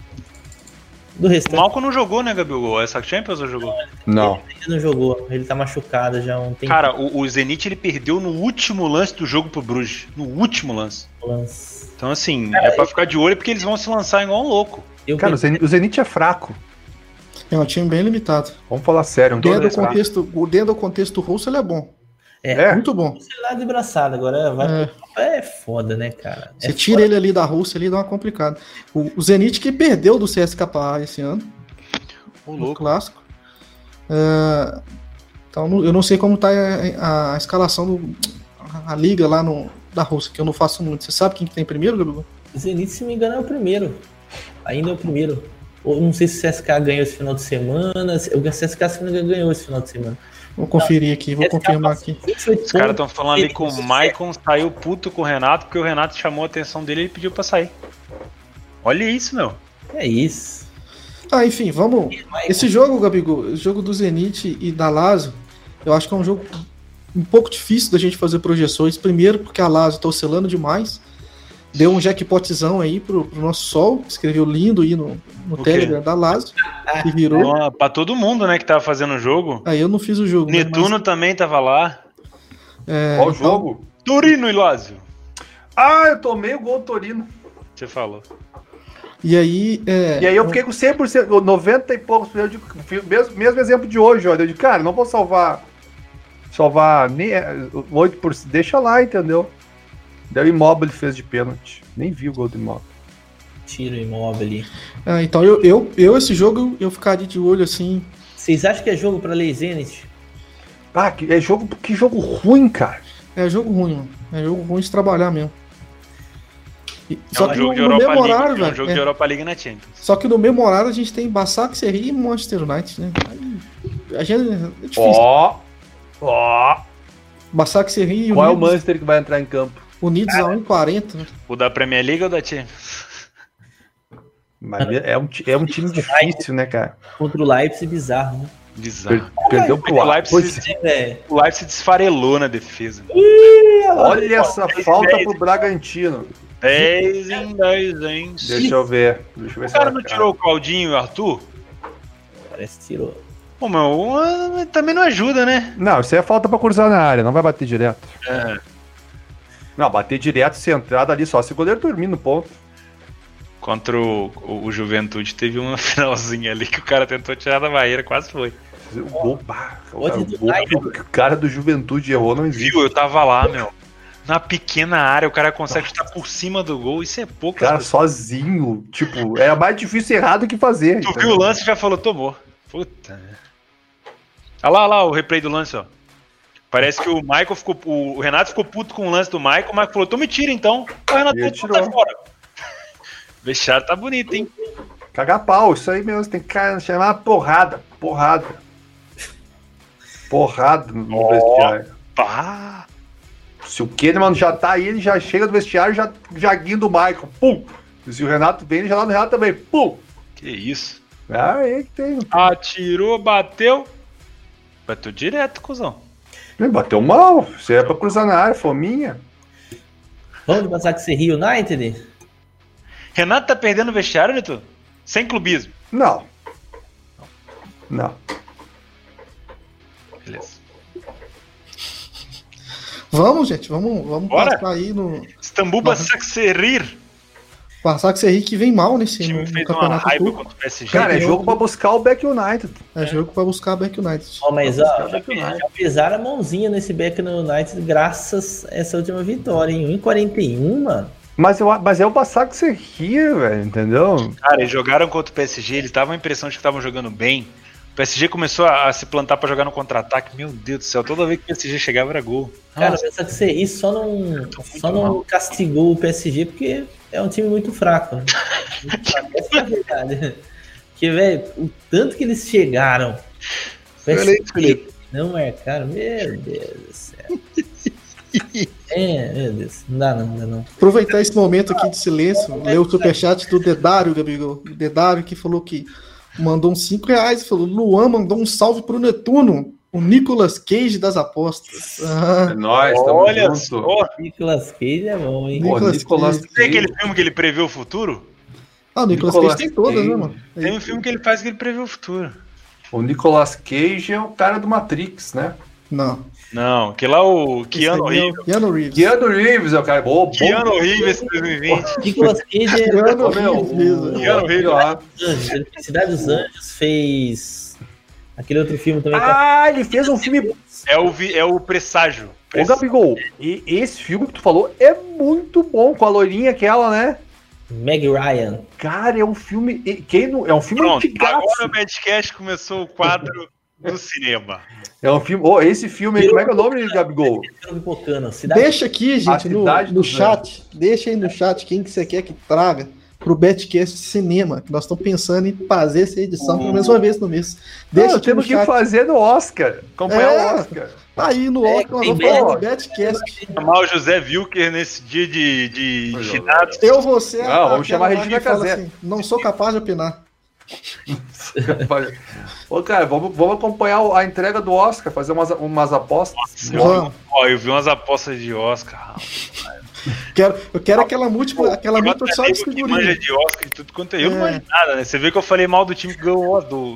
Do O restante, Malcolm não jogou, né, Gabriel? Essa Champions ou jogou? Não. ele não jogou. Ele tá machucado já há um tempo. Cara, o Zenit ele perdeu no último lance do jogo pro Bruges. No último lance. Então, assim, é pra ficar de olho porque eles vão se lançar igual um louco. Cara, o Zenit é fraco. É um time bem limitado. Vamos falar sério. Dentro do contexto russo ele é bom. É. Muito bom. Sei lá de braçada, agora vai. É foda, né, cara? Você tira ele ali da Rússia, ele dá uma complicada. O Zenit que perdeu do CSKA esse ano. Ô, No louco. clássico. Então eu não sei como tá a escalação a liga lá da Rússia, que eu não faço muito. Você sabe quem que tem primeiro, Gabriel? Zenit, se me engano, é o primeiro. Ainda é o primeiro. Ou não sei se o CSKA ganhou esse final de semana. O CSKA se não me engano, ganhou esse final de semana. Vou conferir aqui, vou confirmar aqui. Os caras estão falando ali que o Maicon saiu puto com o Renato porque o Renato chamou a atenção dele e ele pediu pra sair. Olha isso, meu. É isso. Enfim, vamos. Esse jogo, Gabigol, o jogo do Zenit e da Lazio, eu acho que é um jogo um pouco difícil da gente fazer projeções. Primeiro, porque a Lazio tá oscilando demais. Deu um jackpotzão aí pro nosso Sol, que escreveu lindo aí no Telegram da Lazio, que virou. Pra todo mundo, né, que tava fazendo o jogo. Aí eu não fiz o jogo. Netuno também tava lá. Qual jogo? Torino e Lazio. Eu tomei o gol do Torino. Você falou. E aí. E aí eu fiquei com 100%, 90 e poucos por cento. Mesmo exemplo de hoje, olha. Eu digo, cara, não vou salvar nem 8%. Deixa lá, entendeu? Daí o Immobile fez de pênalti. Nem vi o gol do Immobile. Tira o Immobile ali. Então eu esse jogo eu ficaria de olho assim. Vocês acham que é jogo pra Lei Zenit? Que jogo ruim, cara. É jogo ruim, mano. É jogo ruim de trabalhar mesmo. É um jogo de Europa League. É um jogo de Europa League na Champions. Só que no mesmo horário a gente tem Başakşehir e Manchester United, né? A gente é difícil. Başakşehir e Qual é o Manchester que vai entrar em campo? Unidos a 1,40. Né? O da Premier League ou da Champions? Mas é um time difícil, né, cara? Contra o Leipzig, bizarro, né? Bizarro. Perdeu pro O Leipzig desfarelou na defesa. Olha essa falta pro Bragantino. 10 em 10, hein? Deixa eu ver. O cara não tirou o Claudinho e o Arthur? Parece que tirou. Pô, meu, também não ajuda, né? Não, isso aí é falta pra cruzar na área, não vai bater direto. É. Não, bater direto, centrado ali, só se o goleiro dormir no ponto. Contra o Juventude teve uma finalzinha ali que o cara tentou tirar da barreira, quase foi. O gol que o cara do Juventude errou não existe. Viu? Eu tava lá, meu. Na pequena área, o cara consegue chutar por cima do gol, isso é pouco. Cara, sozinho, tipo, era mais difícil errar do que fazer. Tu viu o lance e já falou, tomou. Puta. Olha lá o replay do lance, ó. Parece que o Renato ficou puto com o lance do Michael, o Michael falou, então me tira então. O Renato tirou. Tá fora. O vestiário tá bonito, hein? Cagar pau, isso aí mesmo, tem que chamar porrada no vestiário. Pá! Se o Kahneman já tá aí, ele já chega do vestiário, já guinda o Michael, pum! E se o Renato vem, ele já lá no Renato também, pum! Que isso? Aí que tem. Atirou, bateu direto, cuzão. Bateu mal, você é pra cruzar na área, fominha. Vamos passar com esse Rio United? Renato tá perdendo o vestiário, Neto? Sem clubismo. Não. Beleza. Vamos, gente, vamos Bora. passar aí no. Istambul Başakşehir. Passar com esse Rio que vem mal O nesse time no fez uma campeonato raiva turco. contra o PSG. Cara, é jogo pra buscar o Back United. É jogo pra buscar Back United. Mas Vamos ó, buscar o já pisaram a mãozinha nesse Back no United graças a essa última vitória, hein? 1,41, mano. Mas é o Basak Serrir, velho, entendeu? Cara, eles jogaram contra o PSG, eles davam a impressão de que estavam jogando bem. O PSG começou a se plantar pra jogar no contra-ataque. Meu Deus do céu, toda vez que o PSG chegava era gol. Cara, pensa que CI só não castigou o PSG porque é um time muito fraco, né? Muito fraco. Essa é a verdade. Porque, velho, o tanto que eles chegaram, o PSG não marcaram, meu Deus do céu. Meu Deus, não dá não. Aproveitar esse momento aqui de silêncio, ler o superchat do Dedário, Gabigol. O Dedário que falou que mandou uns R$5 e falou: Luan mandou um salve pro Netuno, o Nicolas Cage das apostas. É nóis, tamo Olha junto. só. Nicolas Cage é bom, hein? Pô, Nicolas Cage. Tem aquele filme que ele prevê o futuro? Ah, o Nicolas Nicolas Cage tem todas, Cage. né, mano? Tem um filme que ele faz que ele prevê o futuro. O Nicolas Cage é o cara do Matrix, né? Não, que lá o Keanu Esse aí é Reeves. o Keanu Reeves. Keanu Reeves é o cara. Bom, Keanu Reeves 2020. Nicolas Cage é Keanu meu, Reeves mesmo. Keanu Reeves. ó. Anjos, ele fez Cidade dos Anjos, fez aquele outro filme também. Ele fez um filme. É o Presságio. Ô, Gabigol, e esse filme que tu falou é muito bom, com a loirinha aquela, né? Meg Ryan. Cara, é um filme. É um filme Pronto, antigaço. agora o Madcast começou o quadro do cinema. É um filme. Esse filme aí, como é que é o nome, Gabigol? Pipocano, Cidade. Deixa aqui, gente, Cidade no dos chat. Deixa aí no chat quem que você quer que traga pro Betcast Cinema. Que nós estamos pensando em fazer essa edição pelo menos uma vez no mês. Deixa aqui Temos no que chat. fazer no Oscar. Acompanhar É. o Oscar. Tá aí no Oscar, nós tem vamos falar do Betcast. Chamar o José Wilker nesse dia de finados. Eu vou ser Não, vamos chamar a aquela Regina que fala Casé. assim, não sou capaz de opinar. Ô, cara, vamos acompanhar a entrega do Oscar, fazer umas apostas. Vamos. Eu vi umas apostas de Oscar. Eu quero aquela múltipla opção de que manja figurinha. de Oscar e tudo quanto é. Eu não É. manjo nada, né? Você vê que eu falei mal do time que ganhou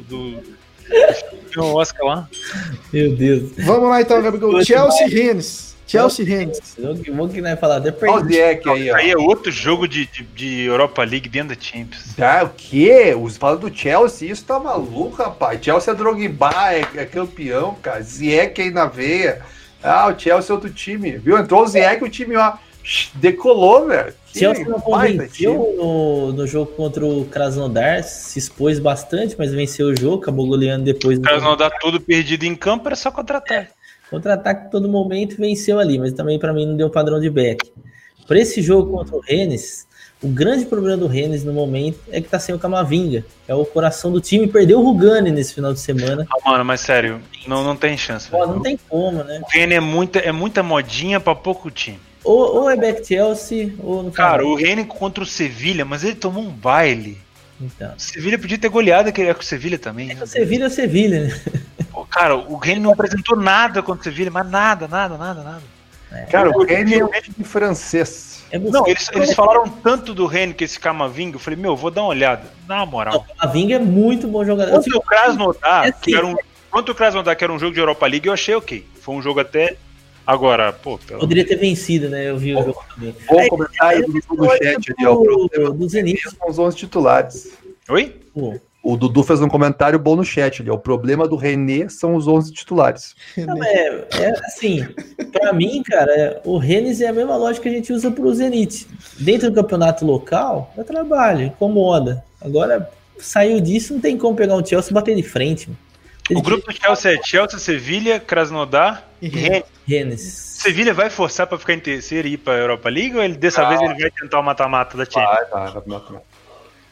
o Oscar lá. Meu Deus. Vamos lá então, Gabigol. Chelsea Rennes. Vamos que nós falar. Olha o Zieck aí, ó. Aí é outro jogo de Europa League dentro da Champions. O quê? Os falam do Chelsea, isso tá maluco, rapaz. Chelsea é Drogba, é campeão, cara. Zieck aí na veia. O Chelsea é outro time, viu? Entrou o Zieck, o time, ó, decolou, velho. Chelsea não baita time. convenceu no jogo contra o Krasnodar, se expôs bastante, mas venceu o jogo, acabou goleando depois. O Krasnodar tudo perdido em campo, era só contra-ataque. Contra-ataque todo momento, venceu ali, mas também para mim não deu padrão de back. Para esse jogo contra o Rennes, o grande problema do Rennes no momento é que tá sem o Camavinga, que é o coração do time, perdeu o Rugani nesse final de semana. Mano, mas sério, não tem chance. Pô, não tem como, né? O Rennes é muita modinha pra pouco time. Ou é back Chelsea, ou no Cara, o Rennes contra o Sevilha, mas ele tomou um baile. Então. O Sevilha podia ter goleado aquele com o Sevilha também. É que o Sevilha é o Sevilha, né? Pô, cara, o Rennes não apresentou nada contra o Sevilha, mas nada. Cara, o Rennes é um time francês. Não, eles falaram tanto do Rennes que esse Camavinga, eu falei, vou dar uma olhada. Na moral. O Camavinga é muito bom jogador. Quanto o Krasnodar, assim. que era um jogo de Europa League, eu achei ok. Foi um jogo até... Agora, Poderia ter vencido, né? Eu vi o jogo também. Bom comentário do chat ali, ó. Do Zenit. São os 11 titulares. Oi? O Dudu fez um comentário bom no chat ali, ó. O problema do René são os 11 titulares. Não, é assim, pra mim, cara, o Rennes é a mesma lógica que a gente usa pro Zenit. Dentro do campeonato local, é trabalho, incomoda. Agora, saiu disso, não tem como pegar um Chelsea e bater de frente. Mano. O grupo do Chelsea é Chelsea, Sevilha, Krasnodar e Rennes. Sevilha vai forçar pra ficar em terceiro e ir pra Europa League ou dessa vez ele vai tentar o mata-mata da Champions? Vai.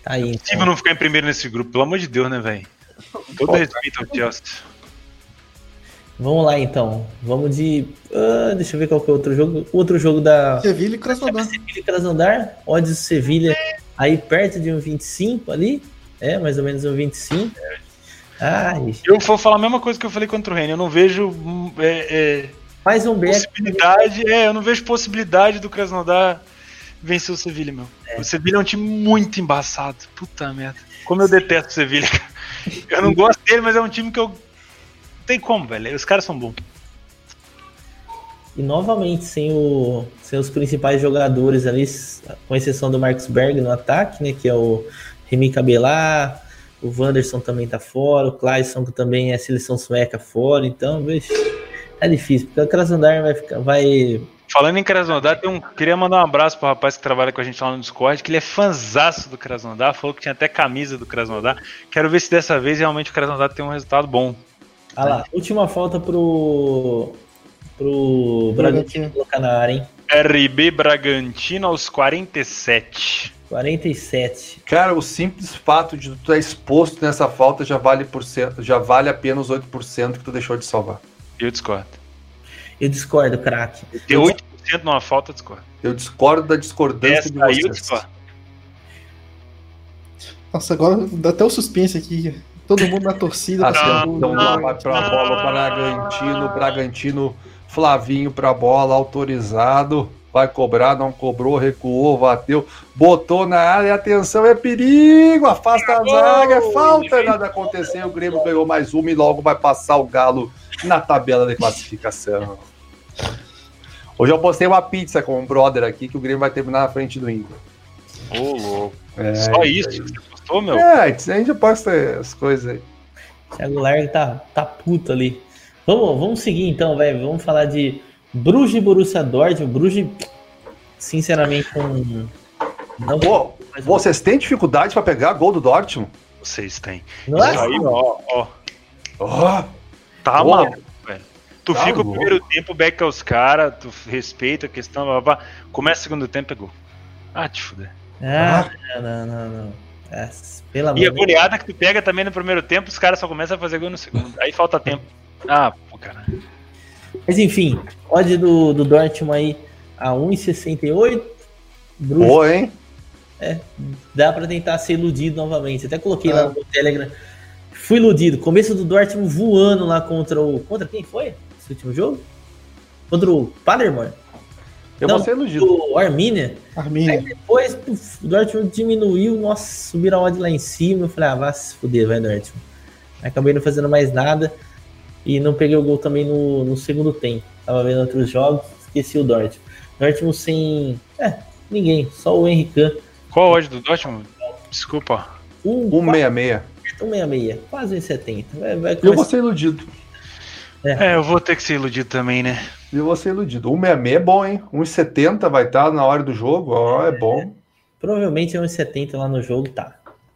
Aí, Se então. não ficar em primeiro nesse grupo, pelo amor de Deus, né, velho? Todo respeito ao Chelsea. Vamos lá, então. Vamos de... deixa eu ver qual que é o outro jogo. O outro jogo da... Sevilha e Krasnodar. Sevilha e Krasnodar. Odds do Sevilha aí perto de um 25 ali. Mais ou menos um 25. Ai, Eu vou falar a mesma coisa que eu falei contra o Rennes. Eu não vejo mais um back. possibilidade. Eu não vejo possibilidade do Krasnodar vencer o Sevilha, meu. O Sevilha é um time muito embaçado. Puta merda. Como eu detesto o Sevilha. Eu não gosto dele, mas é um time que eu... Não tem como, velho. Os caras são bons. E novamente, sem os principais jogadores ali, com exceção do Marcos Berg no ataque, né? Que é o Remy Cabelá, o Wanderson também tá fora, o Clayson, que também é seleção sueca, fora. Então, veja, é difícil, porque o Krasnodar vai... Falando em Krasnodar, queria mandar um abraço pro rapaz que trabalha com a gente lá no Discord, que ele é fanzaço do Krasnodar, falou que tinha até camisa do Krasnodar. Quero ver se dessa vez realmente o Krasnodar tem um resultado bom. Ah lá, última falta pro Bragantino colocar na área, hein? RB Bragantino aos 47. 47. Cara, o simples fato de tu estar exposto nessa falta já vale apenas 8% que tu deixou de salvar. Eu discordo. Eu discordo, craque. Ter 8% numa falta, eu discordo. Eu discordo da discordância de Aí eu vocês. discordo. Nossa, agora dá até o suspense aqui. Todo mundo na torcida. Então lá vai pra bola, Bragantino, Flavinho pra bola, autorizado, vai cobrar, não cobrou, recuou, bateu, botou na área, atenção, é perigo, afasta a zaga, é falta, nada aconteceu, o Grêmio ganhou mais uma e logo vai passar o Galo na tabela de classificação. Hoje eu postei uma pizza com um brother aqui que o Grêmio vai terminar na frente do Inter. Ô, louco. Só isso que você postou, meu? A gente posta as coisas aí. Thiago Largue tá puto ali. Vamos seguir então, velho. Vamos falar de Bruges e Borussia Dortmund. Bruges, sinceramente, não. Pô, vocês têm dificuldade pra pegar gol do Dortmund? Vocês têm. Nossa. Isso aí, ó. Tá Pô. maluco, velho. Tu Tá fica louco. o primeiro tempo, beca os caras, tu respeita a questão, blá, blá, blá. Começa o segundo tempo, pegou. Te fuder. Não. Pelo amor E a de Deus. goleada que tu pega também no primeiro tempo, os caras só começam a fazer gol no segundo. Aí falta tempo. Pô, cara. Mas enfim, odd do Dortmund aí a 1,68. Bruges, Boa, hein? dá pra tentar ser iludido novamente. Até coloquei lá no Telegram. Fui iludido. Começo do Dortmund voando lá contra quem foi esse último jogo? Contra o Paderborn? Eu vou ser iludido. O Arminia. Aí Armínia. depois o Dortmund diminuiu, nossa, subiram a odd lá em cima. Eu falei, vai se fuder, vai Dortmund. Acabei não fazendo mais nada e não peguei o gol também no segundo tempo. Tava vendo outros jogos, esqueci o Dortmund. Dortmund sem ninguém, só o Henrique. Qual a odd do Dortmund? Desculpa. 1,66. 1,66, quase 1,70. Vai Eu vou começar. ser iludido. Eu vou ter que ser iludido também, né? Eu vou ser iludido. 1,66 é bom, hein? 1,70 vai estar na hora do jogo. É bom. Provavelmente é 1,70 lá no jogo, tá.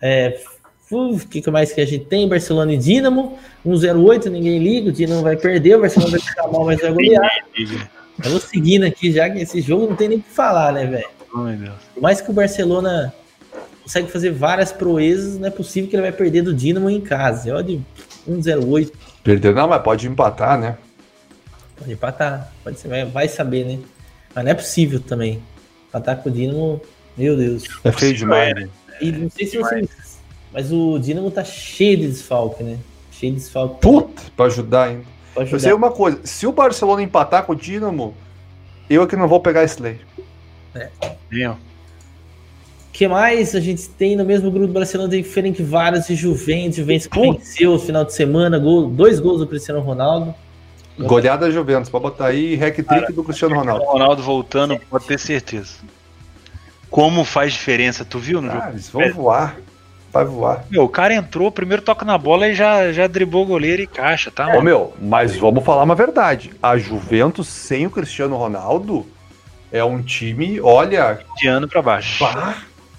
O que mais que a gente tem? Barcelona e Dínamo. 1,08, ninguém liga. O Dínamo vai perder, o Barcelona vai ficar mal, mas vai golear. Eu vou seguindo aqui já, que esse jogo não tem nem o que falar, né, velho? Oh, meu Deus. Por mais que o Barcelona consegue fazer várias proezas, não é possível que ele vai perder do Dínamo em casa. Olha de 1,08. Perdeu, não, mas pode empatar, né? Pode empatar, pode ser, vai saber, né? Mas não é possível também. Empatar com o Dínamo, meu Deus. É feio demais, né? E não sei se vocês... Mas o Dínamo tá cheio de desfalque, né? Cheio de desfalque. Puta, pra ajudar ainda. Pra Eu ajudar. sei uma coisa. Se o Barcelona empatar com o Dinamo, eu é que não vou pegar esse lei. Eu. O que mais a gente tem no mesmo grupo do Barcelona? Tem Ferencváros e Juventus. Juventus que venceu no final de semana. 2 gols do Cristiano Ronaldo. Goleada Juventus, pode botar aí hack-trick do Cristiano Ronaldo. O Ronaldo voltando, pode ter certeza. Como faz diferença, tu viu no jogo? Eles vão voar. Vai voar. Meu, o cara entrou, primeiro toca na bola e já driblou o goleiro e caixa, tá? Ô meu, mas vamos falar uma verdade. A Juventus sem o Cristiano Ronaldo é um time, olha... De ano pra baixo. Pá.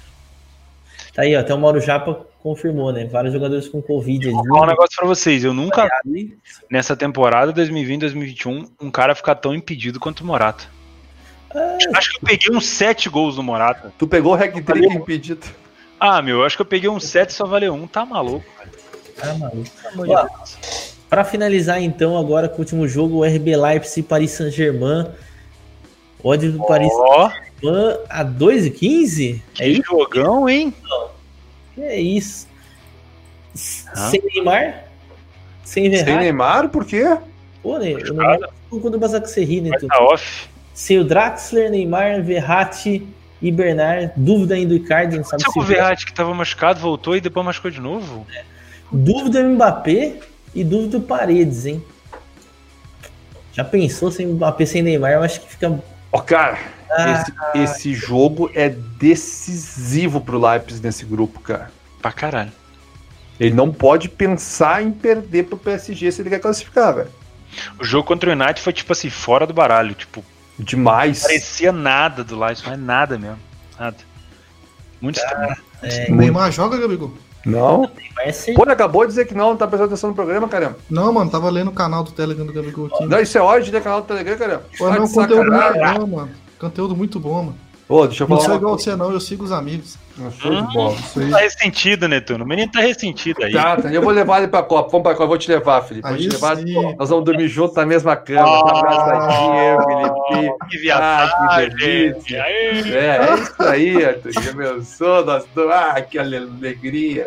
Tá aí, ó, até o Mauro Japa confirmou, né? Vários jogadores com Covid. Vou falar um negócio pra vocês. Eu nunca vi nessa temporada 2020-2021 um cara ficar tão impedido quanto o Morata. Acho que eu peguei uns 7 gols do Morata. Tu pegou o hack-trick impedido. Eu acho que eu peguei um 7 e só valeu 1. Tá maluco, velho. Tá maluco. Ó, pra finalizar, então, agora com o último jogo, o RB Leipzig e Paris Saint-Germain. Ódio do Paris Saint-Germain a 2,15? Que jogão, hein? Que é isso? Sem Neymar? Sem Verratti? Sem Neymar, por quê? Pô, né? O Neymar ficou do Basaksehir, né? Tá off. Sem o Draxler, Neymar, Verratti e Bernard. Dúvida ainda do Icardi, não sabe se o Verratti que tava machucado voltou e depois machucou de novo? Dúvida do Mbappé e dúvida do Paredes, hein? Já pensou sem Mbappé, sem Neymar? Eu acho que fica... Cara, esse jogo é decisivo pro Leipzig nesse grupo, cara. Pra caralho. Ele não pode pensar em perder pro PSG se ele quer classificar, velho. O jogo contra o United foi, tipo assim, fora do baralho. Tipo, demais. Não parecia nada do Leipzig, não é nada mesmo. Nada. Muito estranho. O Neymar joga, Gabigol? Não. Pô, acabou de dizer que não tá prestando atenção no programa, caramba. Não, mano, tava lendo o canal do Telegram do Gabigol aqui. Não, isso é ódio, né? Canal do Telegram, caramba. Pô, não, conteúdo muito bom, mano. Conteúdo muito bom, mano. Ô, deixa eu falar. Não sou igual você, não, eu sigo os amigos. Show de bola. Isso aí. Tá ressentido, Netuno. O menino tá ressentido aí. Tá, eu vou levar ele pra Copa. Vamos pra Copa, eu vou te levar, Felipe. Vou te levar. Nós vamos dormir junto na mesma cama. Tá abraçadinho, Felipe. Que viagem. Que delícia. É isso aí, Arthur. Meu sono, nós dois. Que alegria.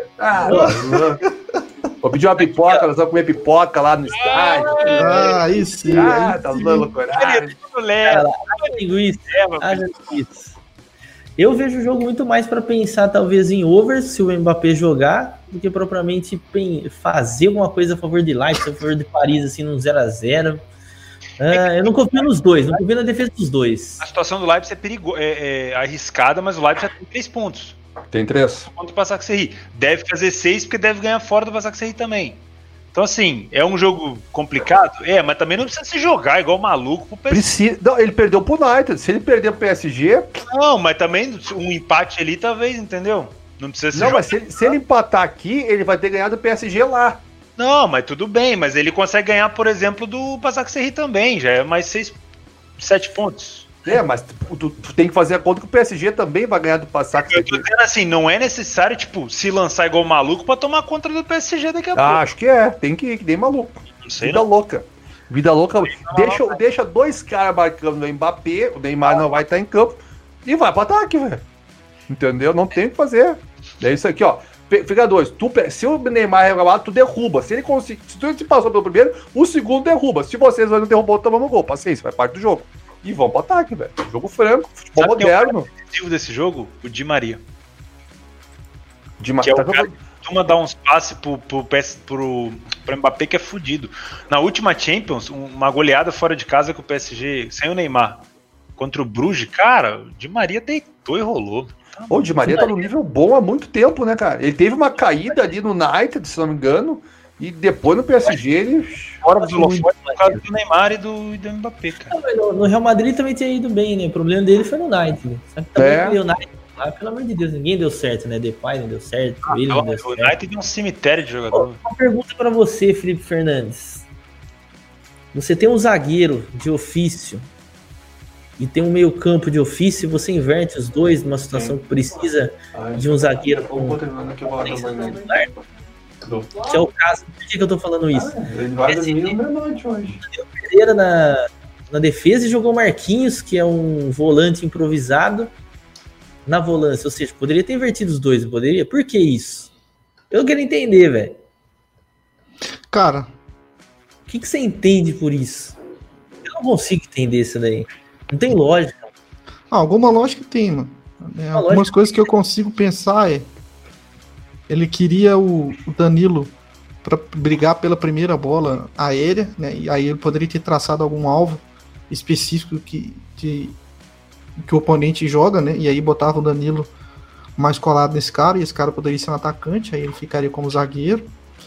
Vou pedir uma pipoca, nós vamos comer pipoca lá no estádio. Aí sim. Tá loucuragem. Eu vejo o jogo muito mais para pensar talvez em over se o Mbappé jogar do que propriamente fazer alguma coisa a favor de Leipzig, a favor de Paris, assim, num 0-0. Eu não confio nos dois, não confio na defesa dos dois. A situação do Leipzig é arriscada, mas o Leipzig já tem 3 pontos. Tem 3. Contra o Basaksehir. Deve fazer 6 porque deve ganhar fora do Basaksehir também. Então, assim, é um jogo complicado? Mas também não precisa se jogar igual maluco pro PSG. Não, ele perdeu pro United. Se ele perder pro PSG... Não, mas também um empate ali, talvez, entendeu? Não precisa se jogar. Não, mas se ele empatar aqui, ele vai ter ganhado do PSG lá. Não, mas tudo bem. Mas ele consegue ganhar, por exemplo, do Basaksehir também. Já é mais 7 pontos. Mas tu tem que fazer a conta que o PSG também vai ganhar do Basaksehir. Eu tô dizendo assim, não é necessário, tipo, se lançar igual maluco pra tomar conta do PSG daqui a pouco. Acho que é. Tem que ir, que nem maluco. Não sei, Vida não. louca. Vida louca. Deixa 2 caras marcando no Mbappé, o Neymar não vai estar em campo, e vai pro ataque, velho. Entendeu? Não tem o que fazer. É isso aqui, ó. Fica 2. Se o Neymar reclamar, tu derruba. Se ele conseguir. Se tu se passou pelo primeiro, o segundo derruba. Se vocês não derrubar, tomamos gol. Paciência, faz parte do jogo. E vão pro ataque, velho. Jogo franco, futebol Sabe moderno. O objetivo desse jogo? O Di Maria. Que é o cara que costuma dar uns passes pro Mbappé que é fudido. Na última Champions, uma goleada fora de casa com o PSG, sem o Neymar, contra o Bruges, cara, o Di Maria deitou e rolou. O Di Maria tá num nível bom há muito tempo, né, cara? Ele teve uma caída ali no United, se não me engano, e depois no PSG ele... Fora dos holofotes por causa do Neymar e do Mbappé, cara. No Real Madrid também tinha ido bem, né? O problema dele foi no United. Né? Só que também o United, pelo amor de Deus, ninguém deu certo, né? Depay não deu certo, ele não deu certo. O United é um cemitério de jogador. Uma pergunta pra você, Felipe Fernandes. Você tem um zagueiro de ofício e tem um meio campo de ofício, você inverte os dois numa situação que precisa de um zagueiro com... Se é o caso, por que eu tô falando isso? Ele vai dormir meia-noite hoje. O Pereira na defesa e jogou Marquinhos, que é um volante improvisado, na volância. Ou seja, poderia ter invertido os dois, poderia? Por que isso? Eu quero entender, velho. Cara, o que você entende por isso? Eu não consigo entender isso daí. Não tem lógica. Alguma lógica tem, mano. Algumas coisas que eu consigo pensar ele queria o Danilo para brigar pela primeira bola aérea, né? E aí ele poderia ter traçado algum alvo específico que o oponente joga, né? E aí botava o Danilo mais colado nesse cara, e esse cara poderia ser um atacante, aí ele ficaria como zagueiro.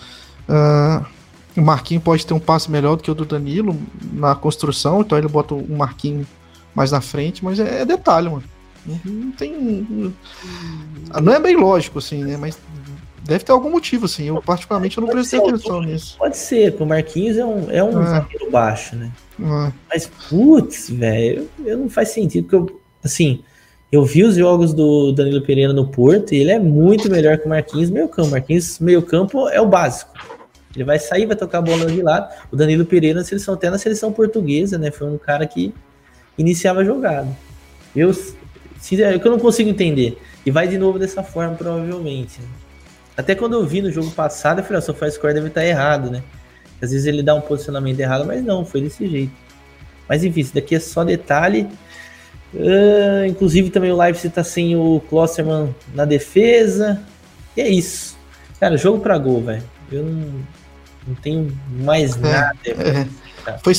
O Marquinhos pode ter um passe melhor do que o do Danilo na construção, então ele bota o Marquinhos mais na frente, mas é detalhe, mano. Não tem... Não é bem lógico, assim, né? Mas deve ter algum motivo, assim. Eu, particularmente, não prestei atenção nisso. Pode ser, porque o Marquinhos é um zagueiro baixo, né? Mas, putz, velho, não faz sentido, porque assim, Eu vi os jogos do Danilo Pereira no Porto e ele é muito melhor que o Marquinhos meio-campo. Marquinhos meio-campo é o básico. Ele vai sair, vai tocar a bola de lado. O Danilo Pereira até na seleção portuguesa, né? Foi um cara que iniciava a jogada. Eu não consigo entender. E vai de novo dessa forma, provavelmente. Até quando eu vi no jogo passado, eu falei, o SofaScore deve estar errado, né? Às vezes ele dá um posicionamento errado, mas não, foi desse jeito. Mas enfim, isso daqui é só detalhe. Inclusive também o Leipzig tá sem o Klosterman na defesa. E é isso. Cara, jogo pra gol, velho. Eu não tenho mais nada. Foi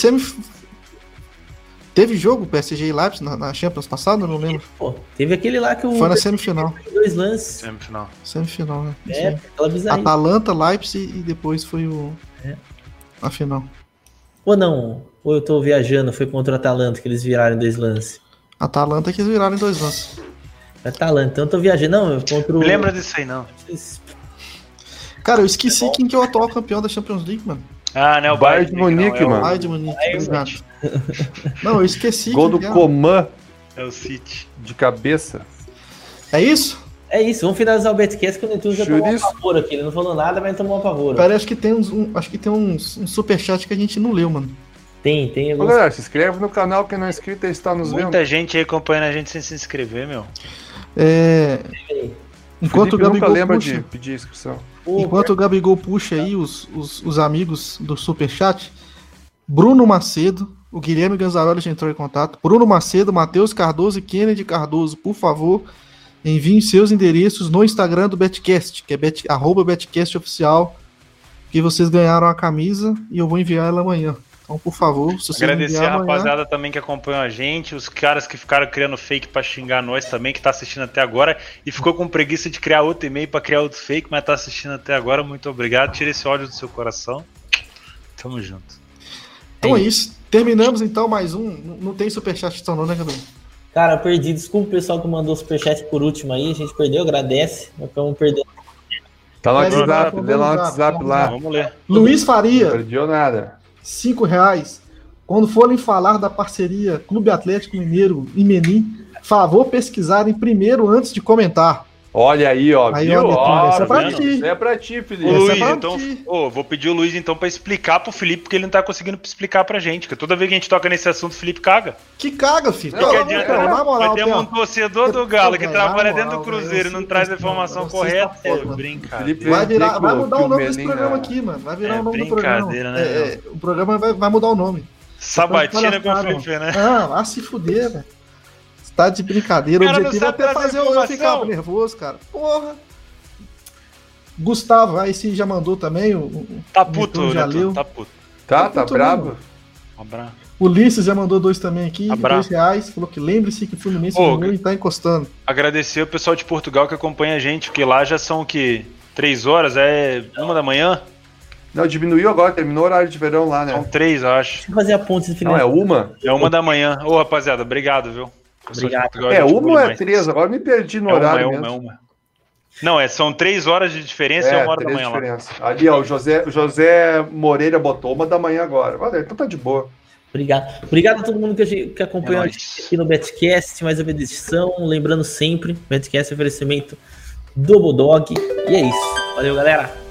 Teve jogo PSG e Leipzig na Champions passada? Não lembro. Pô, teve aquele lá que o... Foi na semifinal. 2 lances. Semifinal, né? Aquela bizarra. Atalanta, Leipzig e depois foi a final. Ou não? Ou eu tô viajando, foi contra o Atalanta que eles viraram em 2 lances. Atalanta que eles viraram em 2 lances. Atalanta, então eu tô viajando. Não, contra o... Lembra disso aí, não. Cara, eu esqueci quem que é o atual campeão da Champions League, mano. Ah, né? O Bayern de Munique, mano. Bayern de Munique, obrigado. Não, eu esqueci. Gol do Coman. É o City. De cabeça. É isso? É isso, vamos finalizar o Betcast que o Netuno já tomou um pavor aqui. Ele não falou nada, mas tomou um pavor. Pera, acho que tem uns superchat que a gente não leu, mano. Tem. Ô, galera, se inscreve no canal, quem não é inscrito aí está nos vendo. Muita gente aí acompanhando a gente sem se inscrever, meu. Enquanto o Gabigol nunca lembra puxa, de pedir inscrição. Enquanto o Gabigol puxa aí os amigos do superchat, Bruno Macedo, o Guilherme Ganzaroli já entrou em contato. Bruno Macedo, Matheus Cardoso e Kennedy Cardoso, por favor, enviem seus endereços no Instagram do Betcast, que é @BetcastOficial, que vocês ganharam a camisa e eu vou enviar ela amanhã. Então, por favor, se você agradecer a rapaziada amanhã... também que acompanhou a gente, os caras que ficaram criando fake pra xingar nós também, que tá assistindo até agora e ficou com preguiça de criar outro e-mail pra criar outro fake, mas tá assistindo até agora, muito obrigado. Tira esse ódio do seu coração. Tamo junto. Então é isso. Terminamos então mais um. Não tem superchat então não, né, Gabriel? Cara, eu perdi. Desculpa o pessoal que mandou superchat por último aí. A gente perdeu, agradece. Mas vamos perder. Tá no WhatsApp, dê lá no WhatsApp lá. Vamos ler. Luiz Faria. Não perdeu nada. R$5. Quando forem falar da parceria Clube Atlético Mineiro e Menin, favor pesquisarem primeiro antes de comentar. Olha aí, ó. Aí, viu? ó, essa é pra ti. Isso é pra ti, Felipe. Luiz, então, vou pedir o Luiz então pra explicar pro Felipe, porque ele não tá conseguindo explicar pra gente. Porque toda vez que a gente toca nesse assunto, o Felipe caga. Que caga, filho. Não adianta, na moral, vai ter um torcedor do Galo que trabalha dentro do moral, Cruzeiro e não traz a informação correta. É brincadeira. Vai mudar o nome desse programa aqui, mano. Vai virar o nome do programa. Né, o programa vai mudar o nome. Sabatina com o Felipe, né? Não, vai se fuder, velho. Você tá de brincadeira. O objetivo é até fazer eu ficar nervoso, cara. Porra. Gustavo, aí sim já mandou também. Tá puto, já leu. Tá puto. Tá brabo. O Ulisses já mandou 2 também aqui, R$2. Falou que lembre-se que o Fluminense ganhou e tá encostando. Agradecer o pessoal de Portugal que acompanha a gente, porque lá já são o quê? 3 horas? É 1 da manhã? Não, diminuiu agora, terminou o horário de verão lá, né? São 3, eu acho. Deixa eu fazer a ponte de Não, é 1? É 1 da manhã. Ô, rapaziada, obrigado, viu? Obrigado. É 1 ou é 3? Agora me perdi no horário mesmo. É 1. Não, são 3 horas de diferença e 1 hora da manhã lá. Ali, ó, o José Moreira botou 1 da manhã agora. Valeu, então tá de boa. Obrigado a todo mundo que acompanhou a gente aqui no Betcast, mais uma edição. Lembrando sempre, Betcast é oferecimento do Bodog. E é isso. Valeu, galera.